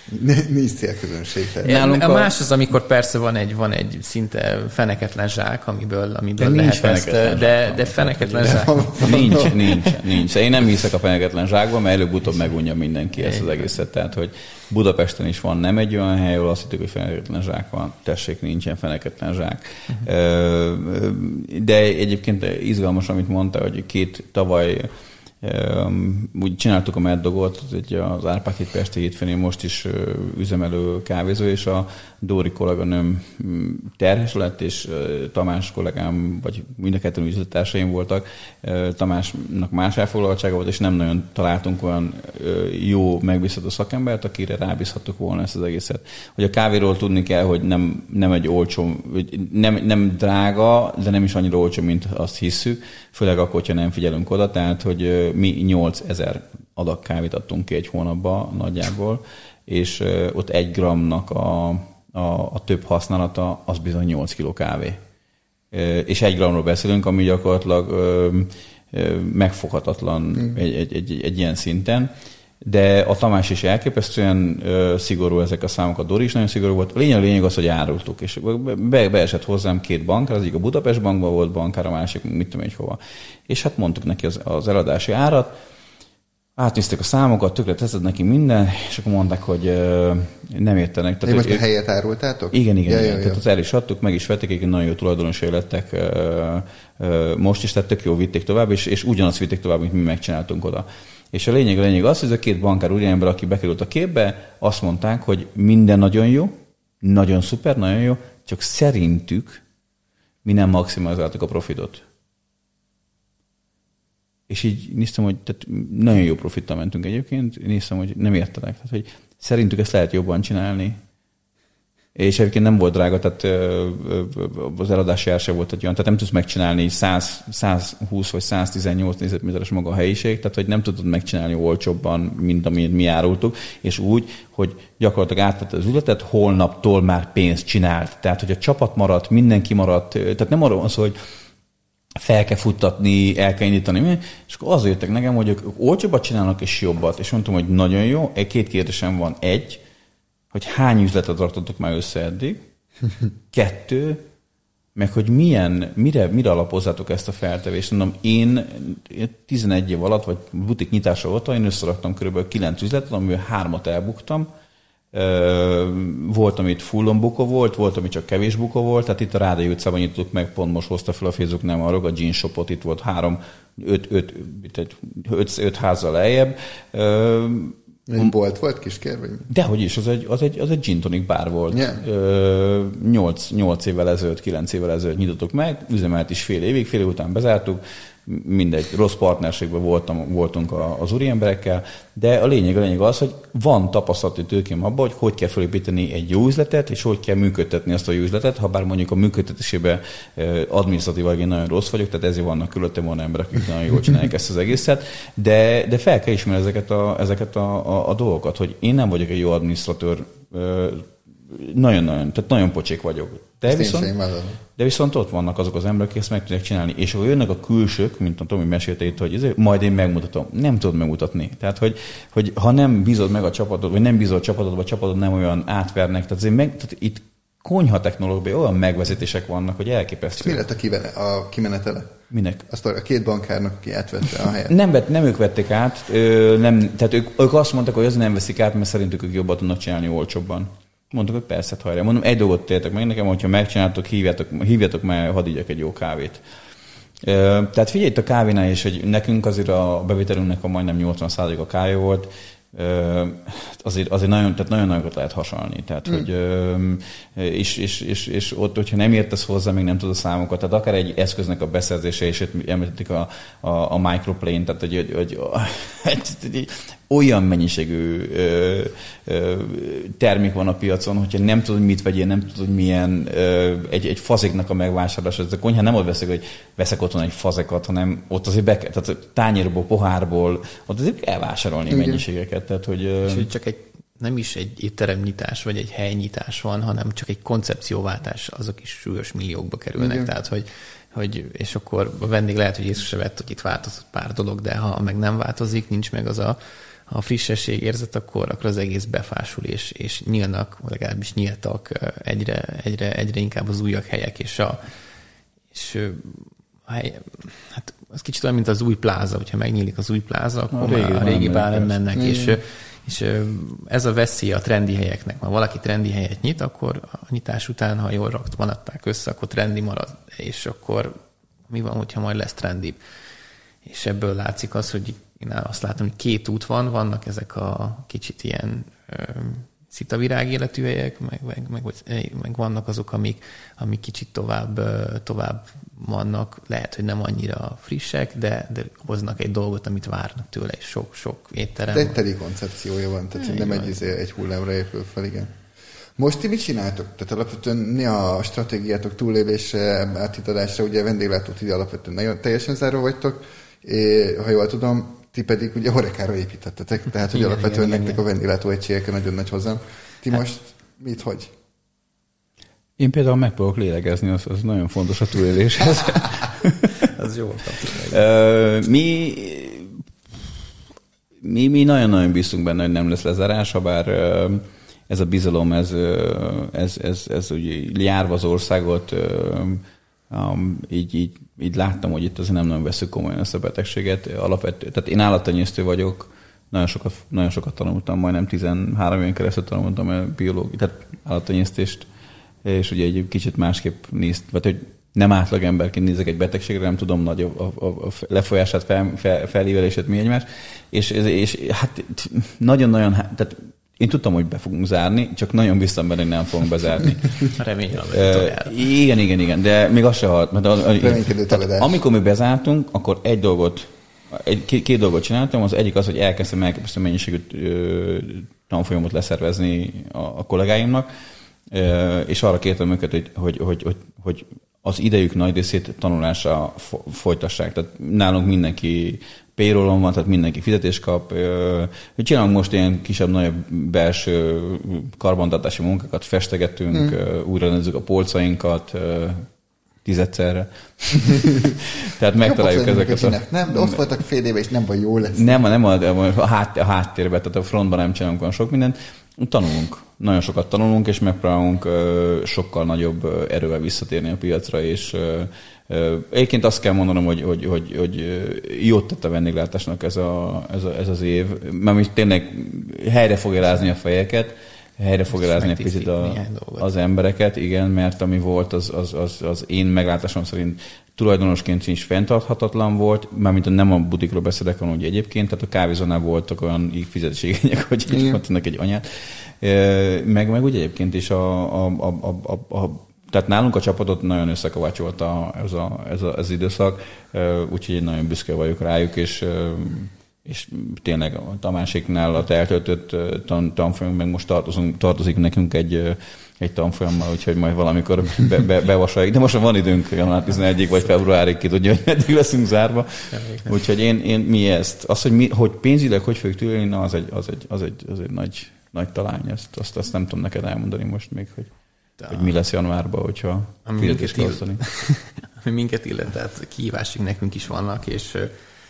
Nincs célközönség. A, a más az, amikor persze van egy, van egy szinte feneketlen zsák, amiből, amiből de lehet ezt, zsák, de, de feneketlen zsák. Nincs, nincs, nincs. Én nem hiszek a feneketlen zsákban, mert előbb-utóbb megunja mindenki ezt az egészet. Tehát, hogy Budapesten is van nem egy olyan hely, ahol azt hittük, hogy feneketlen zsák van. Tessék, nincsen feneketlen zsák. Uh-huh. De egyébként izgalmas, amit mondta, hogy két tavaly Um, úgy csináltuk a Mad Dogot, az Árpád híd Pesti hétfőn, most is uh, üzemelő kávézó, és a Dóri kolléganőm terhes lett, és uh, Tamás kollégám, vagy mind a ketten üzlettársaim voltak, uh, Tamásnak más elfoglaltsága volt, és nem nagyon találtunk olyan uh, jó, megbízható szakembert, akire rábízhattuk volna ezt az egészet. Hogy a kávéról tudni kell, hogy nem, nem egy olcsó, nem, nem drága, de nem is annyira olcsó, mint azt hisszük, főleg akkor, hogyha nem figyelünk oda, tehát, hogy uh, mi nyolcezer adag kávét adtunk ki egy hónapban nagyjából, és uh, ott egy grammnak a, a, a több használata, az bizony nyolc kiló kávé. Uh, és egy grammról beszélünk, ami gyakorlatilag uh, uh, megfoghatatlan mm. egy, egy, egy, egy ilyen szinten. De a Tamás is elképesztően uh, szigorú ezek a számok, a Dori is nagyon szigorú volt. A lényeg, a lényeg az, hogy árultuk. És be, beesett hozzám két bankár, az egyik a Budapest bankban volt bankár, a másik mit tudom én hova. És hát mondtuk neki az, az eladási árat, átnézték a számokat, tökre teszed neki minden, és akkor mondták, hogy uh, nem értenek. Tehát, most a helyet árultátok? Igen, igen. Ja, igen. ja, Tehát ja. az el is adtuk, meg is vették, egy nagyon jó tulajdonosai lettek uh, uh, most is, tehát tök jó vitték tovább, és, és ugyanazt vitték tovább, mint mi megcsináltunk oda. És a lényeg, a lényeg az, hogy ez a két bankár úriember, aki bekerült a képbe, azt mondták, hogy minden nagyon jó, nagyon szuper, nagyon jó, csak szerintük mi nem maximalizáltuk a profitot. És így néztem, hogy tehát nagyon jó profittal mentünk egyébként, néztem, hogy nem értelek. Tehát, hogy szerintük ezt lehet jobban csinálni. És egyébként nem volt drága, tehát az eladási ár sem volt egy olyan, tehát nem tudsz megcsinálni száz, százhúsz vagy száztizennyolc négyzetméteres maga a helyiség, tehát hogy nem tudod megcsinálni olcsóbban, mint amit mi árultuk, és úgy, hogy gyakorlatilag átvette az üzletet, holnaptól már pénzt csinált. Tehát, hogy a csapat maradt, mindenki maradt, tehát nem arról van szó, hogy fel kell futtatni, el kell indítani, és akkor az jöttek nekem, hogy ők olcsóbbat csinálnak és jobbat, és mondtam, hogy nagyon jó, két kérdésem van. Egy, hogy hány üzletet raktatok már össze eddig? Kettő, meg hogy milyen, mire, mire alapozzátok ezt a feltevést. Mondom, én tizenegy év alatt, vagy butik nyitása óta, én összeraktam kb. kilenc üzletet, amiből hármat elbuktam. Volt, amit fullon buko volt, volt, ami csak kevés buko volt, tehát itt a Rádai utcában nyitottuk meg, pont most hozta fel a Facebook, nem arra, a Jean Shopot, itt volt három, öt, öt, öt, öt, öt házzal lejjebb. Egy bolt volt, Kisker? Vagy? Dehogy is, az egy, az egy, az egy gin tonic bar volt. Yeah. nyolc évvel ezelőtt, kilenc évvel ezelőtt nyitottuk meg, üzemelt is fél évig, fél év után bezártuk, mindegy, rossz partnerségben voltam, voltunk az úriemberekkel, de a lényeg, a lényeg az, hogy van tapasztalati tőkém abban, hogy hogy kell felépíteni egy jó üzletet, és hogy kell működtetni azt a jó üzletet, ha bár mondjuk a működtetésében adminisztratívan én nagyon rossz vagyok, tehát ezért vannak körülöttem van emberek, akik nagyon jól csinálják ezt az egészet, de, de fel kell ismerni ezeket, a, ezeket a, a, a dolgokat, hogy én nem vagyok egy jó adminisztratőr, nagyon-nagyon, tehát nagyon pocsék vagyok. De viszont, de viszont ott vannak azok az emberek, akik ezt meg tudják csinálni. És akkor jönnek a külsők, mint a Tomi mesélte itt, hogy ezért, majd én megmutatom. Nem tudod megmutatni. Tehát, hogy, hogy ha nem bízod meg a csapatod, vagy nem bízod a csapatod, vagy a csapatod nem olyan átvernek, tehát, azért meg, tehát itt konyha technológiai olyan megvezetések vannak, hogy elképesztő. És mi lett a, kivene, a kimenetele? Minek? Azt a két bankárnak, aki átvette a helyet. Nem, vett, nem ők vették át, ö, nem, tehát ők, ők azt mondták, hogy azért nem veszik át, mert szerintük ők jobban tudnak csinálni olcsóbban. Mondtuk, hogy persze, hajrá. Mondom, egy dolgot tértek meg nekem, hogyha megcsináltok, hívjátok, hívjátok már, hadd igyak egy jó kávét. Tehát figyelj itt a kávénál is, hogy nekünk azért a bevételünknek a majdnem nyolcvan százalék a kávé volt, azért, azért nagyon, tehát nagyon nagyot lehet hasalni. Tehát, mm. hogy, és, és, és, és ott, hogyha nem értesz hozzá, még nem tudod a számokat, tehát akár egy eszköznek a beszerzése, és említették a, a, a microplane, tehát hogy, hogy, hogy olyan mennyiségű ö, ö, termék van a piacon, hogyha nem tudod, mit vegyél, nem tudod, milyen ö, egy, egy fazéknak a megvásárlása. Ez a konyhán nem ott veszek, hogy veszek otthon egy fazekat, hanem ott azért be kell, tehát tányérból, pohárból, ott azért kell vásárolni mennyiségeket. Tehát, hogy, ö... És hogy csak egy, nem is egy étteremnyitás, vagy egy helynyitás van, hanem csak egy koncepcióváltás, azok is súlyos milliókba kerülnek. Igen. Tehát, hogy hogy, és akkor a vendég lehet, hogy észre se vett, hogy itt változott pár dolog, de ha meg nem változik, nincs meg az a, a frissesség érzet, akkor, akkor az egész befásul, és, és nyílnak, vagy legalábbis nyíltak egyre, egyre, egyre inkább az újak helyek, és a, és a hely, hát az kicsit olyan, mint az új pláza, hogyha megnyílik az új pláza, akkor a régi, a régi nem mennek, és, és ez a veszély a trendi helyeknek. Ha valaki trendi helyet nyit, akkor a nyitás után, ha jól rakt vanatták össze, akkor trendi marad, és akkor mi van, hogyha majd lesz trendibb. És ebből látszik az, hogy én azt látom, hogy két út van, vannak ezek a kicsit ilyen szitavirág életű helyek, meg, meg, meg, meg vannak azok, amik, amik kicsit tovább, tovább vannak, lehet, hogy nem annyira frissek, de, de hoznak egy dolgot, amit várnak tőle, és sok-sok étterem. De egy teli koncepciója van, tehát nem egy, egy hullámra épül fel, igen. Most ti mit csináltok? Tehát alapvetően mi a stratégiátok túlélésre, átítadásra, ugye vendéglátót ide alapvetően nagyon teljesen záró vagytok, és, ha jól tudom, ti pedig ugye Horekára építettetek, tehát hogy alapvetően igen, nektek igen. A vendéglátó egységekkel nagyon nagy hozzám. Ti hát, most mit, hogy? Én például megpróbálok lélegezni, az, az nagyon fontos a túléléshez. Az jó. uh, mi, mi, mi nagyon-nagyon bíztunk benne, hogy nem lesz lezárás, ha bár uh, ez a bizalom, ez, ez, ez, ez úgy járva az országot, um, így, így, így láttam, hogy itt azért nem nagyon veszük komolyan ezt a betegséget. Alapvető, tehát én állattenyésztő vagyok, nagyon sokat, nagyon sokat tanultam, majdnem tizenhárom éven keresztül tanultam a biológiát, tehát állattenyésztést, és ugye egy kicsit másképp nézt, vagy hogy nem átlag emberként nézek egy betegségre, nem tudom nagy a, a, a lefolyását, fel, fel, felívelését, mi egymás, és, és hát nagyon-nagyon, tehát én tudtam, hogy be fogunk zárni, csak nagyon biztos benne, hogy nem fogunk bezárni. Reményem, uh, Igen, igen, igen, de még az se halt. Mert a, a, amikor mi bezártunk, akkor egy dolgot, egy, két, két dolgot csináltam, az egyik az, hogy elkezdtem elképesztő mennyiségű tanfolyamot leszervezni a, a kollégáimnak, ö, és arra kértem őket, hogy, hogy, hogy, hogy, hogy az idejük nagy részét tanulásra folytassák. Tehát nálunk mindenki payrollon van, tehát mindenki fizetést kap. Csinálunk most ilyen kisebb-nagyobb belső karbantartási munkákat, festegetünk, hmm. újra nézzük a polcainkat tízegyszerre. Tehát megtaláljuk ezeket. A... Nem, de ott voltak fél éve, és nem baj, jó lesz. Nem, nem a, a, hát, a háttérben, tehát a frontban nem csinálunk olyan sok mindent. Tanulunk. Nagyon sokat tanulunk, és megpróbálunk uh, sokkal nagyobb uh, erővel visszatérni a piacra, és uh, uh, egyébként azt kell mondanom, hogy, hogy, hogy, hogy jót tett a vendéglátásnak ez, a, ez, a, ez az év, mert tényleg helyre fogja rázni a fejeket, helyre fogja rázni egy picit a, az embereket, igen, mert ami volt, az, az, az, az én meglátásom szerint tulajdonosként is fenntarthatatlan volt, mármint nem a butikról beszélek, hanem úgy egyébként, tehát a kávézónál voltak olyan fizetségények, hogy így mondtanak egy anyát. Meg, meg úgy egyébként is a, a, a, a, a tehát nálunk a csapatot nagyon összekovácsolt ez, a, ez, a, ez az időszak, úgyhogy én nagyon büszke vagyok rájuk, és, és tényleg a Tamásiknál a eltöltött tan, tanfolyam, meg most tartozunk, tartozik nekünk egy, egy tanfolyammal, úgyhogy majd valamikor be, be, bevasaljuk. De most van időnk január tizenegyedikéig vagy februárig, ki tudja, hogy meddig leszünk zárva. Úgyhogy én, én mi ezt, az, hogy, mi, hogy pénzileg hogy fogjuk tűrni, na az egy, az egy, az egy, az egy nagy, nagy talány. Ezt, azt, azt nem tudom neked elmondani most még, hogy, hogy mi lesz januárban, hogyha fizetést kell osztani. Ami minket illet, tehát kihívásunk nekünk is vannak, és,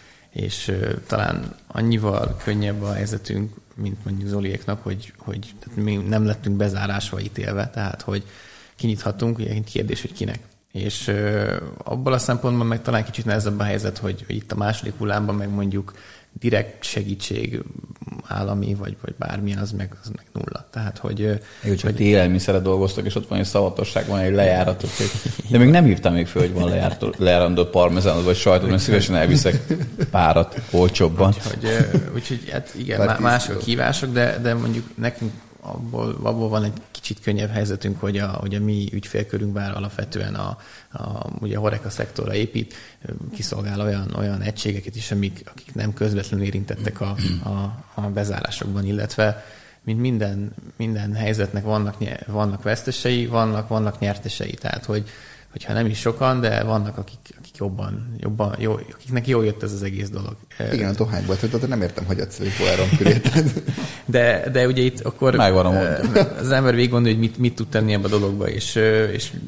és talán annyival könnyebb a helyzetünk, mint mondjuk Zoliéknak, hogy, hogy tehát mi nem lettünk bezárásva ítélve, tehát hogy kinyithatunk, ugye kérdés, hogy kinek. És abból a szempontból meg talán kicsit nehezebb a helyzet, hogy, hogy itt a második hullámban meg mondjuk direkt segítség állami, vagy, vagy bármilyen, az meg, az meg nulla. Tehát, hogy... Jó, csak hogy... élelmiszerre dolgoztak, és ott van egy szavatosság, van egy lejáratot. De még nem hívtam még föl, hogy van lejárandó parmezánod, vagy sajtot, mert szívesen elviszek párat olcsóbban. Úgyhogy, úgyhogy hát igen, mások kívások, de, de mondjuk nekünk abból, abból van egy kicsit könnyebb helyzetünk, hogy a, hogy a mi ügyfélkörünk bár alapvetően a, a, ugye a Horeca szektorra épít, kiszolgál olyan, olyan egységeket is, amik, akik nem közvetlenül érintettek a, a, a bezárásokban, illetve mint minden, minden helyzetnek vannak, vannak vesztesei, vannak, vannak nyertesei, tehát hogy hogyha nem is sokan, de vannak, akik, akik jobban, jobban jó, akiknek jól jött ez az egész dolog. Igen, a dohányból, de nem értem, hogy adsz egy poáron pürét. De, de ugye itt akkor az ember végig gondolja, hogy mit, mit tud tenni ebbe a dologba, és, és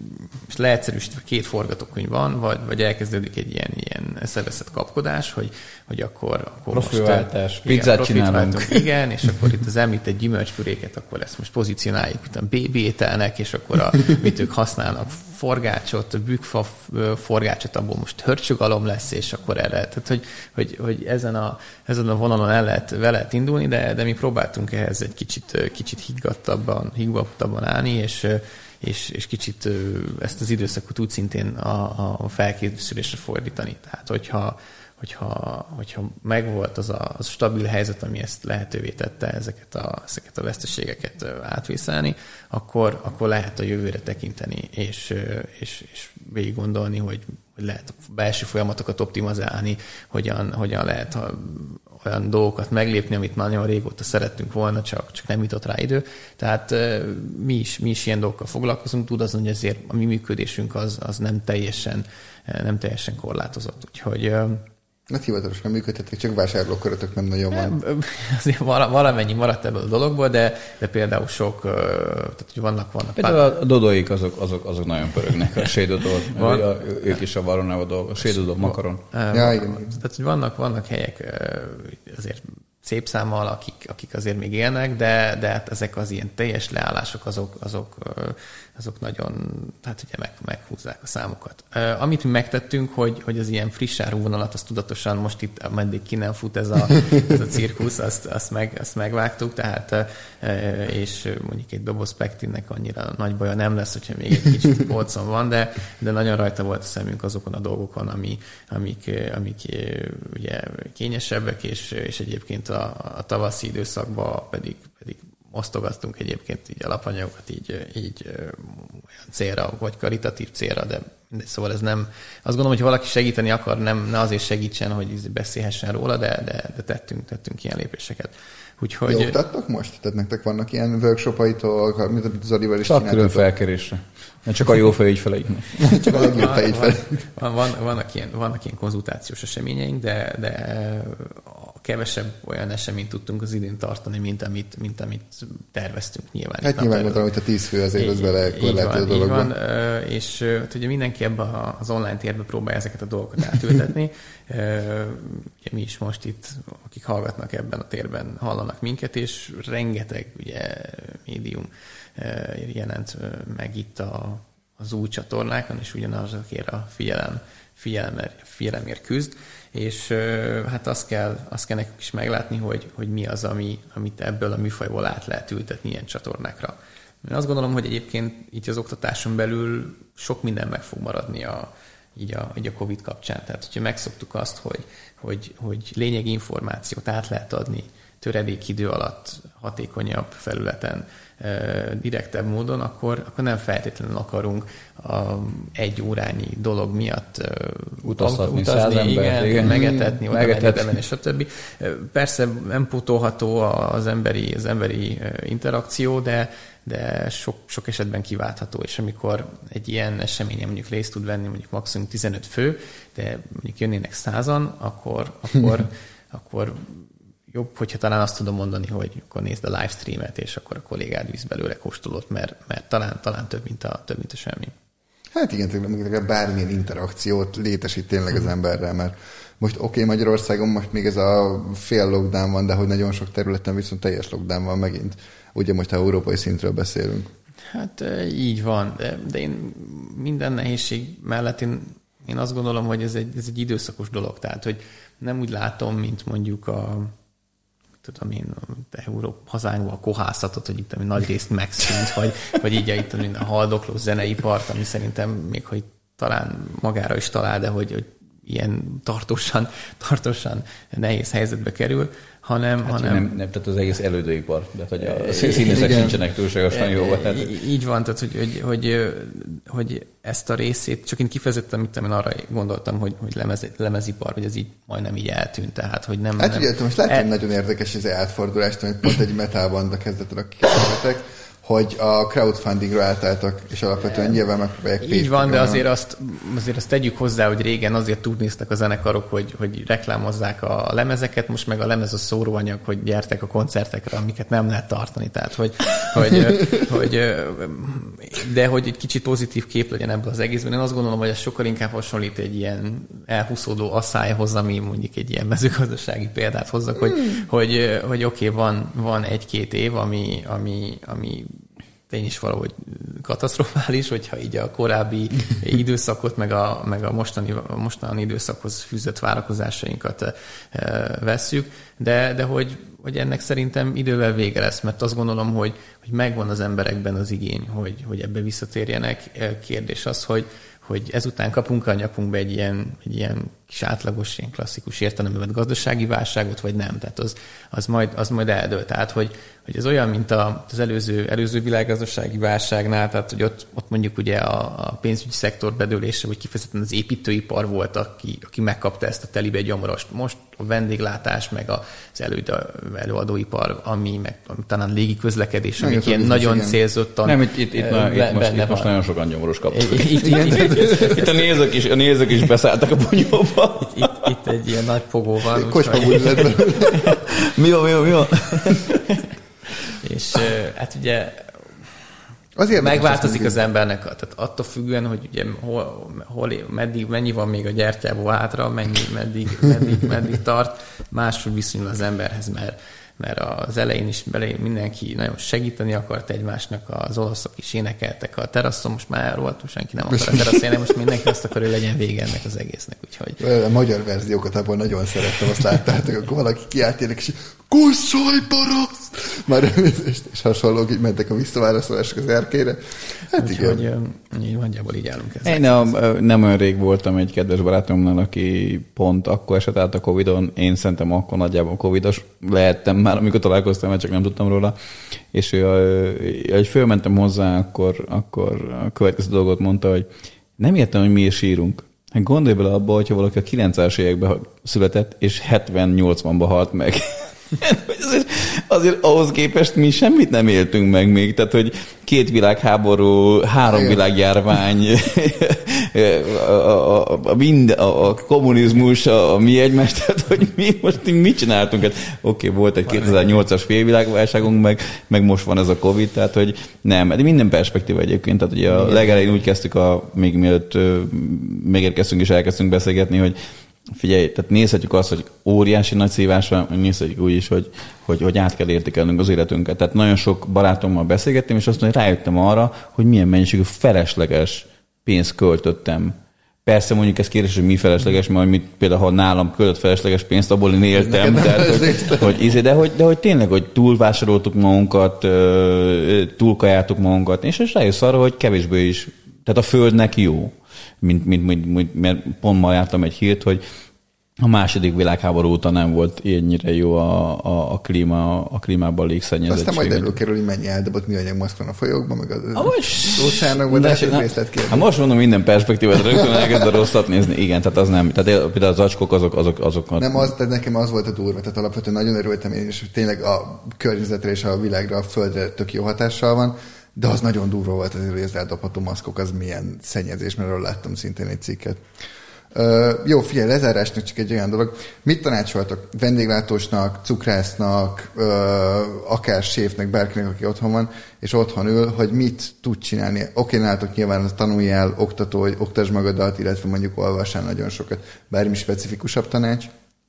most leegyszerűsítve két forgatókönyv van, vagy, vagy elkezdődik egy ilyen, ilyen eszeveszett kapkodás, hogy, hogy akkor, akkor profilváltás, pizzát csinálunk. Igen, és akkor itt az említett gyümölcspüréket, akkor ezt most pozícionáljuk itt a bé bé-ételnek, és akkor a, mit ők használnak, forgácsot, bükkfa forgácsot, abból most hörcsögalom lesz, és akkor el lehet. Tehát, hogy, hogy, hogy ezen, a, ezen a vonalon el lehet, el lehet indulni, de, de mi próbáltunk ehhez egy kicsit, kicsit higgadtabban, higgadtabban állni, és, és, és kicsit ezt az időszakot úgy szintén a, a felkészülésre fordítani. Tehát, hogyha Hogyha, hogyha megvolt az a, az a stabil helyzet, ami ezt lehetővé tette ezeket a, ezeket a veszteségeket átvészelni, akkor, akkor lehet a jövőre tekinteni, és, és, és végig gondolni, hogy, hogy lehet a belső folyamatokat optimalizálni, hogyan, hogyan lehet a, olyan dolgokat meglépni, amit nagyon régóta szerettünk volna, csak, csak nem jutott rá idő. Tehát mi is, mi is ilyen dolgokkal foglalkozunk, tud azon, hogy ezért a mi működésünk az, az nem, teljesen, nem teljesen korlátozott. Úgyhogy hát hivatalosan működtetek, csak vásárlókörötök nem nagyon van. Azért valamennyi maradt ebből a dologból, de, de például sok, tehát hogy vannak, vannak. Például a dodóik azok, azok, azok nagyon pörögnek, a sédodó, ők is a Varonával dolgoznak, a sédodó, makaron. Ja, igen. Tehát, hogy vannak, vannak helyek azért szép számmal, akik, akik azért még élnek, de, de hát ezek az ilyen teljes leállások, azok, azok, azok nagyon, hát ugye meg, meghúzzák a számokat. Amit mi megtettünk, hogy, hogy az ilyen friss áru vonalat, azt tudatosan most itt, ameddig ki nem fut ez a, ez a cirkusz, azt, azt, meg, azt megvágtuk, tehát és mondjuk egy doboz pektinnek annyira nagy baja nem lesz, hogyha még egy kicsit polcon van, de, de nagyon rajta volt a szemünk azokon a dolgokon, ami, amik, amik ugye kényesebbek, és, és egyébként a, a tavaszi időszakban pedig, pedig osztogattunk egyébként így alapanyagokat így, így olyan célra, vagy karitatív célra, de szóval ez nem, azt gondolom, hogy ha valaki segíteni akar, nem, ne azért segítsen, hogy beszélhessen róla, de, de, de tettünk, tettünk ilyen lépéseket. Úgyhogy... Jó, oktattok most? Tehát nektek vannak ilyen workshopaitól, mint a Zolival is csináltatok? Csak külön felkérésre. Csak a jó fejügyfeleiknek. Csak a legjobb fejügyfeleik. Van, van, vannak, ilyen, vannak ilyen konzultációs eseményeink, de, de a kevesebb olyan eseményt tudtunk az idén tartani, mint amit, mint amit terveztünk nyilván. Hát nyilván gondolom, hogy a tíz fő azért az bele korlátozó dologban. Így van, és hát ugye mindenki ebbe az online térbe próbálja ezeket a dolgokat átültetni. Mi is most itt, akik hallgatnak ebben a térben, hallanak minket, és rengeteg ugye médium jelent meg itt a, az új csatornákon, és ugyanazokért a figyelem, figyelemért, figyelemért küzd, és hát azt kell, azt kell nekünk is meglátni, hogy, hogy mi az, ami, amit ebből a műfajból át lehet ültetni ilyen csatornákra. Én azt gondolom, hogy egyébként itt az oktatáson belül sok minden meg fog maradni a, így, a, így a Covid kapcsán. Tehát, hogyha megszoktuk azt, hogy, hogy, hogy lényegi információt át lehet adni töredék idő alatt, hatékonyabb felületen, direktebb módon, akkor, akkor nem feltétlenül akarunk a egy órányi dolog miatt utaztatni, utazni, igen, igen, megetetni, oda menni, és stb. Persze nem pótolható az emberi, az emberi interakció, de, de sok, sok esetben kiváltható, és amikor egy ilyen eseményen mondjuk részt tud venni mondjuk maximum tizenöt fő, de mondjuk jönnének százan, akkor, akkor, akkor jobb, hogyha talán azt tudom mondani, hogy akkor nézd a livestreamet, és akkor a kollégád visz belőle kóstolót, mert, mert talán, talán több, mint a, több, mint a semmi. Hát igen, bármilyen interakciót létesít tényleg az emberrel, mert most oké, okay, Magyarországon most még ez a fél lockdown van, de hogy nagyon sok területen viszont teljes lockdown van megint. Ugye most, ha európai szintről beszélünk. Hát így van, de, de én minden nehézség mellett én, én azt gondolom, hogy ez egy, ez egy időszakos dolog. Tehát, hogy nem úgy látom, mint mondjuk a tudom én, Európa hazánkban a kohászatot, hogy itt ami nagy részt megszűnt, vagy, vagy így itt a haldokló zeneipart, ami szerintem még hogy talán magára is talál, de hogy, hogy ilyen tartósan, tartósan nehéz helyzetbe kerül, hanem... Hát hanem nem, nem, tehát az egész elődőipar, de hogy a színészek nincsenek túlságosan jóval. Tehát... Így van, tehát hogy, hogy, hogy, hogy ezt a részét, csak én kifejezetten mit én arra gondoltam, hogy, hogy lemez, lemezipar, hogy ez így majdnem így eltűnt, tehát hogy nem... Hát nem, ugye, most láttam el... nagyon érdekes ez átfordulást, hogy pont egy metalbanda kezdett a kikezdhetek, hogy a crowdfundingra átálltak, és alapvetően nyilván megpróbálják pénzt. Így van, de azért azt, azért azt tegyük hozzá, hogy régen azért turnéztek a zenekarok, hogy, hogy reklámozzák a lemezeket, most meg a lemez a szóróanyag, hogy gyertek a koncertekre, amiket nem lehet tartani. Tehát, hogy, hogy, hogy, de hogy egy kicsit pozitív kép legyen ebből az egészben. Én azt gondolom, hogy ez sokkal inkább hasonlít egy ilyen elhúzódó asszályhoz, ami mondjuk egy ilyen mezőgazdasági példát hozzak, hogy, hmm. hogy, hogy oké, okay, van, van egy-két év, ami, ami, ami tény is valahogy katasztrofális, hogyha így a korábbi időszakot, meg a, meg a mostani, a mostani időszakhoz fűzött várakozásainkat e, e, vesszük, de, de hogy, hogy ennek szerintem idővel vége lesz, mert azt gondolom, hogy, hogy megvan az emberekben az igény, hogy, hogy ebbe visszatérjenek. Kérdés az, hogy, hogy ezután kapunk a nyakunkba egy ilyen, egy ilyen kis átlagos, ilyen klasszikus értelemben gazdasági válságot, vagy nem. Tehát az, az, majd, az majd eldől. Tehát, hogy, hogy ez olyan, mint a, az előző, előző világgazdasági válságnál, tehát, hogy ott, ott mondjuk ugye a, a pénzügyi szektor bedőlése, vagy kifejezetten az építőipar volt, aki, aki megkapta ezt a telibe gyomorost. Most a vendéglátás, meg az elő, előadóipar, ami, meg ami talán légi közlekedés, amik ilyen nagyon igen. célzottan... Nem, itt, itt, itt, na, itt, most, itt most nagyon sokan gyomoros kaptak. Itt, itt, itt, itt, itt a nézők is, a nézők is beszálltak a bunyóba. Itt, itt, itt egy ilyen nagy fogó van. Kocsmabúgy lett belőle. Mi jó, mi jó, mi jó. És hát ugye azért megváltozik az embernek, tehát attól függően, hogy ugye hol, hol, meddig, mennyi van még a gyertyából hátra, mennyi, meddig, meddig, meddig tart, máshogy viszonyul az emberhez, mert mert az elején is belején mindenki nagyon segíteni akart egymásnak, az olaszok is énekeltek a teraszon, most már elrohadtul senki nem akar a teraszon, most mindenki azt akar, hogy legyen vége ennek az egésznek. Úgyhogy... A magyar verziókat abból nagyon szerettem, azt láttátok, akkor valaki kiáltélek, és kusszolj, paraszt! Már és, és hasonlók, így mentek a visszaválaszolások az erkére. Hát úgyhogy így nagyjából így állunk ezzel. Én a, nem olyan rég voltam egy kedves barátomnál, aki pont akkor esett át a Covidon, én szerintem akkor nagyjából Covidos lehettem már, amikor találkoztam, mert csak nem tudtam róla, és hogy fölmentem hozzá, akkor, akkor a következő dolgot mondta, hogy nem értem, hogy miért sírunk. Hát gondolj bele abba, hogyha valaki a kilencvenes években született, és hetven-nyolcvanban halt meg. azért, azért ahhoz képest mi semmit nem éltünk meg még, tehát hogy két világháború, három világjárvány, a, a, a, mind, a, a kommunizmus, a, a mi egymást, tehát hogy mi most mit csináltunk? Hát, oké, okay, volt egy kétezer-nyolcas félvilágválságunk, meg, meg most van ez a Covid, tehát hogy nem, de minden perspektíva egyébként, tehát ugye a legelején úgy kezdtük, a, még mielőtt megérkeztünk és elkezdtünk beszélgetni, hogy figyelj, tehát nézhetjük azt, hogy óriási nagy szívás van, nézhetjük úgy is, hogy, hogy, hogy át kell értékelnünk az életünket. Tehát nagyon sok barátommal beszélgettem, és azt mondja, hogy rájöttem arra, hogy milyen mennyiségű felesleges pénzt költöttem. Persze mondjuk ez kérdés, hogy mi felesleges, mert mit, például ha nálam költött felesleges pénzt, abból én éltem. Tehát, hogy, hogy, de, hogy, de hogy tényleg, hogy túlvásároltuk magunkat, túlkajáltuk magunkat, és, és rájössz arra, hogy kevésbé is, tehát a földnek jó. Mint, mint, mint, mint, mert pont ma jártam egy hírt, hogy a második világháború óta nem volt ennyire jó a, a, a, klíma, a klímában légszennyezettség. Aztán majd előkerül, hogy mennyi eldobott műanyag maszk van a folyókban, meg az óceánokban, de ez részlet kérdés. Hát most mondom, minden perspektívát rögtön elkezd a rosszat nézni. Igen, tehát az nem. Tehát például az acskok azok, azok, azok nem az, de nekem az volt a durva. Tehát alapvetően nagyon örültem én, és tényleg a környezetre és a világra, a földre tök jó hatással van. De az nagyon durva volt azért, hogy az eldobható maszkok, az milyen szennyezés, mert arról láttam szintén egy cikket. Uh, jó, figyelj, lezárásnak csak egy olyan dolog. Mit tanácsoltak vendéglátósnak, cukrásznak, uh, akár séfnek, bárkinek, aki otthon van, és otthon ül, hogy mit tud csinálni? Oké, nálatok nyilván az tanuljál, oktató, oktasd magadat, illetve mondjuk olvassál nagyon sokat. Bármi specifikusabb tanács?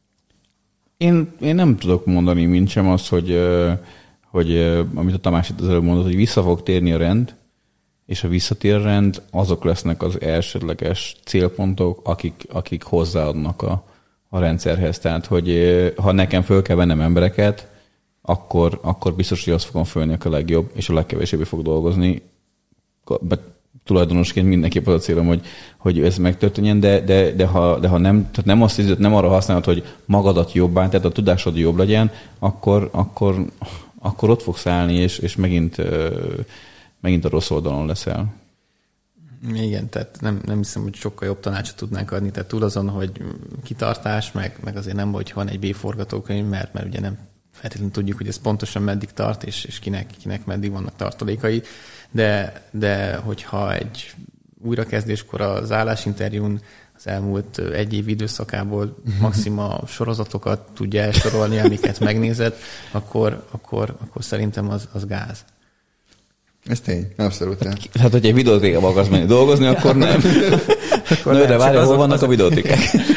Én, én nem tudok mondani, mint sem az, hogy... Uh... hogy amit a Tamás itt az előbb mondott, hogy vissza fog térni a rend, és a visszatér a rend, azok lesznek az elsődleges célpontok, akik, akik hozzáadnak a, a rendszerhez. Tehát, hogy ha nekem föl kell vennem embereket, akkor, akkor biztos, hogy azt fogom fölni a legjobb, és a legkevésbé fog dolgozni. Tulajdonosként mindenképp az a célom, hogy, hogy ez megtörténjen, de, de, de, ha, de ha nem, tehát nem azt hiszed, nem arra használod, hogy magadat jobbá, tehát a tudásod jobb legyen, akkor, akkor akkor ott fogsz állni, és, és megint, megint a rossz oldalon leszel. Igen, tehát nem, nem hiszem, hogy sokkal jobb tanácsot tudnánk adni, tehát túl azon, hogy kitartás, meg, meg azért nem, hogy van egy B forgatókönyv, mert, mert ugye nem feltétlenül tudjuk, hogy ez pontosan meddig tart, és, és kinek, kinek meddig vannak tartalékai, de, de hogyha egy újrakezdéskor az állásinterjún az elmúlt egy év időszakából maxima sorozatokat tudja elsorolni, amiket megnézett, akkor, akkor, akkor szerintem az, az gáz. Ez tény, abszolút. Hát, hát hogyha egy videótékába akarsz menni dolgozni, akkor nem. akkor no, de várj, hol vannak azok... a videótékák?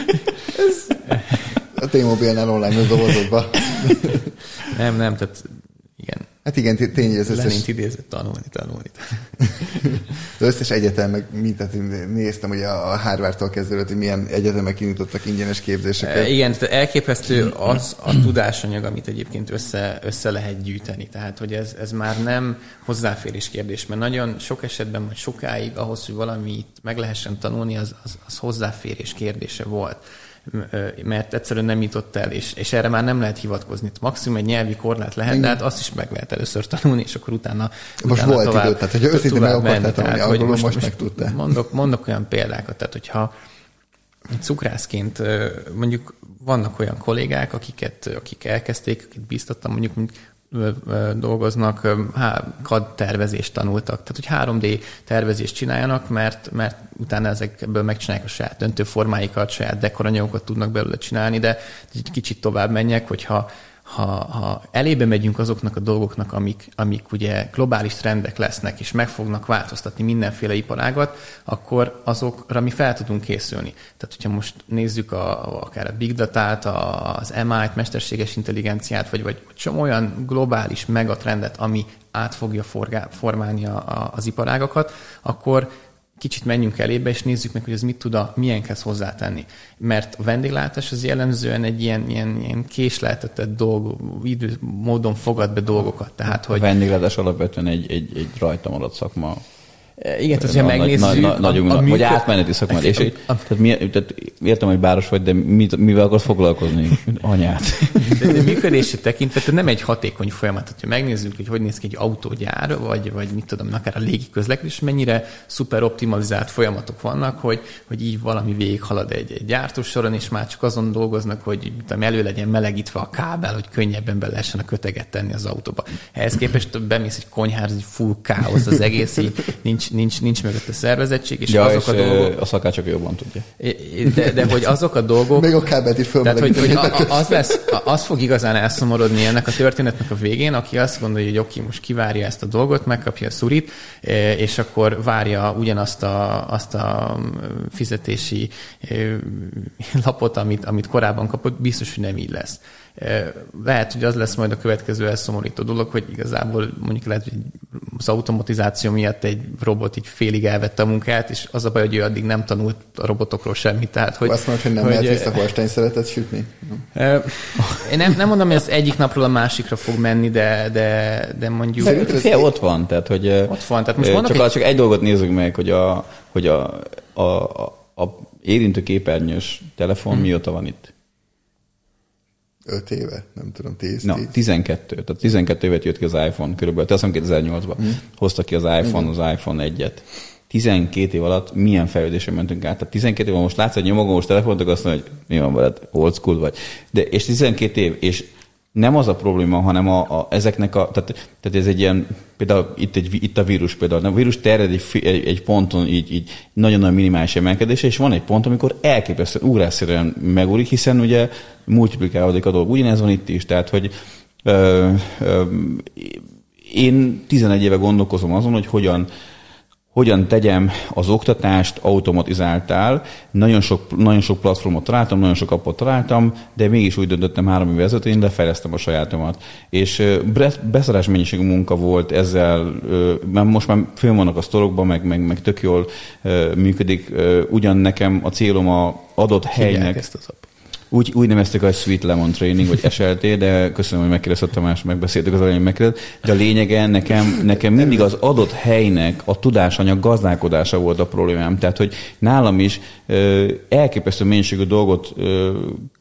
A T-Mobile-nál online az dobozodba. nem, nem, tehát igen. Hát igen, tény, hogy ez összes... Lenint idézett tanulni, tanulni. Az összes egyetemek, mint tehát néztem, hogy a Harvardtól kezdődött, hogy milyen egyetemek indítottak ingyenes képzéseket. E, igen, tehát elképesztő az a tudásanyag, amit egyébként össze, össze lehet gyűjteni. Tehát, hogy ez, ez már nem hozzáférés kérdés, mert nagyon sok esetben, vagy sokáig ahhoz, hogy valamit meg lehessen tanulni, az, az, az hozzáférés kérdése volt. Mert egyszerűen nem jutott el, és, és erre már nem lehet hivatkozni. Maximum egy nyelvi korlát lehet, de hát azt is meg lehet először tanulni, és akkor utána, most utána volt tovább, idő, tehát hogyha őszintén meg akartál tanulni, tehát, most, most, most most megtudtál. Mondok, mondok olyan példákat, tehát hogyha cukrászként mondjuk vannak olyan kollégák, akiket, akik elkezdték, akik bíztattam, mondjuk dolgoznak, ká dé tervezést tanultak. Tehát, hogy három dé tervezést csináljanak, mert, mert utána ezekből megcsinálják a saját döntőformáikat, saját dekoranyagokat tudnak belőle csinálni, de egy kicsit tovább menjek, hogyha ha, ha elébe megyünk azoknak a dolgoknak, amik, amik ugye globális trendek lesznek, és meg fognak változtatni mindenféle iparágat, akkor azokra mi fel tudunk készülni. Tehát, hogyha most nézzük a, akár a Big Data-t, az em á i-t, mesterséges intelligenciát, vagy, vagy csomó olyan globális megatrendet, ami át fogja forgá, formálni a, a, az iparágakat, akkor kicsit menjünk elébe, és nézzük meg, hogy ez mit tud a milyenkhez hozzátenni. Mert a vendéglátás az jellemzően egy ilyen, ilyen, ilyen késleltetett dolg, idő, módon fogad be dolgokat. Tehát, hogy... A vendéglátás alapvetően egy, egy, egy rajta maradt szakma. Igen, tehát, hogyha megnézzük... Na, na, a, a, a vagy működ... átmeneti szakma. És, a, a, tehát, mi, tehát értem, hogy báros vagy, de mit, mivel akarsz foglalkozni? Anyát. De, de működését tekintve, tehát nem egy hatékony folyamat. Ha megnézzük, hogy hogy néz ki egy autógyár, vagy, vagy mit tudom, akár a légi közlekedés, mennyire szuper optimalizált folyamatok vannak, hogy, hogy így valami végighalad egy, egy gyártósoron, és már csak azon dolgoznak, hogy tudom, elő legyen melegítve a kábel, hogy könnyebben be lehessen a köteget tenni az autóba. Ehhez képest bemész egy konyhára, egy full káosz az egész, így nincs Nincs, nincs mögött a szervezettség, és ja, azok és a dolgok... a szakácsok jobban tudja. De, de hogy azok a dolgok... Még a kábelt is fölmelegíteni. Tehát, hogy, hogy az, lesz, az fog igazán elszomorodni ennek a történetnek a végén, aki azt gondolja, hogy oké, most kivárja ezt a dolgot, megkapja a szurit, és akkor várja ugyanazt a, azt a fizetési lapot, amit, amit korábban kapott, biztos, hogy nem így lesz. Lehet, hogy az lesz majd a következő elszomorító dolog, hogy igazából mondjuk lehet, hogy az automatizáció miatt egy robot így félig elvette a munkát, és az a baj, hogy ő addig nem tanult a robotokról semmit. Tehát, hogy, azt mondod, hogy nem hogy, lehet vissza Holstein szeretet sütni? Én nem, nem mondom, hogy ez egyik napról a másikra fog menni, de, de, de mondjuk... Fél ott van. Tehát, hogy ott van. Tehát most csak, egy... csak egy dolgot nézzük meg, hogy a, hogy a, a, a, a érintő képernyős telefon hmm. mióta van itt? öt éve, nem tudom, tíz, Na, tíz. tizenkettő. Tehát tizenkettő évet jött ki az iPhone, körülbelül. Te azt hiszem kétezer-nyolcban hmm. hozta ki az iPhone, az iPhone egyet. tizenkét év alatt milyen fejlődésen mentünk át. Tehát tizenkét év, most látsz egy nyomogós telefont, akkor azt mondja, hogy mi van veled, old school vagy. De, és tizenkét év, és nem az a probléma, hanem a, a, ezeknek a, tehát, tehát ez egy ilyen, például itt, egy, itt a vírus például, a vírus terjed egy, egy, egy ponton így, így nagyon-nagyon minimális emelkedése, és van egy pont, amikor elképesztően ugrásszerűen megúrik, hiszen ugye multiplikálódik a dolog. Ugyanez van itt is, tehát, hogy ö, ö, én tizenegy éve gondolkozom azon, hogy hogyan hogyan tegyem az oktatást automatizáltál. Nagyon sok, nagyon sok platformot találtam, nagyon sok appot találtam, de mégis úgy döntöttem három éve ezelőtt, én lefejlesztem a sajátomat. És beszarás mennyiségű munka volt ezzel, mert most már fönn vannak a sztorokban, meg, meg, meg tök jól működik. Ugyan nekem a célom a adott helynek... ezt az appot? Úgy, úgy nevezték, hogy Sweet Lemon Training, vagy es el té, de köszönöm, hogy megkérdezett Tamás, megbeszéltük az elején megkérdezett. De a lényege nekem, nekem mindig az adott helynek a tudásanyag gazdálkodása volt a problémám. Tehát, hogy nálam is ö, elképesztő mennyiségű dolgot ö,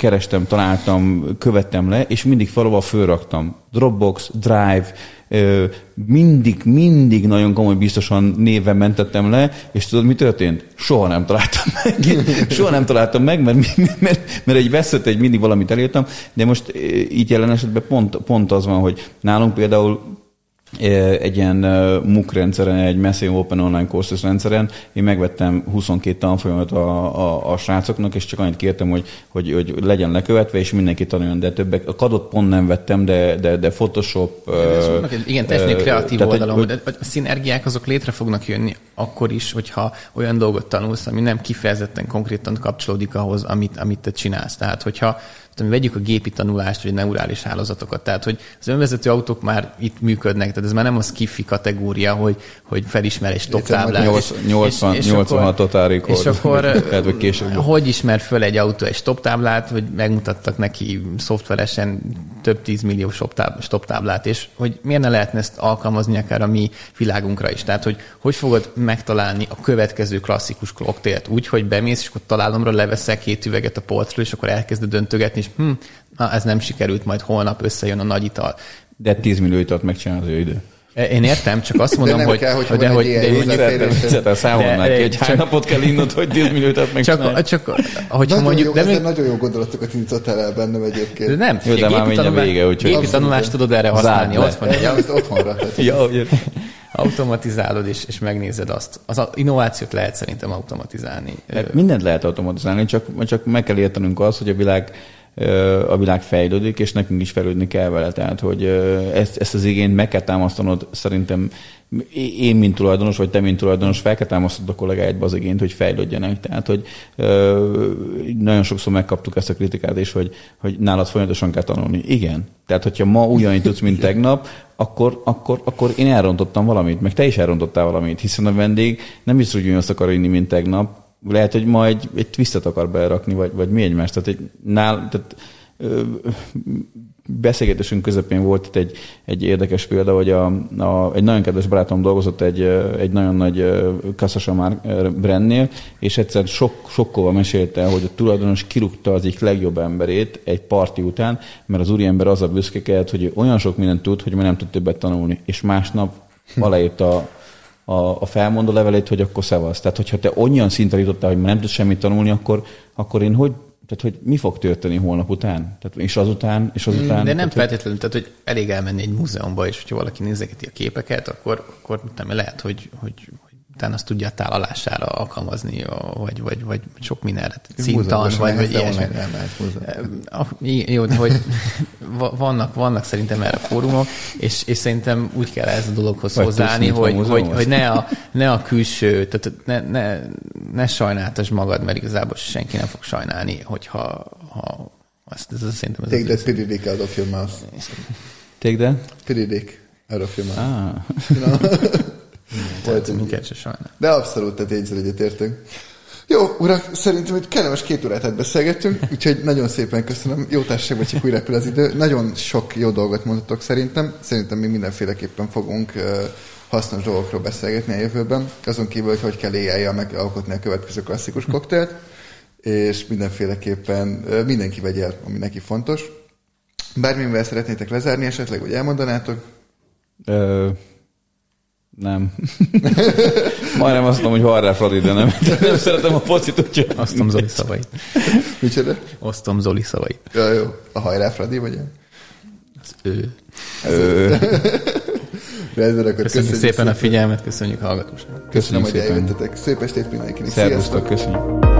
kerestem, találtam, követtem le, és mindig valahol fölraktam. Dropbox, Drive, mindig, mindig nagyon komoly biztosan néven mentettem le, és tudod, mi történt? Soha nem találtam meg. Soha nem találtam meg, mert, mert, mert egy veszett, egy mindig valamit elírtam, de most így jelen esetben pont, pont az van, hogy nálunk például egy ilyen MOOC rendszeren, egy Massive Open Online Courses rendszeren, én megvettem huszonkét tanfolyamat a, a, a srácoknak, és csak annyit kértem, hogy, hogy, hogy legyen lekövetve, és mindenki tanuljon, de többek. A kadot pont nem vettem, de, de, de Photoshop... Uh, igen, teljesen kreatív tehát, oldalon, hogy, de a szinergiák azok létre fognak jönni akkor is, hogyha olyan dolgot tanulsz, ami nem kifejezetten konkrétan kapcsolódik ahhoz, amit, amit te csinálsz. Tehát, hogyha mi vegyük a gépi tanulást, vagy a neurális hálózatokat. Tehát, hogy az önvezető autók már itt működnek, tehát ez már nem a skifi kategória, hogy, hogy felismer egy stop-táblát. nyolcvanhat totálrékord. És akkor hogy ismer föl egy autó egy stop-táblát, hogy megmutattak neki szoftveresen több tízmillió stop-táblát, és hogy miért ne lehetne ezt alkalmazni akár a mi világunkra is. Tehát, hogy hogy fogod megtalálni a következő klasszikus koktélt úgy, hogy bemész, és akkor találomra leveszel két üveget a polcról, és akkor elkezded döntögetni, és hm, na, ez nem sikerült, majd holnap összejön a nagy ital. De tíz millió italt megcsinál az ő idő. Én értem, csak azt mondom, de hogy... kell, hogy de hogy de számolnál ki, hogy hány napot kell innod, hogy tíz millió italt megcsinálni. Csak, csak hogyha nagyon mondjuk... Jó, de még... nagyon jó gondolatokat indítottál el bennem egyébként. De nem, jó, de már mindjárt vége, úgyhogy... Gépi tanulást tudod erre használni. Ott van egy otthonra. Ja, automatizálod, és, és megnézed azt. Az innovációt lehet szerintem automatizálni. Mindent lehet automatizálni, csak, csak meg kell értenünk azt, hogy a világ a világ fejlődik, és nekünk is fejlődni kell vele. Tehát, hogy ezt, ezt az igényt meg kell támasztanod, szerintem én, mint tulajdonos, vagy te, mint tulajdonos, fel kell támasztanod a kollégáidba az igényt, hogy fejlődjenek. Tehát, hogy nagyon sokszor megkaptuk ezt a kritikát is, hogy, hogy nálad folyamatosan kell tanulni. Igen. Tehát, hogyha ma ugyanígy tudsz, mint tegnap, akkor, akkor, akkor én elrontottam valamit, meg te is elrontottál valamit, hiszen a vendég nem biztos, hogy azt akar inni, mint tegnap. Lehet, hogy ma egy, egy twistet akar berakni, vagy, vagy mi egymás. Tehát, egy, nál, tehát ö, beszélgetésünk közepén volt itt egy, egy érdekes példa, hogy a, a, egy nagyon kedves barátom dolgozott egy, egy nagyon nagy kasszasamár brandnél, és egyszer sok, sokkolva mesélte, hogy a tulajdonos kirúgta az egyik legjobb emberét egy parti után, mert az úriember az a büszkekedett, hogy olyan sok mindent tud, hogy már nem tud többet tanulni. És másnap aláírta a, a felmondó levelét, hogy akkor szevasz. Tehát, hogyha te olyan szintre jutottál, hogy már nem tudsz semmit tanulni, akkor, akkor én hogy, tehát, hogy mi fog történni holnap után? Tehát, és azután, és azután... De nem tehát, feltétlenül, tehát, hogy elég elmenni egy múzeumba, és hogyha valaki nézegeti a képeket, akkor, akkor nem lehet, hogy, hogy, hogy utána azt tudja a tálalására alkalmazni, vagy, vagy, vagy sok mindenre, cintan, vagy, vagy ilyesmi. Jó, de hogy vannak, vannak szerintem erre fórumok, és, és szerintem úgy kell ez a dologhoz vagy hozzáállni, hogy, hogy, hogy ne, a, ne a külső, tehát ne, ne, ne sajnáltasd magad, mert igazából senki nem fog sajnálni, hogyha ha azt, ez, ez szerintem... Ez Take that pity dick out of your mouth. Take that? Pity dick out of your mouth. Ah. You know? Se de abszolút, tehát így egyetértünk. Jó, urak, szerintem, hogy kellemes két órát beszélgettünk, úgyhogy nagyon szépen köszönöm. Jó társaságban csak úgy repül az idő. Nagyon sok jó dolgot mondhatok szerintem. Szerintem még mindenféleképpen fogunk uh, hasznos dolgokról beszélgetni a jövőben. Azon kívül, hogy hogy kell á i-jal megalkotni a következő klasszikus koktélt, és mindenféleképpen uh, mindenki vegye el, ami neki fontos. Bármivel szeretnétek lezárni esetleg, vagy elmondanátok? Ö... Nem. Majdnem azt mondom, hogy harrá Fradi, de nem. De nem szeretem a focit, úgyhogy... Osztom Zoli szavait. Micsoda? Osztom Zoli szavait. Ja, jó. A hajrá Fradi, vagy? Az ő. ő. Rendben, akkor köszönjük, köszönjük szépen a figyelmet, köszönjük a hallgatóságot. Köszönöm, köszönjük hogy szépen. eljöttetek. Szép estét mindenkinek. Szervusztok, köszönjük.